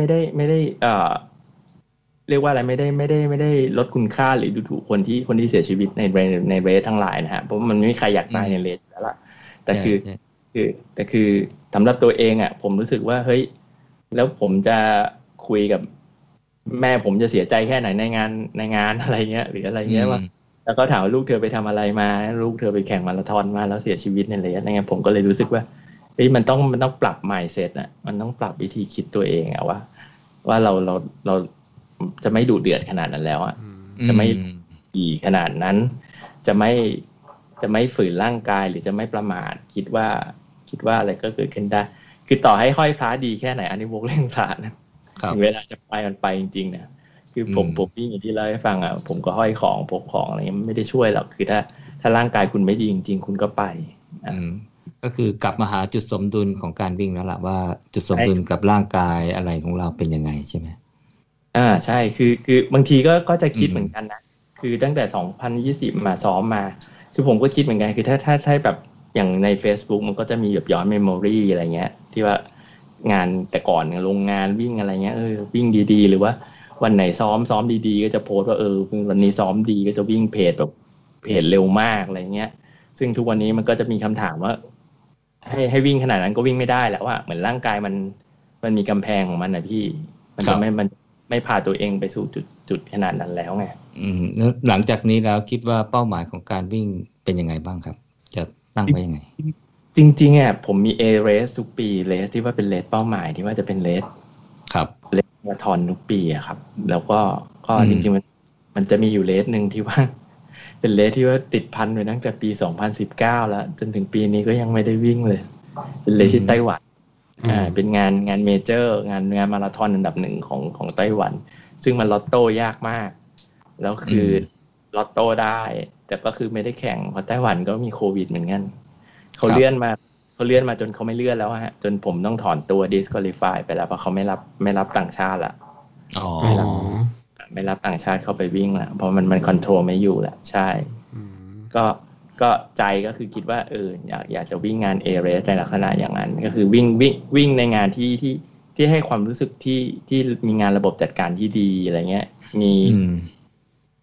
เรียกว่าอะไรไม่ได้ลดคุณค่าหรือดูถูกคนที่เสียชีวิตในเรสทั้งหลายนะฮะเพราะมันไม่มีใครอยากตายในเรสแล้วล่ะแต่คือสำหรับตัวเองผมรู้สึกว่าเฮ้ยแล้วผมจะคุยกับแม่ผมจะเสียใจแค่ไหนในงานอะไรเงี้ยหรืออะไรเงี้ยว่าแล้วก็ถามว่าลูกเธอไปทำอะไรมาลูกเธอไปแข่งมาราธอนมาแล้วเสียชีวิตในเรสอะไรเงี้ยผมก็เลยรู้สึกว่าเฮ้ยมันต้องปรับ mindset มันต้องปรับวิธีคิดตัวเองว่าเราจะไม่ดุเดือดขนาดนั้นแล้วจะไม่ขี่ขนาดนั้นจะไม่ฝืนร่างกายหรือจะไม่ประมาทคิดว่าอะไรก็เกิดขึ้นได้คือต่อให้ห้อยพระดีแค่ไหนอันนี้วกเรื่องพระนะถึงเวลาจะไปมันไปจริงๆนะคือผมพี่อย่างที่เล่าให้ฟังผมก็ห้อยของพกของอะไรเงี้ยไม่ได้ช่วยหรอกคือถ้าร่างกายคุณไม่ดีจริงๆคุณก็ไปก็คือกลับมาหาจุดสมดุลของการวิ่งแล้วล่ะว่าจุดสมดุลกับร่างกายอะไรของเราเป็นยังไงใช่ไหมใช่คือบางทีก็จะคิดเหมือนกันนะคือตั้งแต่2020มาซ้อมมาคือผมก็คิดเหมือนกันคือถ้าแบบอย่างใน Facebook มันก็จะมีแบบย้อนเมมโมรี่อะไรเงี้ยที่ว่างานแต่ก่อนโรงงานวิ่งอะไรเงี้ยวิ่งดีๆหรือว่าวันไหนซ้อมดีๆก็จะโพสต์ว่าวันนี้ซ้อมดีก็จะวิ่งเพจแบบเพจเร็วมากอะไรเงี้ยซึ่งทุกวันนี้มันก็จะมีคำถามว่าให้วิ่งขนาดนั้นก็วิ่งไม่ได้แล้วเหมือนร่างกายมันมีกำแพงของมันนะพี่มันจะไม่พาตัวเองไปสู่จุดขนาดนั้นแล้วไงแล้วหลังจากนี้แล้วคิดว่าเป้าหมายของการวิ่งเป็นยังไงบ้างครับจะตั้งไว้ยังไงจริงๆผมมี A race ทุกปีเรสที่ว่าเป็นเรสเป้าหมายที่ว่าจะเป็นเรสครับเรสมาราธอนทุกปีครับแล้วก็จริงๆมันจะมีอยู่เรสนึงที่ว่าเป็นเรสที่ว่าติดพันไปตั้งแต่ปี2019แล้วจนถึงปีนี้ก็ยังไม่ได้วิ่งเลยเป็นเรสที่ไต้หวันเป็นงานเมเจอร์งานมาราธอนอันดับหนึ่งของไต้หวันซึ่งมันลอตโต้ยากมากแล้วคือลอตโต้ได้แต่ก็คือไม่ได้แข่งเพราะไต้หวันก็มีโควิดเหมือนกันเขาเลื่อนมาจนเขาไม่เลื่อนแล้วฮะจนผมต้องถอนตัว disqualify ไปแล้วเพราะเขาไม่รับต่างชาติละไม่รับต่างชาติเข้าไปวิ่งละเพราะมันคอนโทรลไม่อยู่ละใช่ก็ใจก็คือคิดว่าอยากจะวิ่งงาน A race ในลักษณะอย่างนั้นก็คือวิ่งในงานที่ให้ความรู้สึกที่มีงานระบบจัดการที่ดีอะไรเงี้ย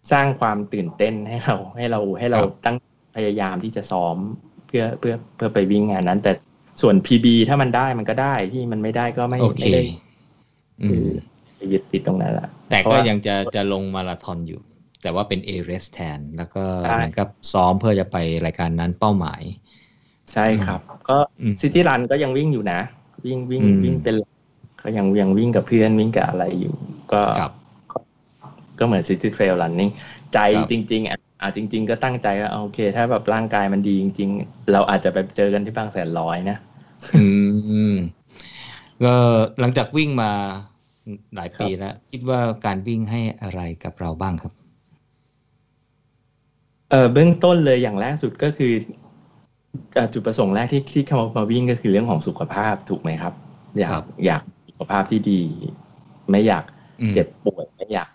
สร้างความตื่นเต้นให้เราตั้งพยายามที่จะซ้อมเพื่อไปวิ่งงานนั้นแต่ส่วน PB ถ้ามันได้มันก็ได้ที่มันไม่ได้ก็ไม่ได้ยึดติดตรงนั้นแหละแต่ก็ยังจะลงมาราธอนอยู่แต่ว่าเป็น A-Race แทนแล้วก็เหมือนกับซ้อมเพื่อจะไปรายการนั้นเป้าหมายใช่ครับก็ซิตี้รันก็ยังวิ่งอยู่นะวิ่งเป็นก็ยังวิ่งกับเพื่อนวิ่งกับอะไรอยู่ก็เหมือนซิตี้เทรลรันนิ่งใจจริงๆจริงๆก็ตั้งใจว่าโอเคถ้าแบบร่างกายมันดีจริงๆเราอาจจะไปเจอกันที่บางแสนร้อยนะก็หลังจากวิ่งมาหลายปีแล้วคิดว่าการวิ่งให้อะไรกับเราบ้างครับเบื้องต้นเลยอย่างแรกสุดก็คือจุดประสงค์แรกที่เข้ามาวิ่งก็คือเรื่องของสุขภาพถูกไหมครับอยากสุขภาพที่ดีไม่อยากเจ็บป่วยไม่อยาก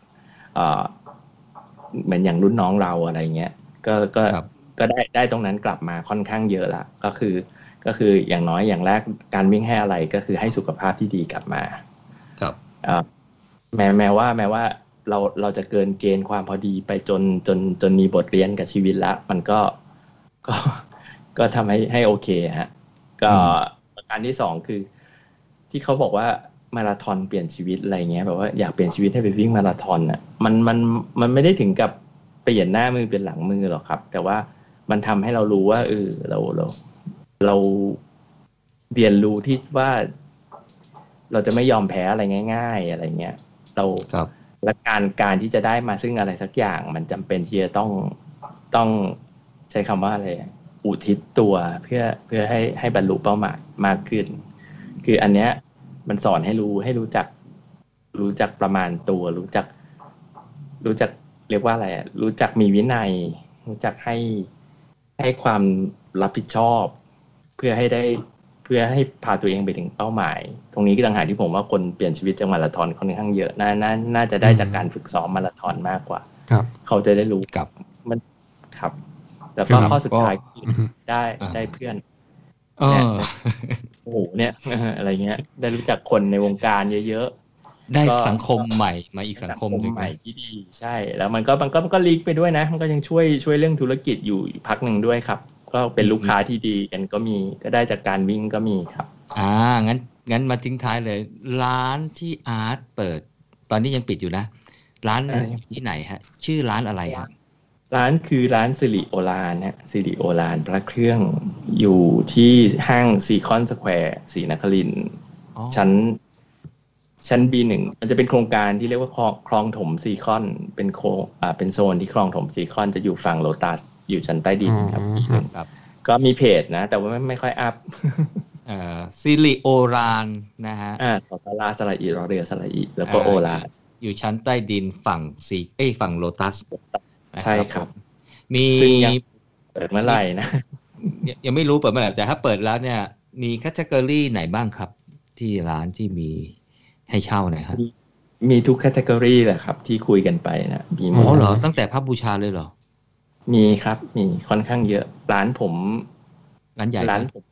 เหมือนอย่างรุ่นน้องเราอะไรเงี้ยก็ได้ตรงนั้นกลับมาค่อนข้างเยอะละก็คืออย่างน้อยอย่างแรกการวิ่งให้อะไรก็คือให้สุขภาพที่ดีกลับมาครับแม้ว่าเราจะเกินเกณฑ์ความพอดีไปจนมีบทเรียนกับชีวิตแล้วมันก็ทำให้โอเคฮะก็ประการที่สองคือที่เขาบอกว่ามาราธอนเปลี่ยนชีวิตอะไรเงี้ยแบบว่าอยากเปลี่ยนชีวิตให้ไปวิ่งมาราธอนอ่ะมันไม่ได้ถึงกับเปลี่ยนหน้ามือเป็นหลังมือหรอกครับแต่ว่ามันทำให้เรารู้ว่าเราเรียนรู้ที่ว่าเราจะไม่ยอมแพ้อะไรง่ายๆอะไรเงี้ยและการที่จะได้มาซึ่งอะไรสักอย่างมันจำเป็นที่จะต้องใช้คำว่าอะไรอุทิศตัวเพื่อให้บรรลุเป้าหมายมากขึ้นคืออันเนี้ยมันสอนให้รู้จักประมาณตัวรู้จักเรียกว่าอะไรรู้จักมีวินัยรู้จักให้ความรับผิดชอบเพื่อให้พาตัวเองไปถึงเป้าหมายตรงนี้ก็ต่างหากที่ผมว่าคนเปลี่ยนชีวิตจากมาราธอนค่อนข้างเยอะน่าจะได้จากการฝึกซ้อมมาราธอนมากกว่าเขาจะได้รู้กับมันครับแล้วก็ข้อสุดท้ายได้เพื่อนโอ้โหเนี่ยอะไรเงี้ยได้รู้จักคนในวงการเยอะๆได้สังคมใหม่มาอีกสังคมใหม่ที่ดีใช่แล้วมันก็ลีกไปด้วยนะมันก็ยังช่วยเรื่องธุรกิจอยู่พักหนึ่งด้วยครับก็เป็นลูกค้าที่ดีกันก็ได้จากการวิ่งก็มีครับงั้นมาทิ้งท้ายเลยร้านที่อาร์ตเปิดตอนนี้ยังปิดอยู่นะร้านที่ไหนฮะชื่อร้านอะไรฮะร้านคือร้านสิริโอฬารนะสิริโอฬารพระเครื่องอยู่ที่ห้างซีคอนสแควร์ศรีนครินทร์ชั้น B1 มันจะเป็นโครงการที่เรียกว่าคลองถมซีคอนเป็นโซนที่คลองถมซีคอนจะอยู่ฝั่งโลตัสอยู่ชั้นใต้ดินครับก็มีเพจนะแต่ว่าไม่ค่อยอัพซิริโอฬารนะฮะสระสระอีรอเรือสระอีแล้วก็โอฬารอยู่ชั้นใต้ดินฝั่งโลตัสใช่ครับมีเปิดเมื่อไหร่นะยังไม่รู้เปิดเมื่อไหร่แต่ถ้าเปิดแล้วเนี่ยมีแคตตากรีไหนบ้างครับที่ร้านที่มีให้เช่านะครับมีทุกแคตตากรีแหละครับที่คุยกันไปนะมีหมดเหรอตั้งแต่พระบูชาเลยเหรอมีครับมีค่อนข้างเยอะร้านใหญ่ร้านผม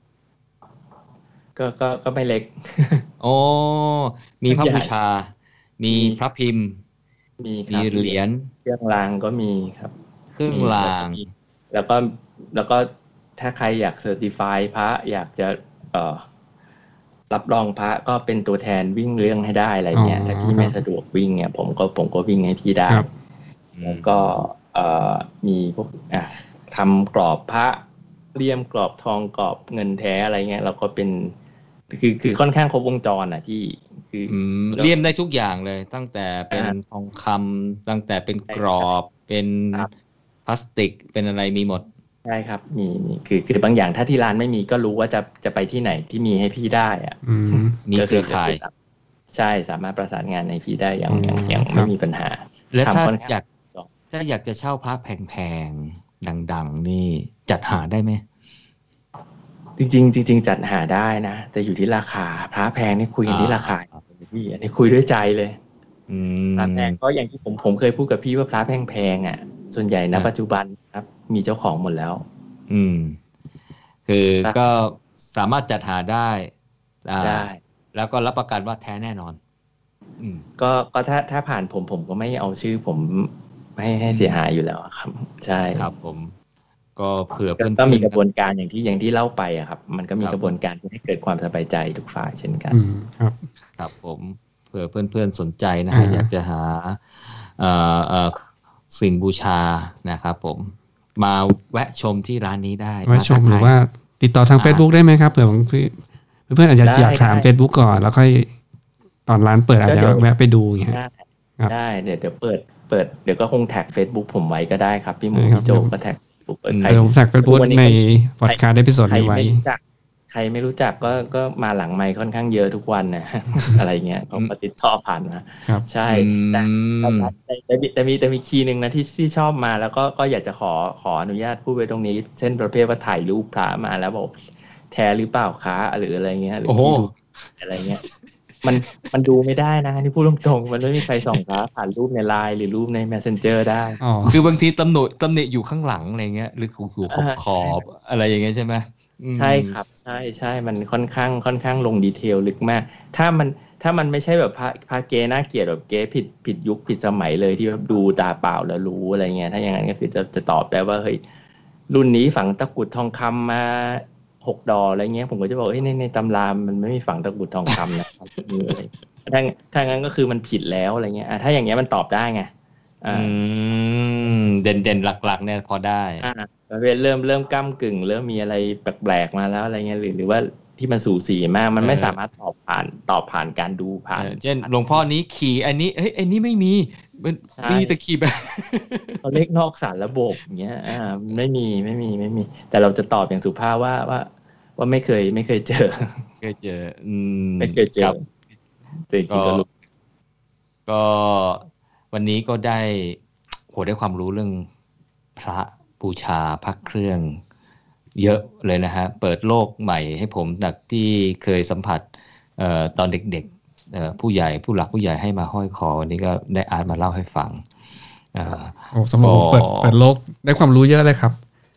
ก็ไม่เล็กโอ้มีพระบูชามีพระพิมพ์มีเหรียญเครื่องรางก็มีครับเครื่องรางแล้วก็ถ้าใครอยากเซอร์ติฟายพระอยากจะรับรองพระก็เป็นตัวแทนวิ่งเรื่องให้ได้อะไรเงี้ยถ้าพี่ไม่สะดวกวิ่งเนี่ยผมก็วิ่งให้พี่ได้แล้วก็มีพวกทำกรอบพระเลี่ยมกรอบทองกรอบเงินแท้อะไรเงี้ยเราก็เป็นคือค่อนข้างครบวงจรพี่คือเลี่ยมได้ทุกอย่างเลยตั้งแต่เป็นทองคำตั้งแต่เป็นกรอบเป็นพลาสติกเป็นอะไรมีหมดใช่ครับมีคือบางอย่างถ้าที่ร้านไม่มีก็รู้ว่าจะไปที่ไหนที่มีให้พี่ได้มีเครือข่ายใช่สามารถประสานงานในพี่ได้อย่างไม่มีปัญหาแล้วถ้าอยากจะเช่าพระแพงๆดังๆนี่จัดหาได้ไหมจริงจัดหาได้นะแต่อยู่ที่ราคาพระแพงนี่คุยกันที่ราคาพี่อันนี้คุยด้วยใจเลยพระแพงก็อย่างที่ผมเคยพูดกับพี่ว่าพระแพงส่วนใหญ่ณปัจจุบันครับมีเจ้าของหมดแล้วคือก็สามารถจัดหาได้แล้วก็รับประกันว่าแท้แน่นอนก็ถ้าผ่านผมก็ไม่เอาชื่อผมให้เสียหายอยู่แล้วครับใช่ครับผมก็เผื่อเพื่อนก็มีกระบวนการอย่างที่เล่าไปอะครับมันก็มีกระบวนการที่ให้เกิดความสบายใจทุกฝ่ายเช่นกันครับครับผมเผื่อเพื่อนๆสนใจนะฮะอยากจะหาสิ่งบูชานะครับผมมาแวะชมที่ร้านนี้ได้แวะชมหรือว่าติดต่อทาง Facebook ได้ไหมครับเผื่อบางเพื่อนอาจจะอยากถาม Facebook ก่อนแล้วค่อยตอนร้านเปิดอาจจะแวะไปดูอย่างเงี้ยได้เดี๋ยวเปิดเดี๋ยวก็คงแท็ก Facebook ผมไว้ก็ได้ครับพี่หมูพี่โจก็แท็ก Facebook ใครผมแท็ก Facebook ในพอดคาสต์เอพิโซดนี้ไว้ใครไม่รู้จักก็มาหลังไมค์ค่อนข้างเยอะทุกวันนะ อะไรเงี้ยเขาติดต่อผ่านมาใช่แต่มีคีย์นึงนะที่ชอบมาแล้วก็อยากจะขออนุญาตพูดไว้ตรงนี้เช่นประเภทว่าถ่ายรูปพระมาแล้วบอกแท้หรือเปล่าคะหรืออะไรเงี้ยหรืออะไรเงี้ยมันดูไม่ได้นะที่พูดตรงๆมันไม่มีใครส่องพระผ่านรูปใน LINE หรือรูปใน Messenger ได้คือบางทีตำหนิอยู่ข้างหลังอะไรเงี้ยหรืออยู่ขอบอะไรอย่างเงี้ยใช่ไหมใช่ครับใช่มันค่อนข้างลงดีเทลลึกมากถ้ามันไม่ใช่แบบพระเก๊น่าเกลียดแบบเก๊ผิดยุคผิดสมัยเลยที่แบบดูตาเปล่าแล้วรู้อะไรเงี้ยถ้าอย่างนั้นก็คือจะตอบได้ว่าเฮ้ยรุ่นนี้ฝังตะกรุดทองคำมา6 ดอกอะไรเงี้ยผมก็จะบอกในตำรามันไม่มีฝังตะกรุดทองคำนะครับถ้างั้นก็คือมันผิดแล้วอะไรเงี้ยถ้าอย่างเงี้ยมันตอบได้ไงเด่นหลักๆเนี่ยพอได้เริ่มก้ำกึ่งเริ่มมีอะไรแปลกๆมาแล้วอะไรเงี้ยหรือว่าที่มันสูสีมากมันไม่สามารถตอบผ่านการดูผ่านเช่นหลวงพ่อนี้ขี่อันนี้ไอ้นี่ไม่มีมีแต่ขี่แบบเขาเรียกนอกสารระบบอย่างเงี้ยไม่มีแต่เราจะตอบอย่างสุภาพว่าไม่เคยเจอไม่เคยเจอก็วันนี้ก็ได้ความรู้เรื่องพระบูชาพระเครื่องเยอะเลยนะฮะเปิดโลกใหม่ให้ผมจากที่เคยสัมผัสตอนเด็กๆผู้ใหญ่ผู้หลักผู้ใหญ่ให้มาห้อยคอวันนี้ก็ได้อาร์ตมาเล่าให้ฟังสมมติเปิดโลกได้ความรู้เยอะเลยครับ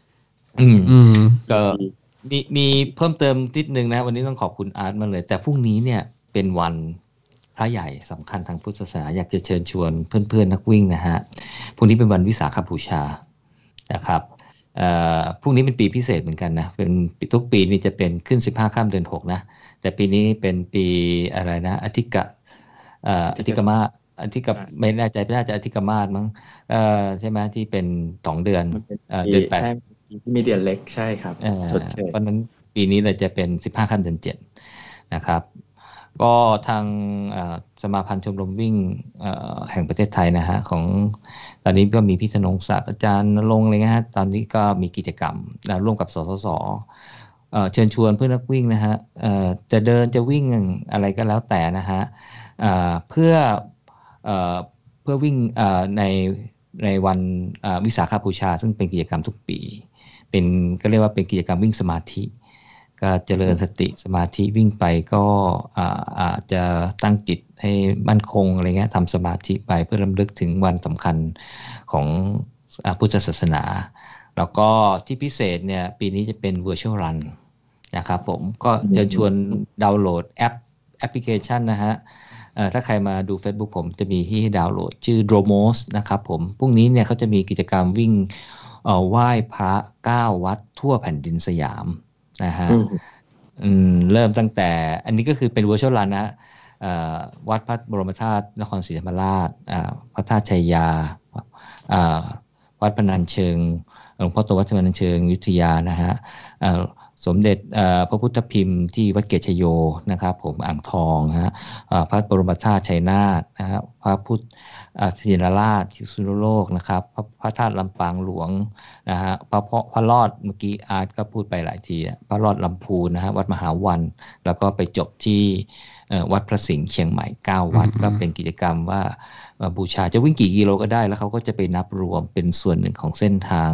ก็มีเพิ่มเติมนิดนึงนะวันนี้ต้องขอบคุณอาร์ตมาเลยแต่พรุ่งนี้เนี่ยเป็นวันพระใหญ่สำคัญทางพุทธศาสนาอยากจะเชิญชวนเพื่อนๆนักวิ่งนะฮะพรุ่งนี้เป็นวันวิสาขบูชานะครับพรุ่งนี้เป็นปีพิเศษเหมือนกันนะเป็นทุกปีนี่จะเป็นขึ้น15ค่ำเดือน6นะแต่ปีนี้เป็นปีอะไรนะอธิกมาไม่แน่ใจไม่น่าจะอธิกมาศมั้งใช่ไหมที่เป็น2เดือนเดือน8ใช่ที่มีเดือนเล็กใช่ครับเพราะนั้นปีนี้เราจะเป็น15ค่ำเดือน7นะครับก็ทางสมาพันธ์ชมรมวิ่งแห่งประเทศไทยนะฮะของตอนนี้ก็มีพี่ธนงศักดิ์อาจารย์ณรงค์อะไรเงี้ยฮะตอนนี้ก็มีกิจกรรมร่วมกับสสสเชิญชวนเพื่อนนักวิ่งนะฮะจะเดินจะวิ่งอะไรก็แล้วแต่นะฮะเพื่อวิ่งในวันวิสาขบูชาซึ่งเป็นกิจกรรมทุกปีก็เรียกว่าเป็นกิจกรรมวิ่งสมาธิก็เจริญสติสมาธิวิ่งไปก็อาจจะตั้งจิตให้มั่นคงอะไรเงี้ยทำสมาธิไปเพื่อรำลึกถึงวันสำคัญของพุทธศาสนาแล้วก็ที่พิเศษเนี่ยปีนี้จะเป็น virtual run นะครับผมก็จะชวนดาวน์โหลดแอปพลิเคชันนะฮะถ้าใครมาดู Facebook ผมจะมีที่ดาวน์โหลดชื่อ Dromos นะครับผมพรุ่งนี้เนี่ยเขาจะมีกิจกรรมวิ่งไหว้พระ9วัดทั่วแผ่นดินสยามนะฮะเริ่มตั้งแต่อันนี้ก็คือเป็น virtual run นะวัดพระบรมธาตุนครศรีธรรมราชพระธาตุชัยยาวัดพนัญเชิงหลวงพ่อโตวัดพนัญเชิงอยุธยานะฮะสมเด็จพระพุทธพิมพ์ที่วัดเกศชโยนะครับผมอ่างทองฮะพระบรมธาตุชัยนาทนะฮะพระพุทธศิริราชที่สุโขโลกนะครับพระธาตุลำปางหลวงนะฮะพระรอดเมื่อกี้อาร์ตก็พูดไปหลายทีพระรอดลำพูนนะฮะวัดมหาวันแล้วก็ไปจบที่วัดพระสิงห์เชียงใหม่9วัดก็เป็นกิจกรรมว่าบูชาจะวิ่งกี่กิโลก็ได้แล้วเขาก็จะไปนับรวมเป็นส่วนหนึ่งของเส้นทาง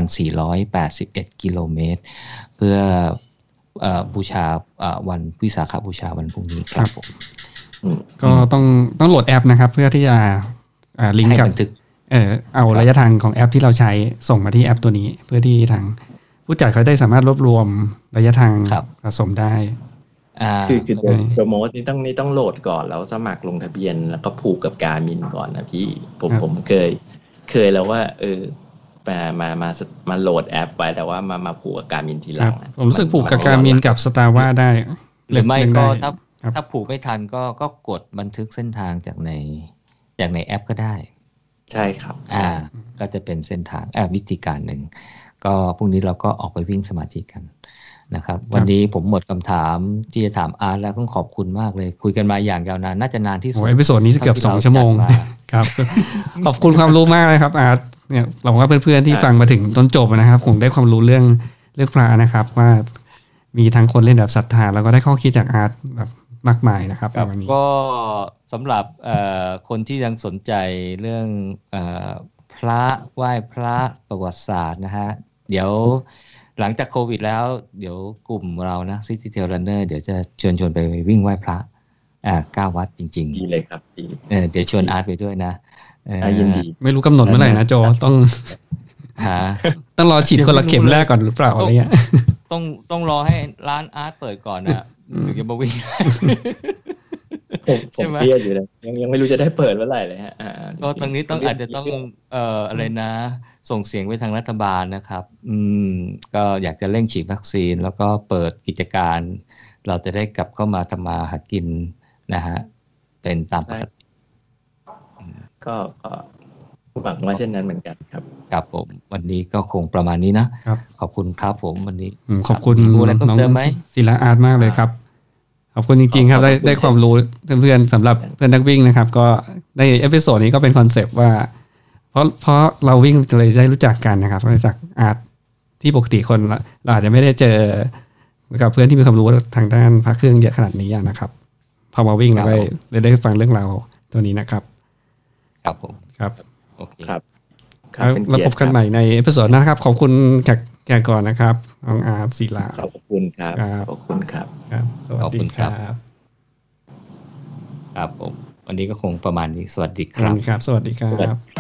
1,481 กิโลเมตรเพื่อบูชาวันวิสาขบูชาวันพรุ่งนี้ครับผมก็ต้องโหลดแอปนะครับเพื่อที่จะลิงก์กับเอาระยะทางของแอปที่เราใช้ส่งมาที่แอปตัวนี้เพื่อที่ทางผู้จัดเขาได้สามารถรวบรวมระยะทางสะสมได้คือโปรโมทนี่ต้องโหลดก่อนแล้วสมัครลงทะเบียนแล้วก็ผูกกับการมินก่อนนะพี่ผมเคเคยแล้วว่ามาโหลดแอปไปแต่ว่ามาผูกกับการมินทีหลังผมรู้สึกผูกกับการมินกับสตาร์ว่าได้หรือไม่ก็ถ้าผูกไม่ทันก็กดบันทึกเส้นทางจากในแอปก็ได้ใช่ครับก็จะเป็นเส้นทางวิธีการหนึ่งก็พรุ่งนี้เราก็ออกไปวิ่งสมาธิกันนะครับวันนี้ผมหมดคำถามที่จะถามอาร์ตแล้วต้องขอบคุณมากเลยคุยกันมาอย่างยาวนานน่าจะนานที่สุดเอพิโซดนี้เกือบ2 ชั่วโมงครับขอบคุณความรู้มากเลยครับอาร์ตเนี่ยเราว่าเพื่อนๆที่ฟังมาถึงต้นจบนะครับผมได้ความรู้เรื่องพระนะครับว่ามีทั้งคนเล่นแบบศรัทธาแล้วก็ได้ข้อคิดจากอาร์ตแบบมากมายนะครับวันนี้ก็สำหรับคนที่ยังสนใจเรื่องพระไหว้พระประวัติศาสตร์นะฮะเดี๋ยวหลังจากโควิดแล้วเดี๋ยวกลุ่มเรานะ City Trail Runner เดี๋ยวจะชวนไปวิ่งไหว้พระ9 วัดจริงๆดีเลยครับดีเดี๋ยวชวนอาร์ตไปด้วยนะยินดีไม่รู้กำหนดเมื่อไหร่นะโจต้องรอฉีดคนละเข็มแรกก่อนหรือเปล่าอะไรเงี้ยต้องรอให้ร้านอาร์ตเปิดก่อนนะถึงจะมาวิ่งผมเครียดอยู่เลยยังไม่รู้จะได้เปิดเมื่อไหร่เลยฮะก็ตรงนี้อาจจะต้องอะไรนะส่งเสียงไปทางรัฐบาลนะครับก็อยากจะเร่งฉีดวัคซีนแล้วก็เปิดกิจการเราจะได้กลับเข้ามาทำมาหากินนะฮะเป็นตามปกติก็หวังว่าเช่นนั้นเหมือนกันครับครับผมวันนี้ก็คงประมาณนี้นะขอบคุณครับผมวันนี้ขอบคุณน้องศิลาอาร์ตมากเลยครับขอบคุณจริงๆครับได้ความรู้เพื่อนๆสำหรับเพื่อนนักวิ่งนะครับก็ในเอพิโซดนี้ก็เป็นคอนเซปต์ว่าเพราะเราวิ่งเลยได้รู้จักกันนะครับรู้จักอาร์ตที่ปกติคนเราอาจจะไม่ได้เจอกับเพื่อนที่มีความรู้ทางด้านพระเครื่องเยอะขนาดนี้นะครับพอมาวิ่งเราได้ฟังเรื่องราวตัวนี้นะครับครับผมครับโอเคครับแล้วพบกันใหม่ในเอพิโซดหน้าครับขอบคุณแกก่อนนะครับน้องอาร์ตศิลาขอบคุณครับขอบคุณครับสวัสดีครับครับผมวันนี้ก็คงประมาณนี้สวัสดีครับสวัสดีครับ